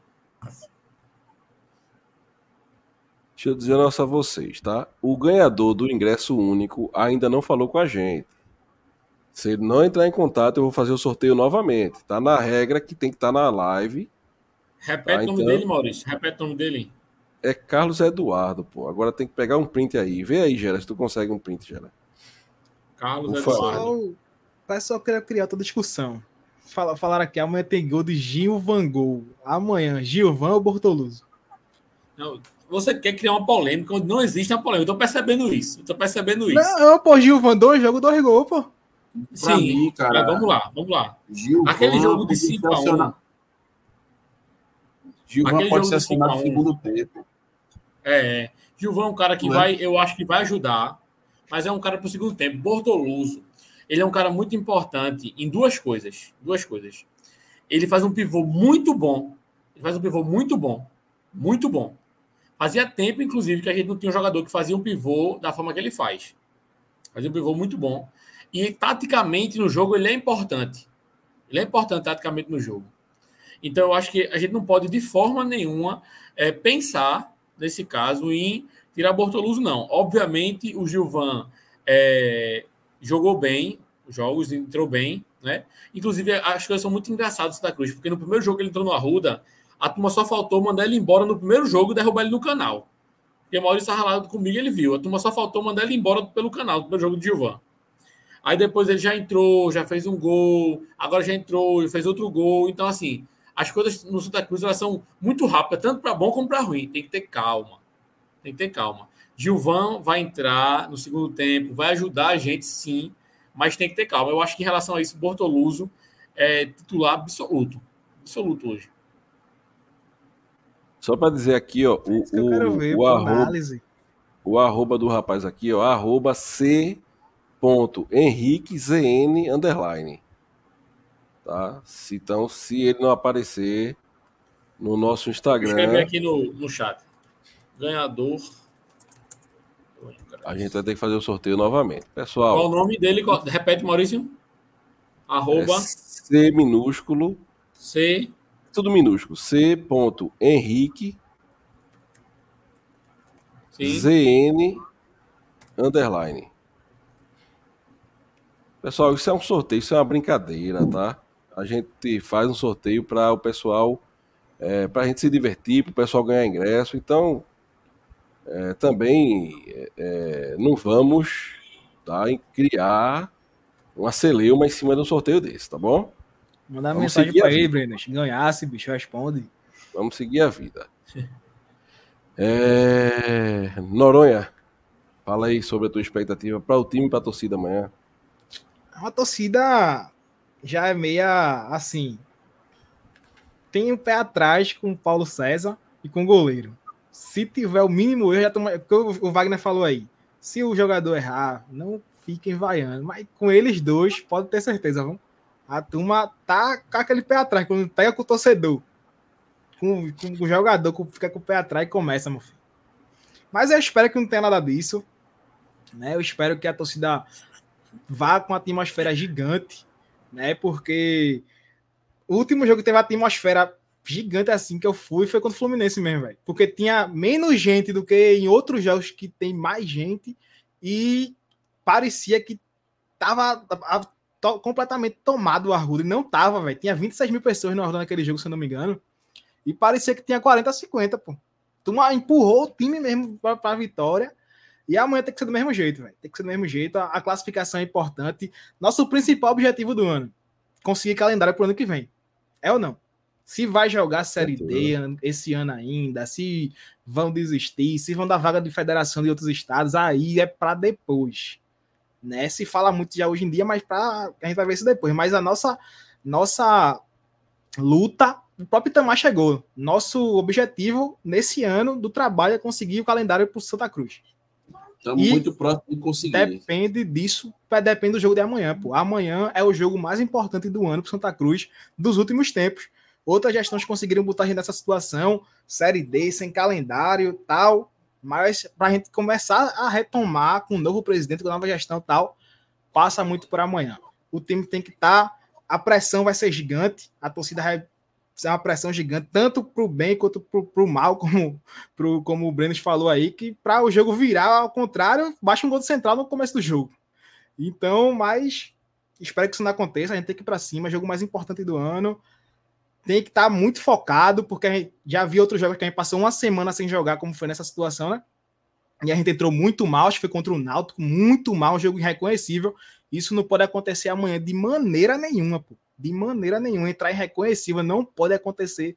[SPEAKER 4] Deixa eu dizer um negócio a vocês, tá? O ganhador do ingresso único ainda não falou com a gente. Se ele não entrar em contato, eu vou fazer o sorteio novamente. Tá na regra que tem que estar na live.
[SPEAKER 5] Repete
[SPEAKER 4] Ah,
[SPEAKER 5] o nome
[SPEAKER 4] então-
[SPEAKER 5] dele, Maurício. Repete o nome dele.
[SPEAKER 4] É Carlos Eduardo, pô. Agora tem que pegar um print aí. Vê aí, Gera, se tu consegue um print, Gera.
[SPEAKER 5] Carlos
[SPEAKER 4] Por favor.
[SPEAKER 5] Eduardo.
[SPEAKER 7] O pessoal queria criar outra discussão. Fala, falaram aqui, amanhã tem gol de Gilvan Gol. Amanhã, Gilvan ou Bortoluso?
[SPEAKER 5] Não, você quer criar uma polêmica onde não existe uma polêmica. Eu tô percebendo isso. Eu tô percebendo isso.
[SPEAKER 7] Não, pô, Gilvan, dois jogos, dois gols, pô.
[SPEAKER 6] Pra
[SPEAKER 5] Sim,
[SPEAKER 6] mim, cara,
[SPEAKER 5] mas vamos lá, vamos lá.
[SPEAKER 6] Gilvan
[SPEAKER 5] Aquele jogo de
[SPEAKER 6] pode ser
[SPEAKER 5] cinco a um.
[SPEAKER 6] acionado. Gilvan
[SPEAKER 5] Aquele
[SPEAKER 6] pode
[SPEAKER 5] jogo
[SPEAKER 6] ser
[SPEAKER 5] de cinco a
[SPEAKER 6] acionado no
[SPEAKER 5] um.
[SPEAKER 6] segundo tempo.
[SPEAKER 5] É, Gilvan é um cara que
[SPEAKER 6] Não é?
[SPEAKER 5] vai, eu acho que vai ajudar, mas é um cara pro segundo tempo. Bortoluso, ele é um cara muito importante em duas coisas. Duas coisas. Ele faz um pivô muito bom. Ele faz um pivô muito bom. Muito bom. Fazia tempo, inclusive, que a gente não tinha um jogador que fazia um pivô da forma que ele faz. Fazer um pivô muito bom. E, taticamente, no jogo, ele é importante. Ele é importante, taticamente, no jogo. Então, eu acho que a gente não pode, de forma nenhuma, é, pensar, nesse caso, em tirar Bortoluso, não. Obviamente, o Gilvan é, jogou bem os jogos, entrou bem, né? Inclusive, as coisas são muito engraçadas do Santa Cruz, porque no primeiro jogo que ele entrou no Arruda, a turma só faltou mandar ele embora no primeiro jogo e derrubar ele no canal. E o Maurício estava lá comigo, ele viu. A turma só faltou mandar ele embora pelo canal, no primeiro jogo de Gilvan. Aí depois ele já entrou, já fez um gol, agora já entrou, já fez outro gol. Então, assim, as coisas no Santa Cruz elas são muito rápidas, tanto para bom como para ruim. Tem que ter calma. Tem que ter calma. Gilvan vai entrar no segundo tempo, vai ajudar a gente, sim, mas tem que ter calma. Eu acho que em relação a isso, Bortoluso é titular absoluto. Absoluto hoje.
[SPEAKER 4] Só para dizer aqui, ó, o,
[SPEAKER 7] que eu quero ver,
[SPEAKER 4] o, arroba, análise. o arroba do rapaz aqui, ó, arroba c ponto henrique z n underline. Tá? Então, se ele não aparecer no nosso Instagram...
[SPEAKER 5] Escreve aqui no, no chat. Ganhador...
[SPEAKER 4] A gente vai ter que fazer o sorteio novamente. Pessoal...
[SPEAKER 5] Qual o nome dele? Repete, Maurício. Arroba...
[SPEAKER 4] É C minúsculo...
[SPEAKER 5] C...
[SPEAKER 4] Tudo minúsculo. C. Henrique
[SPEAKER 5] Sim.
[SPEAKER 4] Z N underline. Pessoal, isso é um sorteio, isso é uma brincadeira, tá? A gente faz um sorteio para o pessoal, é, para a gente se divertir, para o pessoal ganhar ingresso. Então, é, também é, não vamos, tá, em criar uma celeuma em cima de um sorteio desse, tá bom?
[SPEAKER 7] Mandar mensagem para ele, Breno. Se ganhasse, bicho, responde.
[SPEAKER 4] Vamos seguir a vida. É... Noronha, fala aí sobre a tua expectativa para o time e para a torcida amanhã.
[SPEAKER 7] A torcida já é meia assim. Tem um pé atrás com o Paulo César e com o goleiro. Se tiver o mínimo erro, já toma... o Wagner falou aí. Se o jogador errar, não fiquem vaiando. Mas com eles dois, pode ter certeza, vamos. A turma tá com aquele pé atrás, quando pega com o torcedor, com, com o jogador, que fica com o pé atrás e começa, meu filho. Mas eu espero que não tenha nada disso, né? Eu espero que a torcida vá com uma atmosfera gigante, né? Porque o último jogo que teve a atmosfera gigante assim que eu fui foi contra o Fluminense mesmo, velho. Porque tinha menos gente do que em outros jogos que tem mais gente e parecia que tava... A, To, completamente tomado o Arruda, e não tava, velho. Tinha vinte e seis mil pessoas no Arruda naquele jogo, se eu não me engano, e parecia que tinha quarenta a cinquenta, pô. Tu empurrou o time mesmo pra, pra vitória, e amanhã tem que ser do mesmo jeito, velho. Tem que ser do mesmo jeito, a, a classificação é importante. Nosso principal objetivo do ano, conseguir calendário pro ano que vem. É ou não? Se vai jogar Série D esse ano ainda, se vão desistir, se vão dar vaga de federação de outros estados, aí é pra depois. Né? Se fala muito já hoje em dia, mas pra... a gente vai ver isso depois. Mas a nossa, nossa luta, o próprio Itamar chegou. Nosso objetivo nesse ano do trabalho é conseguir o calendário para o Santa Cruz.
[SPEAKER 6] Estamos e muito próximos de conseguir.
[SPEAKER 7] Depende disso, depende do jogo de amanhã. Pô. Amanhã é o jogo mais importante do ano para o Santa Cruz dos últimos tempos. Outras gestões conseguiram botar a gente nessa situação, Série D, sem calendário tal. Mas para a gente começar a retomar com o novo presidente, com a nova gestão e tal, passa muito por amanhã. O time tem que estar... Tá, a pressão vai ser gigante, a torcida vai ser uma pressão gigante, tanto para o bem quanto para o mal, como, pro, como o Breno falou aí, que para o jogo virar, ao contrário, baixa um gol do Central no começo do jogo. Então, mas espero que isso não aconteça, a gente tem que ir para cima, jogo mais importante do ano. Tem que estar tá muito focado, porque a gente já viu outros jogos que a gente passou uma semana sem jogar, como foi nessa situação, né? E a gente entrou muito mal, acho que foi contra o Náutico, muito mal, um jogo irreconhecível. Isso não pode acontecer amanhã de maneira nenhuma, pô. De maneira nenhuma. Entrar irreconhecível não pode acontecer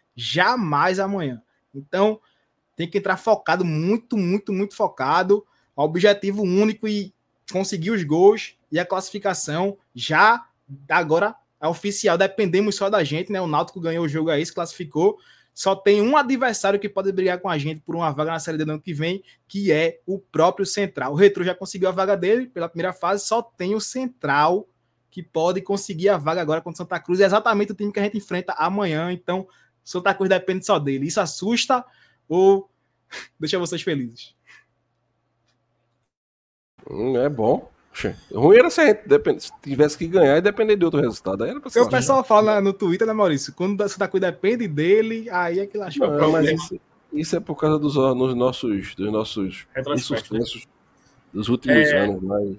[SPEAKER 7] jamais amanhã. Então, tem que entrar focado, muito, muito, muito focado. Objetivo único e conseguir os gols e a classificação já agora é oficial, dependemos só da gente, né? O Náutico ganhou o jogo aí, se classificou. Só tem um adversário que pode brigar com a gente por uma vaga na Série D do ano que vem, que é o próprio Central. O Retrô já conseguiu a vaga dele pela primeira fase, só tem o Central que pode conseguir a vaga agora contra o Santa Cruz. É exatamente o time que a gente enfrenta amanhã, então Santa Cruz depende só dele. Isso assusta ou deixa vocês felizes?
[SPEAKER 4] Hum, é bom. Oxe, ruim era se a gente depend... se tivesse que ganhar e depender de outro resultado. Aí era pra
[SPEAKER 7] Porque o
[SPEAKER 4] se
[SPEAKER 7] pessoal fala no Twitter, né, Maurício? Quando o Santa Cruz depende dele, aí é que lascou.
[SPEAKER 4] Não, mas isso, isso é por causa dos, nos nossos, dos nossos
[SPEAKER 5] Retrospecto, né?
[SPEAKER 4] insucessos dos últimos
[SPEAKER 5] É,
[SPEAKER 4] anos. Mas...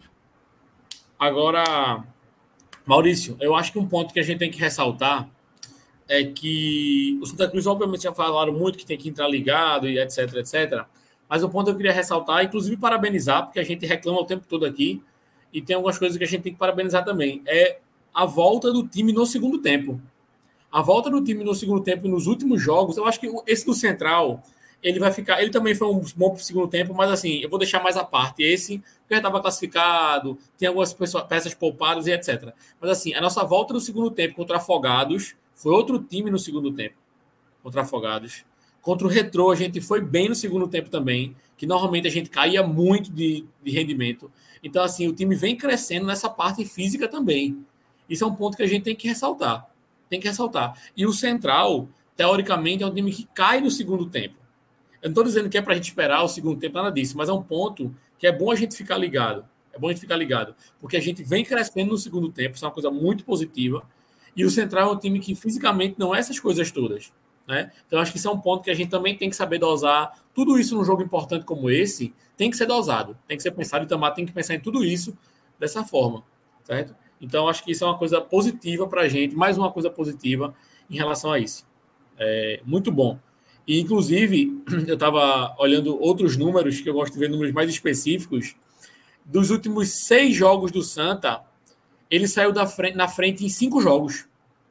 [SPEAKER 5] agora, Maurício, eu acho que um ponto que a gente tem que ressaltar é que o Santa Cruz, obviamente, já falaram muito que tem que entrar ligado e etc, etcétera. Mas o ponto que eu queria ressaltar, inclusive parabenizar, porque a gente reclama o tempo todo aqui, e tem algumas coisas que a gente tem que parabenizar também, é a volta do time no segundo tempo. A volta do time no segundo tempo, nos últimos jogos, eu acho que esse do Central, ele vai ficar. Ele também foi um bom segundo tempo, mas assim, eu vou deixar mais à parte. Esse, porque já estava classificado, tem algumas pessoas, peças poupadas e etcétera. Mas assim, a nossa volta no segundo tempo contra Afogados foi outro time no segundo tempo contra Afogados. Contra o Retrô, a gente foi bem no segundo tempo também, que normalmente a gente caía muito de, de rendimento. Então, assim, o time vem crescendo nessa parte física também. Isso é um ponto que a gente tem que ressaltar. Tem que ressaltar. E o Central, teoricamente, é um time que cai no segundo tempo. Eu não estou dizendo que é para a gente esperar o segundo tempo, nada disso, mas é um ponto que é bom a gente ficar ligado. É bom a gente ficar ligado. Porque a gente vem crescendo no segundo tempo, isso é uma coisa muito positiva. E o Central é um time que fisicamente não é essas coisas todas. Né? Então, acho que isso é um ponto que a gente também tem que saber dosar. Tudo isso num jogo importante como esse tem que ser dosado, tem que ser pensado e também tem que pensar em tudo isso dessa forma, certo? Então, acho que isso é uma coisa positiva para a gente, mais uma coisa positiva em relação a isso. É muito bom. E, inclusive, eu estava olhando outros números, que eu gosto de ver números mais específicos. Dos últimos seis jogos do Santa, ele saiu da frente, na frente em cinco jogos.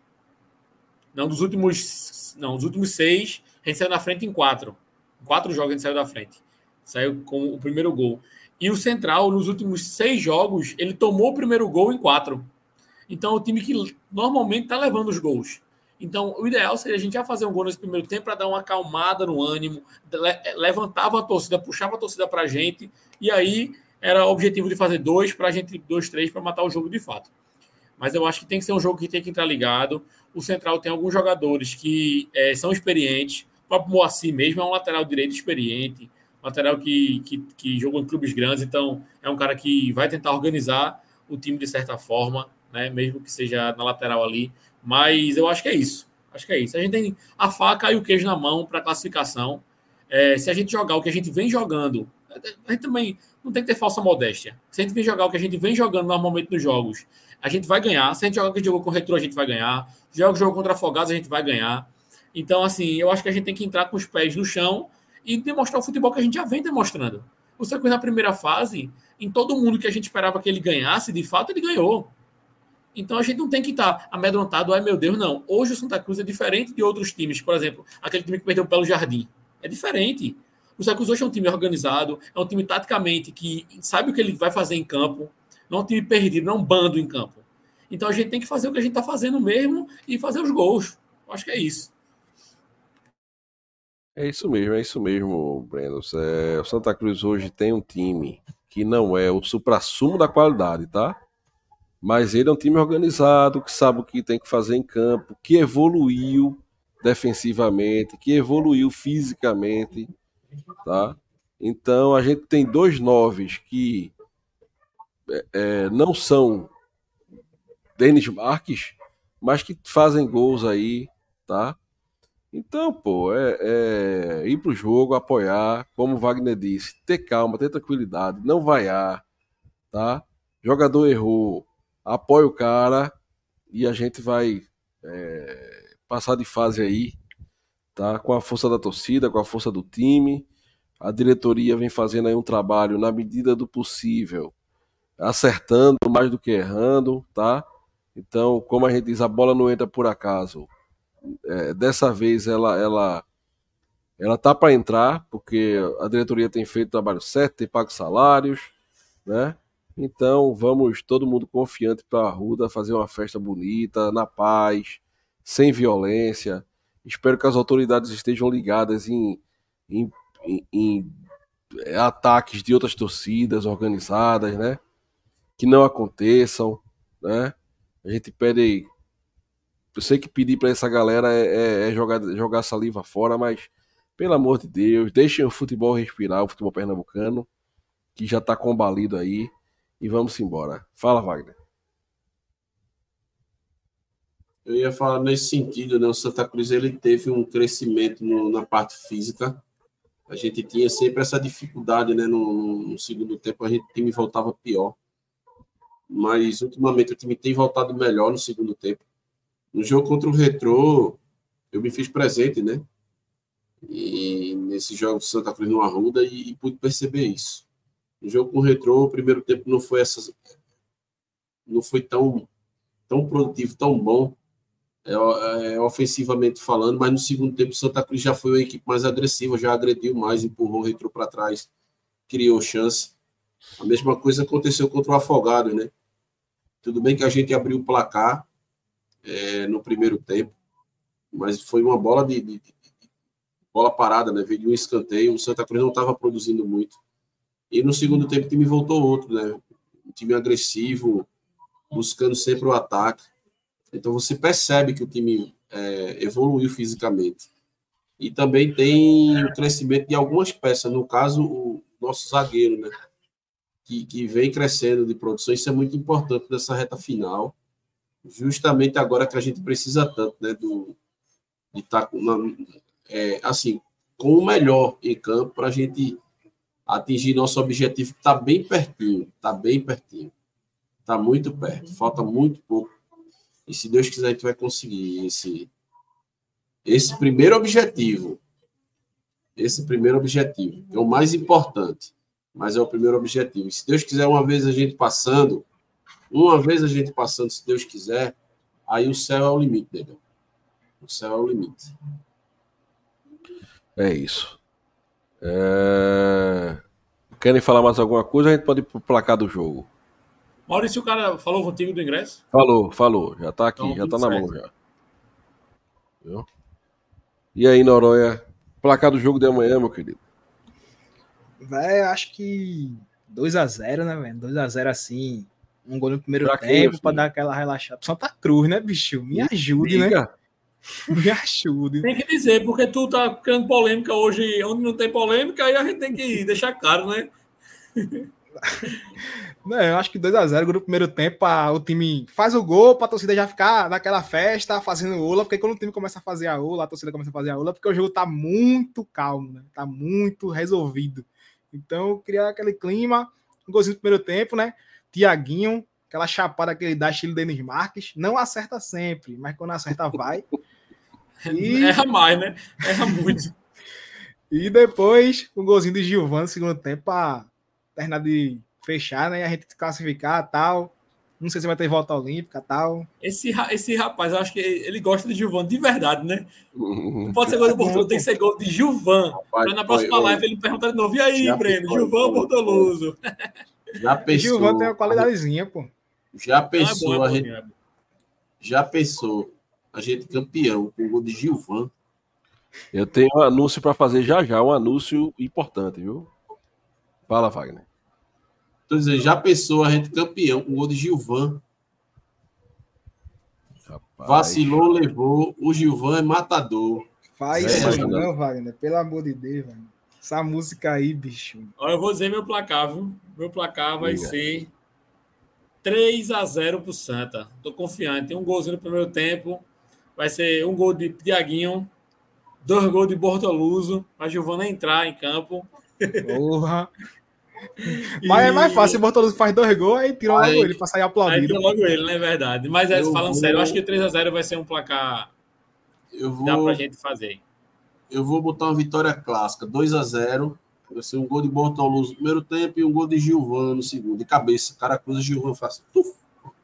[SPEAKER 5] Não, dos últimos. Não, dos últimos seis, a gente saiu na frente em quatro. Em quatro jogos a gente saiu da frente. Saiu com o primeiro gol. E o Central, nos últimos seis jogos, ele tomou o primeiro gol em quatro. Então, é o time que normalmente está levando os gols. Então, o ideal seria a gente já fazer um gol nesse primeiro tempo para dar uma acalmada no ânimo, levantava a torcida, puxava a torcida para a gente, e aí era o objetivo de fazer dois para a gente, dois, três, para matar o jogo de fato. Mas eu acho que tem que ser um jogo que tem que entrar ligado. O Central tem alguns jogadores que é, são experientes. O próprio Moacir mesmo é um lateral direito experiente, lateral que, que, que jogou em clubes grandes, então é um cara que vai tentar organizar o time de certa forma, né? Mesmo que seja na lateral ali. Mas eu acho que é isso. Acho que é isso. A gente tem a faca e o queijo na mão para classificação. É, se a gente jogar o que a gente vem jogando, a gente também não tem que ter falsa modéstia. Se a gente vem jogar o que a gente vem jogando normalmente nos jogos, a gente vai ganhar. Se a gente jogar o que a gente jogou com o Retrô, a gente vai ganhar. Se joga o jogo contra Afogados, a gente vai ganhar. Então, assim, eu acho que a gente tem que entrar com os pés no chão e demonstrar o futebol que a gente já vem demonstrando. O Santa Cruz na primeira fase, em todo mundo que a gente esperava que ele ganhasse, de fato, ele ganhou. Então a gente não tem que estar amedrontado, ai meu Deus, não. Hoje o Santa Cruz é diferente de outros times. Por exemplo, aquele time que perdeu pelo Jardim. É diferente. O Santa Cruz hoje é um time organizado, é um time taticamente que sabe o que ele vai fazer em campo. Não é um time perdido, não é um bando em campo. Então a gente tem que fazer o que a gente está fazendo mesmo e fazer os gols. Eu acho que é isso.
[SPEAKER 4] É isso mesmo, é isso mesmo, Breno. É, o Santa Cruz hoje tem um time que não é o suprassumo da qualidade, tá? Mas ele é um time organizado, que sabe o que tem que fazer em campo, que evoluiu defensivamente, que evoluiu fisicamente, tá? Então a gente tem dois noves que é, não são Denis Marques, mas que fazem gols aí, tá? Então, pô, é, é ir pro jogo, apoiar, como o Wagner disse, ter calma, ter tranquilidade, não vaiar, tá? Jogador errou, apoia o cara e a gente vai é, passar de fase aí, tá? Com a força da torcida, com a força do time. A diretoria vem fazendo aí um trabalho na medida do possível, acertando mais do que errando, tá? Então, como a gente diz, a bola não entra por acaso. É, dessa vez ela ela ela tá para entrar, porque a diretoria tem feito o trabalho certo, tem pago salários, né? Então vamos todo mundo confiante para a Arruda fazer uma festa bonita, na paz, sem violência. Espero que as autoridades estejam ligadas em, em, em, em ataques de outras torcidas organizadas, né? Que não aconteçam, né? A gente pede. Eu sei que pedir para essa galera é, é, é jogar, jogar saliva fora, mas pelo amor de Deus, deixem o futebol respirar, o futebol pernambucano, que já tá combalido aí. E vamos embora. Fala, Wagner.
[SPEAKER 6] Eu ia falar nesse sentido, né? O Santa Cruz ele teve um crescimento no, na parte física. A gente tinha sempre essa dificuldade, né? No, no segundo tempo, a gente, o time voltava pior. Mas, ultimamente, o time tem voltado melhor no segundo tempo. No jogo contra o Retrô, eu me fiz presente, né? E nesse jogo do Santa Cruz no Arruda e, e pude perceber isso. No jogo com o Retrô, o primeiro tempo não foi essas, não foi tão, tão produtivo, tão bom, é, é, ofensivamente falando, mas no segundo tempo o Santa Cruz já foi uma equipe mais agressiva, já agrediu mais, empurrou o Retrô para trás, criou chance. A mesma coisa aconteceu contra o Afogados, né? Tudo bem que a gente abriu o placar é, no primeiro tempo, mas foi uma bola de, de, de bola parada, né? Veio de um escanteio, o Santa Cruz não estava produzindo muito. E no segundo tempo o time voltou outro, né? Um time agressivo, buscando sempre o ataque. Então você percebe que o time é, evoluiu fisicamente. E também tem o crescimento de algumas peças, no caso o nosso zagueiro, né? Que, que vem crescendo de produção. Isso é muito importante nessa reta final, justamente agora que a gente precisa tanto, né? Do, de estar tá, é, assim, com o melhor em campo para a gente atingir nosso objetivo, que está bem pertinho, está bem pertinho, está muito perto, falta muito pouco. E se Deus quiser, a gente vai conseguir esse, esse primeiro objetivo. Esse primeiro objetivo, que é o mais importante, mas é o primeiro objetivo. E se Deus quiser, uma vez a gente passando, uma vez a gente passando, se Deus quiser, aí o céu é o limite, negão. O céu é o limite.
[SPEAKER 4] É isso. É... Querem falar mais alguma coisa? A gente pode ir pro placar do jogo.
[SPEAKER 5] Maurício, o cara falou contigo do ingresso?
[SPEAKER 4] Falou, falou. Já tá aqui,
[SPEAKER 5] Então,
[SPEAKER 4] já tá
[SPEAKER 5] tudo
[SPEAKER 4] na
[SPEAKER 5] certo.
[SPEAKER 4] mão já. Viu? E aí, Noronha? Placar do jogo de amanhã, meu querido?
[SPEAKER 7] Velho, acho que dois a zero, né, velho? dois a zero assim. Um gol no primeiro
[SPEAKER 4] Pra quem,
[SPEAKER 7] tempo,
[SPEAKER 4] filho?
[SPEAKER 7] pra dar aquela relaxada. Santa Cruz, né, bicho? Me ajude, né?
[SPEAKER 4] Diga.
[SPEAKER 7] Me ajude.
[SPEAKER 5] Tem que dizer, porque tu tá criando polêmica hoje, onde não tem polêmica, aí a gente tem que deixar claro, né?
[SPEAKER 7] Não, eu acho que dois a zero no primeiro tempo, pra, o time faz o gol, pra torcida já ficar naquela festa, fazendo ola, porque quando o time começa a fazer a ola, a torcida começa a fazer a ola, porque o jogo tá muito calmo, né? Tá muito resolvido. Então, criar aquele clima, um golzinho no primeiro tempo, né? Tiaguinho, aquela chapada que ele dá, estilo Denis Marques, não acerta sempre, mas quando acerta, vai. E...
[SPEAKER 5] Erra mais, né? Erra muito.
[SPEAKER 7] E depois, um golzinho de Gilvan no segundo tempo, pra terminar de fechar, né? E a gente classificar e tal. Não sei se vai ter volta olímpica e tal.
[SPEAKER 5] Esse, esse rapaz, eu acho que ele gosta de Gilvan de verdade, né?
[SPEAKER 4] Uhum.
[SPEAKER 5] Não pode ser gol do Bortoluso, tem que ser gol de Gilvan. Para na próxima
[SPEAKER 6] foi,
[SPEAKER 5] live ele perguntar de novo. E aí,
[SPEAKER 6] Já
[SPEAKER 5] Breno?
[SPEAKER 6] foi,
[SPEAKER 5] Gilvan ou
[SPEAKER 6] foi,
[SPEAKER 5] Bortoluso?
[SPEAKER 6] Já
[SPEAKER 7] E Gilvan tem uma
[SPEAKER 6] pensou,
[SPEAKER 7] qualidadezinha, pô.
[SPEAKER 6] já
[SPEAKER 5] Não, é
[SPEAKER 6] pensou,
[SPEAKER 5] bom, é
[SPEAKER 6] a
[SPEAKER 5] bom,
[SPEAKER 6] gente,
[SPEAKER 5] é bom.
[SPEAKER 6] já pensou, a gente campeão com o gol de Gilvan.
[SPEAKER 4] Eu tenho um anúncio para fazer já já, um anúncio importante, viu? Fala, Wagner.
[SPEAKER 6] Tô dizendo, já pensou a gente campeão com o gol de Gilvan.
[SPEAKER 4] Rapaz.
[SPEAKER 6] Vacilou, levou. O Gilvan é matador.
[SPEAKER 7] Faz
[SPEAKER 4] É,
[SPEAKER 7] isso
[SPEAKER 4] imagina.
[SPEAKER 7] não, Wagner. Pelo amor de Deus, velho. Essa música aí, bicho.
[SPEAKER 5] Olha, eu vou dizer meu placar, viu? Meu placar vai
[SPEAKER 4] Diga.
[SPEAKER 5] ser três a zero pro Santa. Tô confiante. Tem um golzinho no primeiro tempo. Vai ser um gol de Tiaguinho, dois gols de Bortoluso, a Giovana entrar em campo.
[SPEAKER 7] Porra. Mas é mais fácil, o Bortoluso faz dois gols, aí tira logo
[SPEAKER 6] Aí-
[SPEAKER 7] ele pra sair
[SPEAKER 5] Aí
[SPEAKER 7] aplaudido.
[SPEAKER 5] tira logo ele, né? É verdade. Mas é,
[SPEAKER 6] Eu
[SPEAKER 5] falando
[SPEAKER 6] vou-
[SPEAKER 5] sério, eu acho que três a zero vai ser um placar
[SPEAKER 6] Eu
[SPEAKER 5] que dá pra
[SPEAKER 6] vou,
[SPEAKER 5] gente fazer.
[SPEAKER 6] eu vou botar uma vitória clássica, dois a zero. Vai ser um gol de Bortoluso no primeiro tempo e um gol de Gilvan no segundo. De cabeça. Cara cruza, Gilvan faz. Tuf.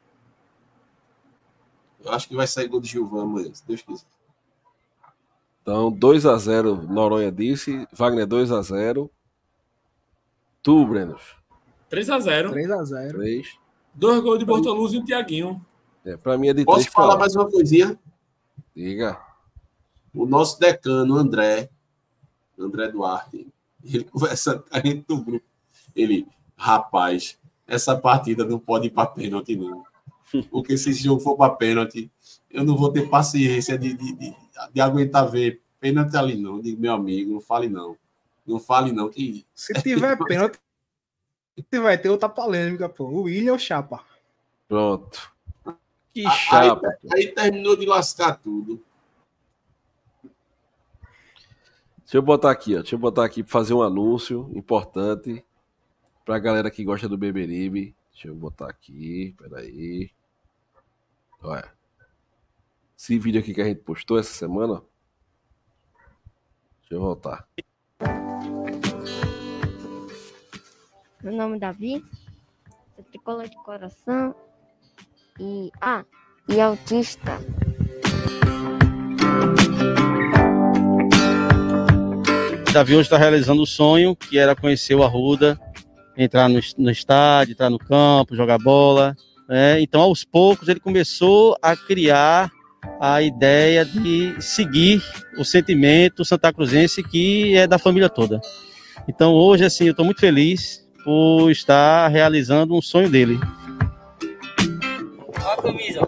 [SPEAKER 6] Eu acho que vai sair gol de Gilvan amanhã, se Deus quiser.
[SPEAKER 4] Então, dois a zero, Noronha disse. Wagner, dois a zero. Tu, Breno.
[SPEAKER 5] três a zero.
[SPEAKER 7] três a zero.
[SPEAKER 4] três.
[SPEAKER 5] Dois gols de Bortoluso e o Tiaguinho.
[SPEAKER 4] É, pra mim é de
[SPEAKER 6] Posso
[SPEAKER 4] três
[SPEAKER 6] falar
[SPEAKER 4] pra lá.
[SPEAKER 6] mais uma coisinha?
[SPEAKER 4] Diga.
[SPEAKER 6] O nosso decano, André, André Duarte, ele conversa com a gente no grupo. Ele, rapaz, essa partida não pode ir para pênalti, não. Porque se esse jogo for para pênalti, eu não vou ter paciência de, de, de, de aguentar ver pênalti ali, não. Eu digo, meu amigo, não fale não. Não fale não, que
[SPEAKER 7] Se tiver pênalti, vai ter outra polêmica, pô. O William ou Chapa?
[SPEAKER 4] Pronto. Que
[SPEAKER 6] Aí,
[SPEAKER 4] chapa.
[SPEAKER 6] aí terminou de lascar tudo.
[SPEAKER 4] Deixa eu botar aqui, ó. Deixa eu botar aqui para fazer um anúncio importante para a galera que gosta do Beberibe. Deixa eu botar aqui, peraí. Olha. Esse vídeo aqui que a gente postou essa semana. Deixa eu voltar.
[SPEAKER 8] Meu nome é Davi, sou tricolor de coração e, ah, e autista.
[SPEAKER 9] Davi hoje está realizando o sonho, que era conhecer o Arruda, entrar no, no estádio, entrar no campo, jogar bola. Né? Então, aos poucos, ele começou a criar a ideia de seguir o sentimento santacruzense que é da família toda. Então, hoje, assim, eu estou muito feliz por estar realizando um sonho dele.
[SPEAKER 10] Olha a camisa.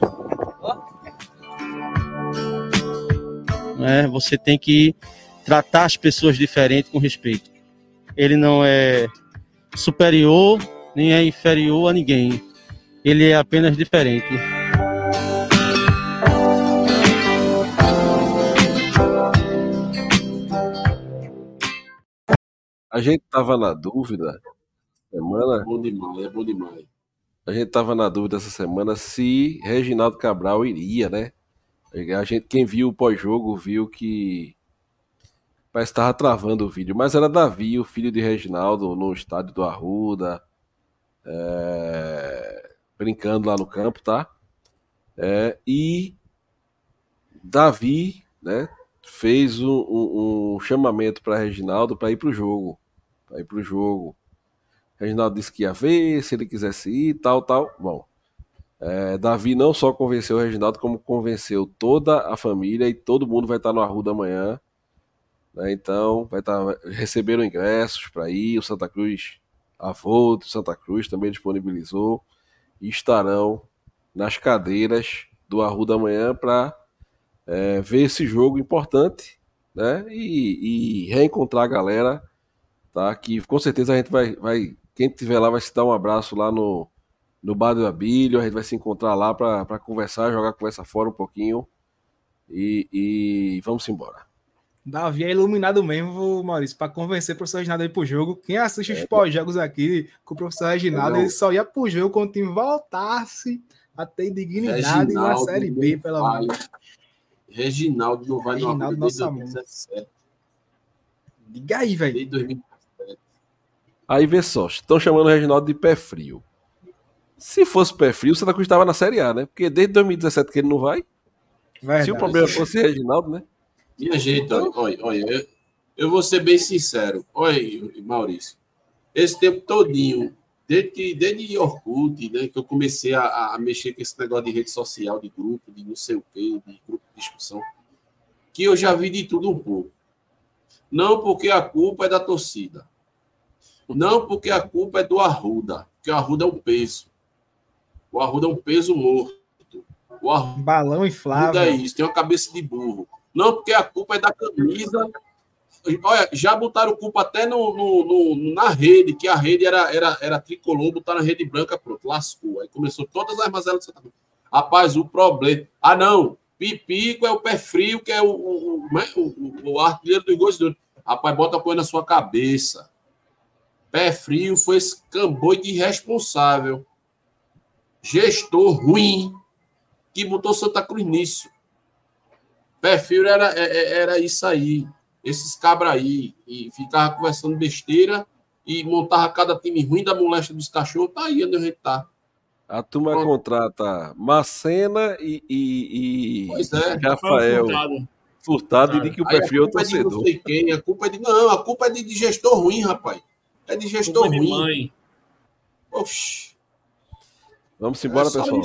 [SPEAKER 9] É, você tem que tratar as pessoas diferentes com respeito. Ele não é superior, nem é inferior a ninguém. Ele é apenas diferente.
[SPEAKER 4] A gente tava na dúvida semana.
[SPEAKER 6] É bom demais, é bom demais.
[SPEAKER 4] A gente tava na dúvida essa semana se Reginaldo Cabral iria, né? A gente, quem viu o pós-jogo viu que parece que estava travando o vídeo, mas era Davi, o filho de Reginaldo, no estádio do Arruda, é, brincando lá no campo, tá? É, e Davi, né, fez um, um, um chamamento para Reginaldo para ir pro jogo, para ir pro jogo. Reginaldo disse que ia ver, se ele quisesse ir, tal, tal. Bom, é, Davi não só convenceu o Reginaldo, como convenceu toda a família e todo mundo vai estar no Arruda amanhã. Né? Então, vai estar, receberam ingressos para ir. O Santa Cruz, a Volta, o Santa Cruz também disponibilizou e estarão nas cadeiras do Arruda amanhã para é, ver esse jogo importante, né? E, e reencontrar a galera, tá? Que com certeza a gente vai, vai quem estiver lá vai se dar um abraço lá no, no Bar do Abílio, a gente vai se encontrar lá para conversar, jogar a conversa fora um pouquinho e, e vamos embora.
[SPEAKER 7] Davi é iluminado mesmo, Maurício, para convencer o professor Reginaldo a ir pro jogo. Quem assiste é, os pós-jogos aqui com o professor Reginaldo, ele só ia pro jogo quando o time voltasse a ter dignidade Reginaldo na Série B, pelo menos.
[SPEAKER 6] Reginaldo não vai
[SPEAKER 7] Reginaldo,
[SPEAKER 6] no
[SPEAKER 7] nossa mão. Diga aí, velho.
[SPEAKER 6] Desde dois mil e dezessete.
[SPEAKER 4] Aí vê só, estão chamando o Reginaldo de pé frio. Se fosse pé frio, o Santa Cruz estava na Série A, né? Porque desde dois mil e dezessete que ele não vai. Verdade. Se o problema fosse Reginaldo, né?
[SPEAKER 6] Minha gente, olha, olha, olha eu, eu vou ser bem sincero. Olha, Maurício, esse tempo todinho, desde que desde Orkut, né, que eu comecei a, a mexer com esse negócio de rede social, de grupo, de não sei o quê, de grupo de discussão, que eu já vi de tudo um pouco. Não porque a culpa é da torcida. Não porque a culpa é do Arruda, porque o Arruda é um peso. O Arruda é um peso morto. O Arruda
[SPEAKER 7] balão inflável.
[SPEAKER 6] É isso, tem uma cabeça de burro. Não, porque a culpa é da camisa. Olha, já botaram culpa até no, no, no, na rede, que a rede era, era, era tricolor, botaram a rede branca, pronto, lascou. Aí começou todas as mazelas de Santa Cruz. Rapaz, o problema... Ah, não, Pipico é o pé frio, que é o, o, o, o, o artilheiro dos gols. Rapaz, bota a coisa na sua cabeça. Pé frio foi esse camboi de irresponsável. Gestor ruim, que botou Santa Cruz nisso. Pé frio era, era isso aí. Esses cabras aí. E ficava conversando besteira e montava cada time ruim da moléstia dos cachorros. Tá aí onde a gente tá.
[SPEAKER 4] A turma Pronto. Contrata Macena e, e, e
[SPEAKER 6] pois é.
[SPEAKER 4] Rafael Furtado, Furtado e diz que o pé frio é o torcedor.
[SPEAKER 6] Não sei quem, a culpa é de... Não, a culpa é de, de gestor ruim, rapaz. É de gestor ruim. De mãe. Oxi.
[SPEAKER 4] Vamos embora, é pessoal.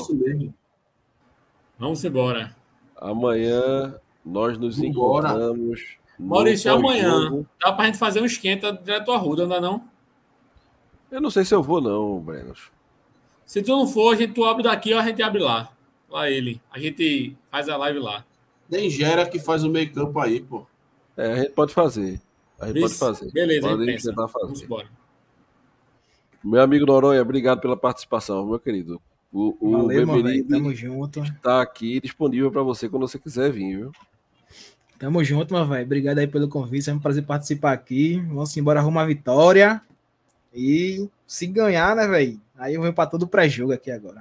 [SPEAKER 5] Vamos embora.
[SPEAKER 4] Amanhã nós nos Vambora. encontramos.
[SPEAKER 5] Maurício, amanhã dá pra gente fazer um esquenta direto ao Arruda, não dá não?
[SPEAKER 4] Eu não sei se eu vou não, Breno.
[SPEAKER 5] Se tu não for, a gente tu abre daqui ou a gente abre lá. Lá ele. A gente faz a live lá.
[SPEAKER 6] Nem gera que faz o meio campo aí, pô.
[SPEAKER 4] É, a gente pode fazer. A gente
[SPEAKER 5] Isso.
[SPEAKER 4] pode fazer.
[SPEAKER 5] Beleza,
[SPEAKER 4] pode
[SPEAKER 5] a gente pensa.
[SPEAKER 4] fazer.
[SPEAKER 5] Vamos embora.
[SPEAKER 4] Meu amigo Noronha, obrigado pela participação, meu querido. O, o
[SPEAKER 7] Valeu, meu velho.
[SPEAKER 4] Beberibe
[SPEAKER 7] Tamo junto.
[SPEAKER 4] tá aqui disponível para você quando você quiser vir, viu?
[SPEAKER 7] Tamo junto, meu velho. Obrigado aí pelo convite. É um prazer participar aqui. Vamos embora arrumar a vitória. E se ganhar, né, velho? Aí eu venho para todo o pré-jogo aqui agora.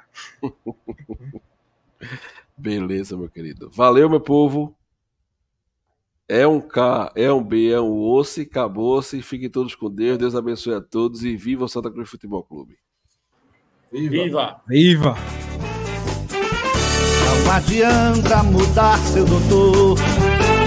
[SPEAKER 4] Beleza, meu querido. Valeu, meu povo. É um K, é um B, é um osso, acabou-se. Fiquem todos com Deus. Deus abençoe a todos e viva o Santa Cruz Futebol Clube.
[SPEAKER 6] Viva!
[SPEAKER 5] Viva!
[SPEAKER 7] Viva!
[SPEAKER 2] Não adianta mudar, seu doutor.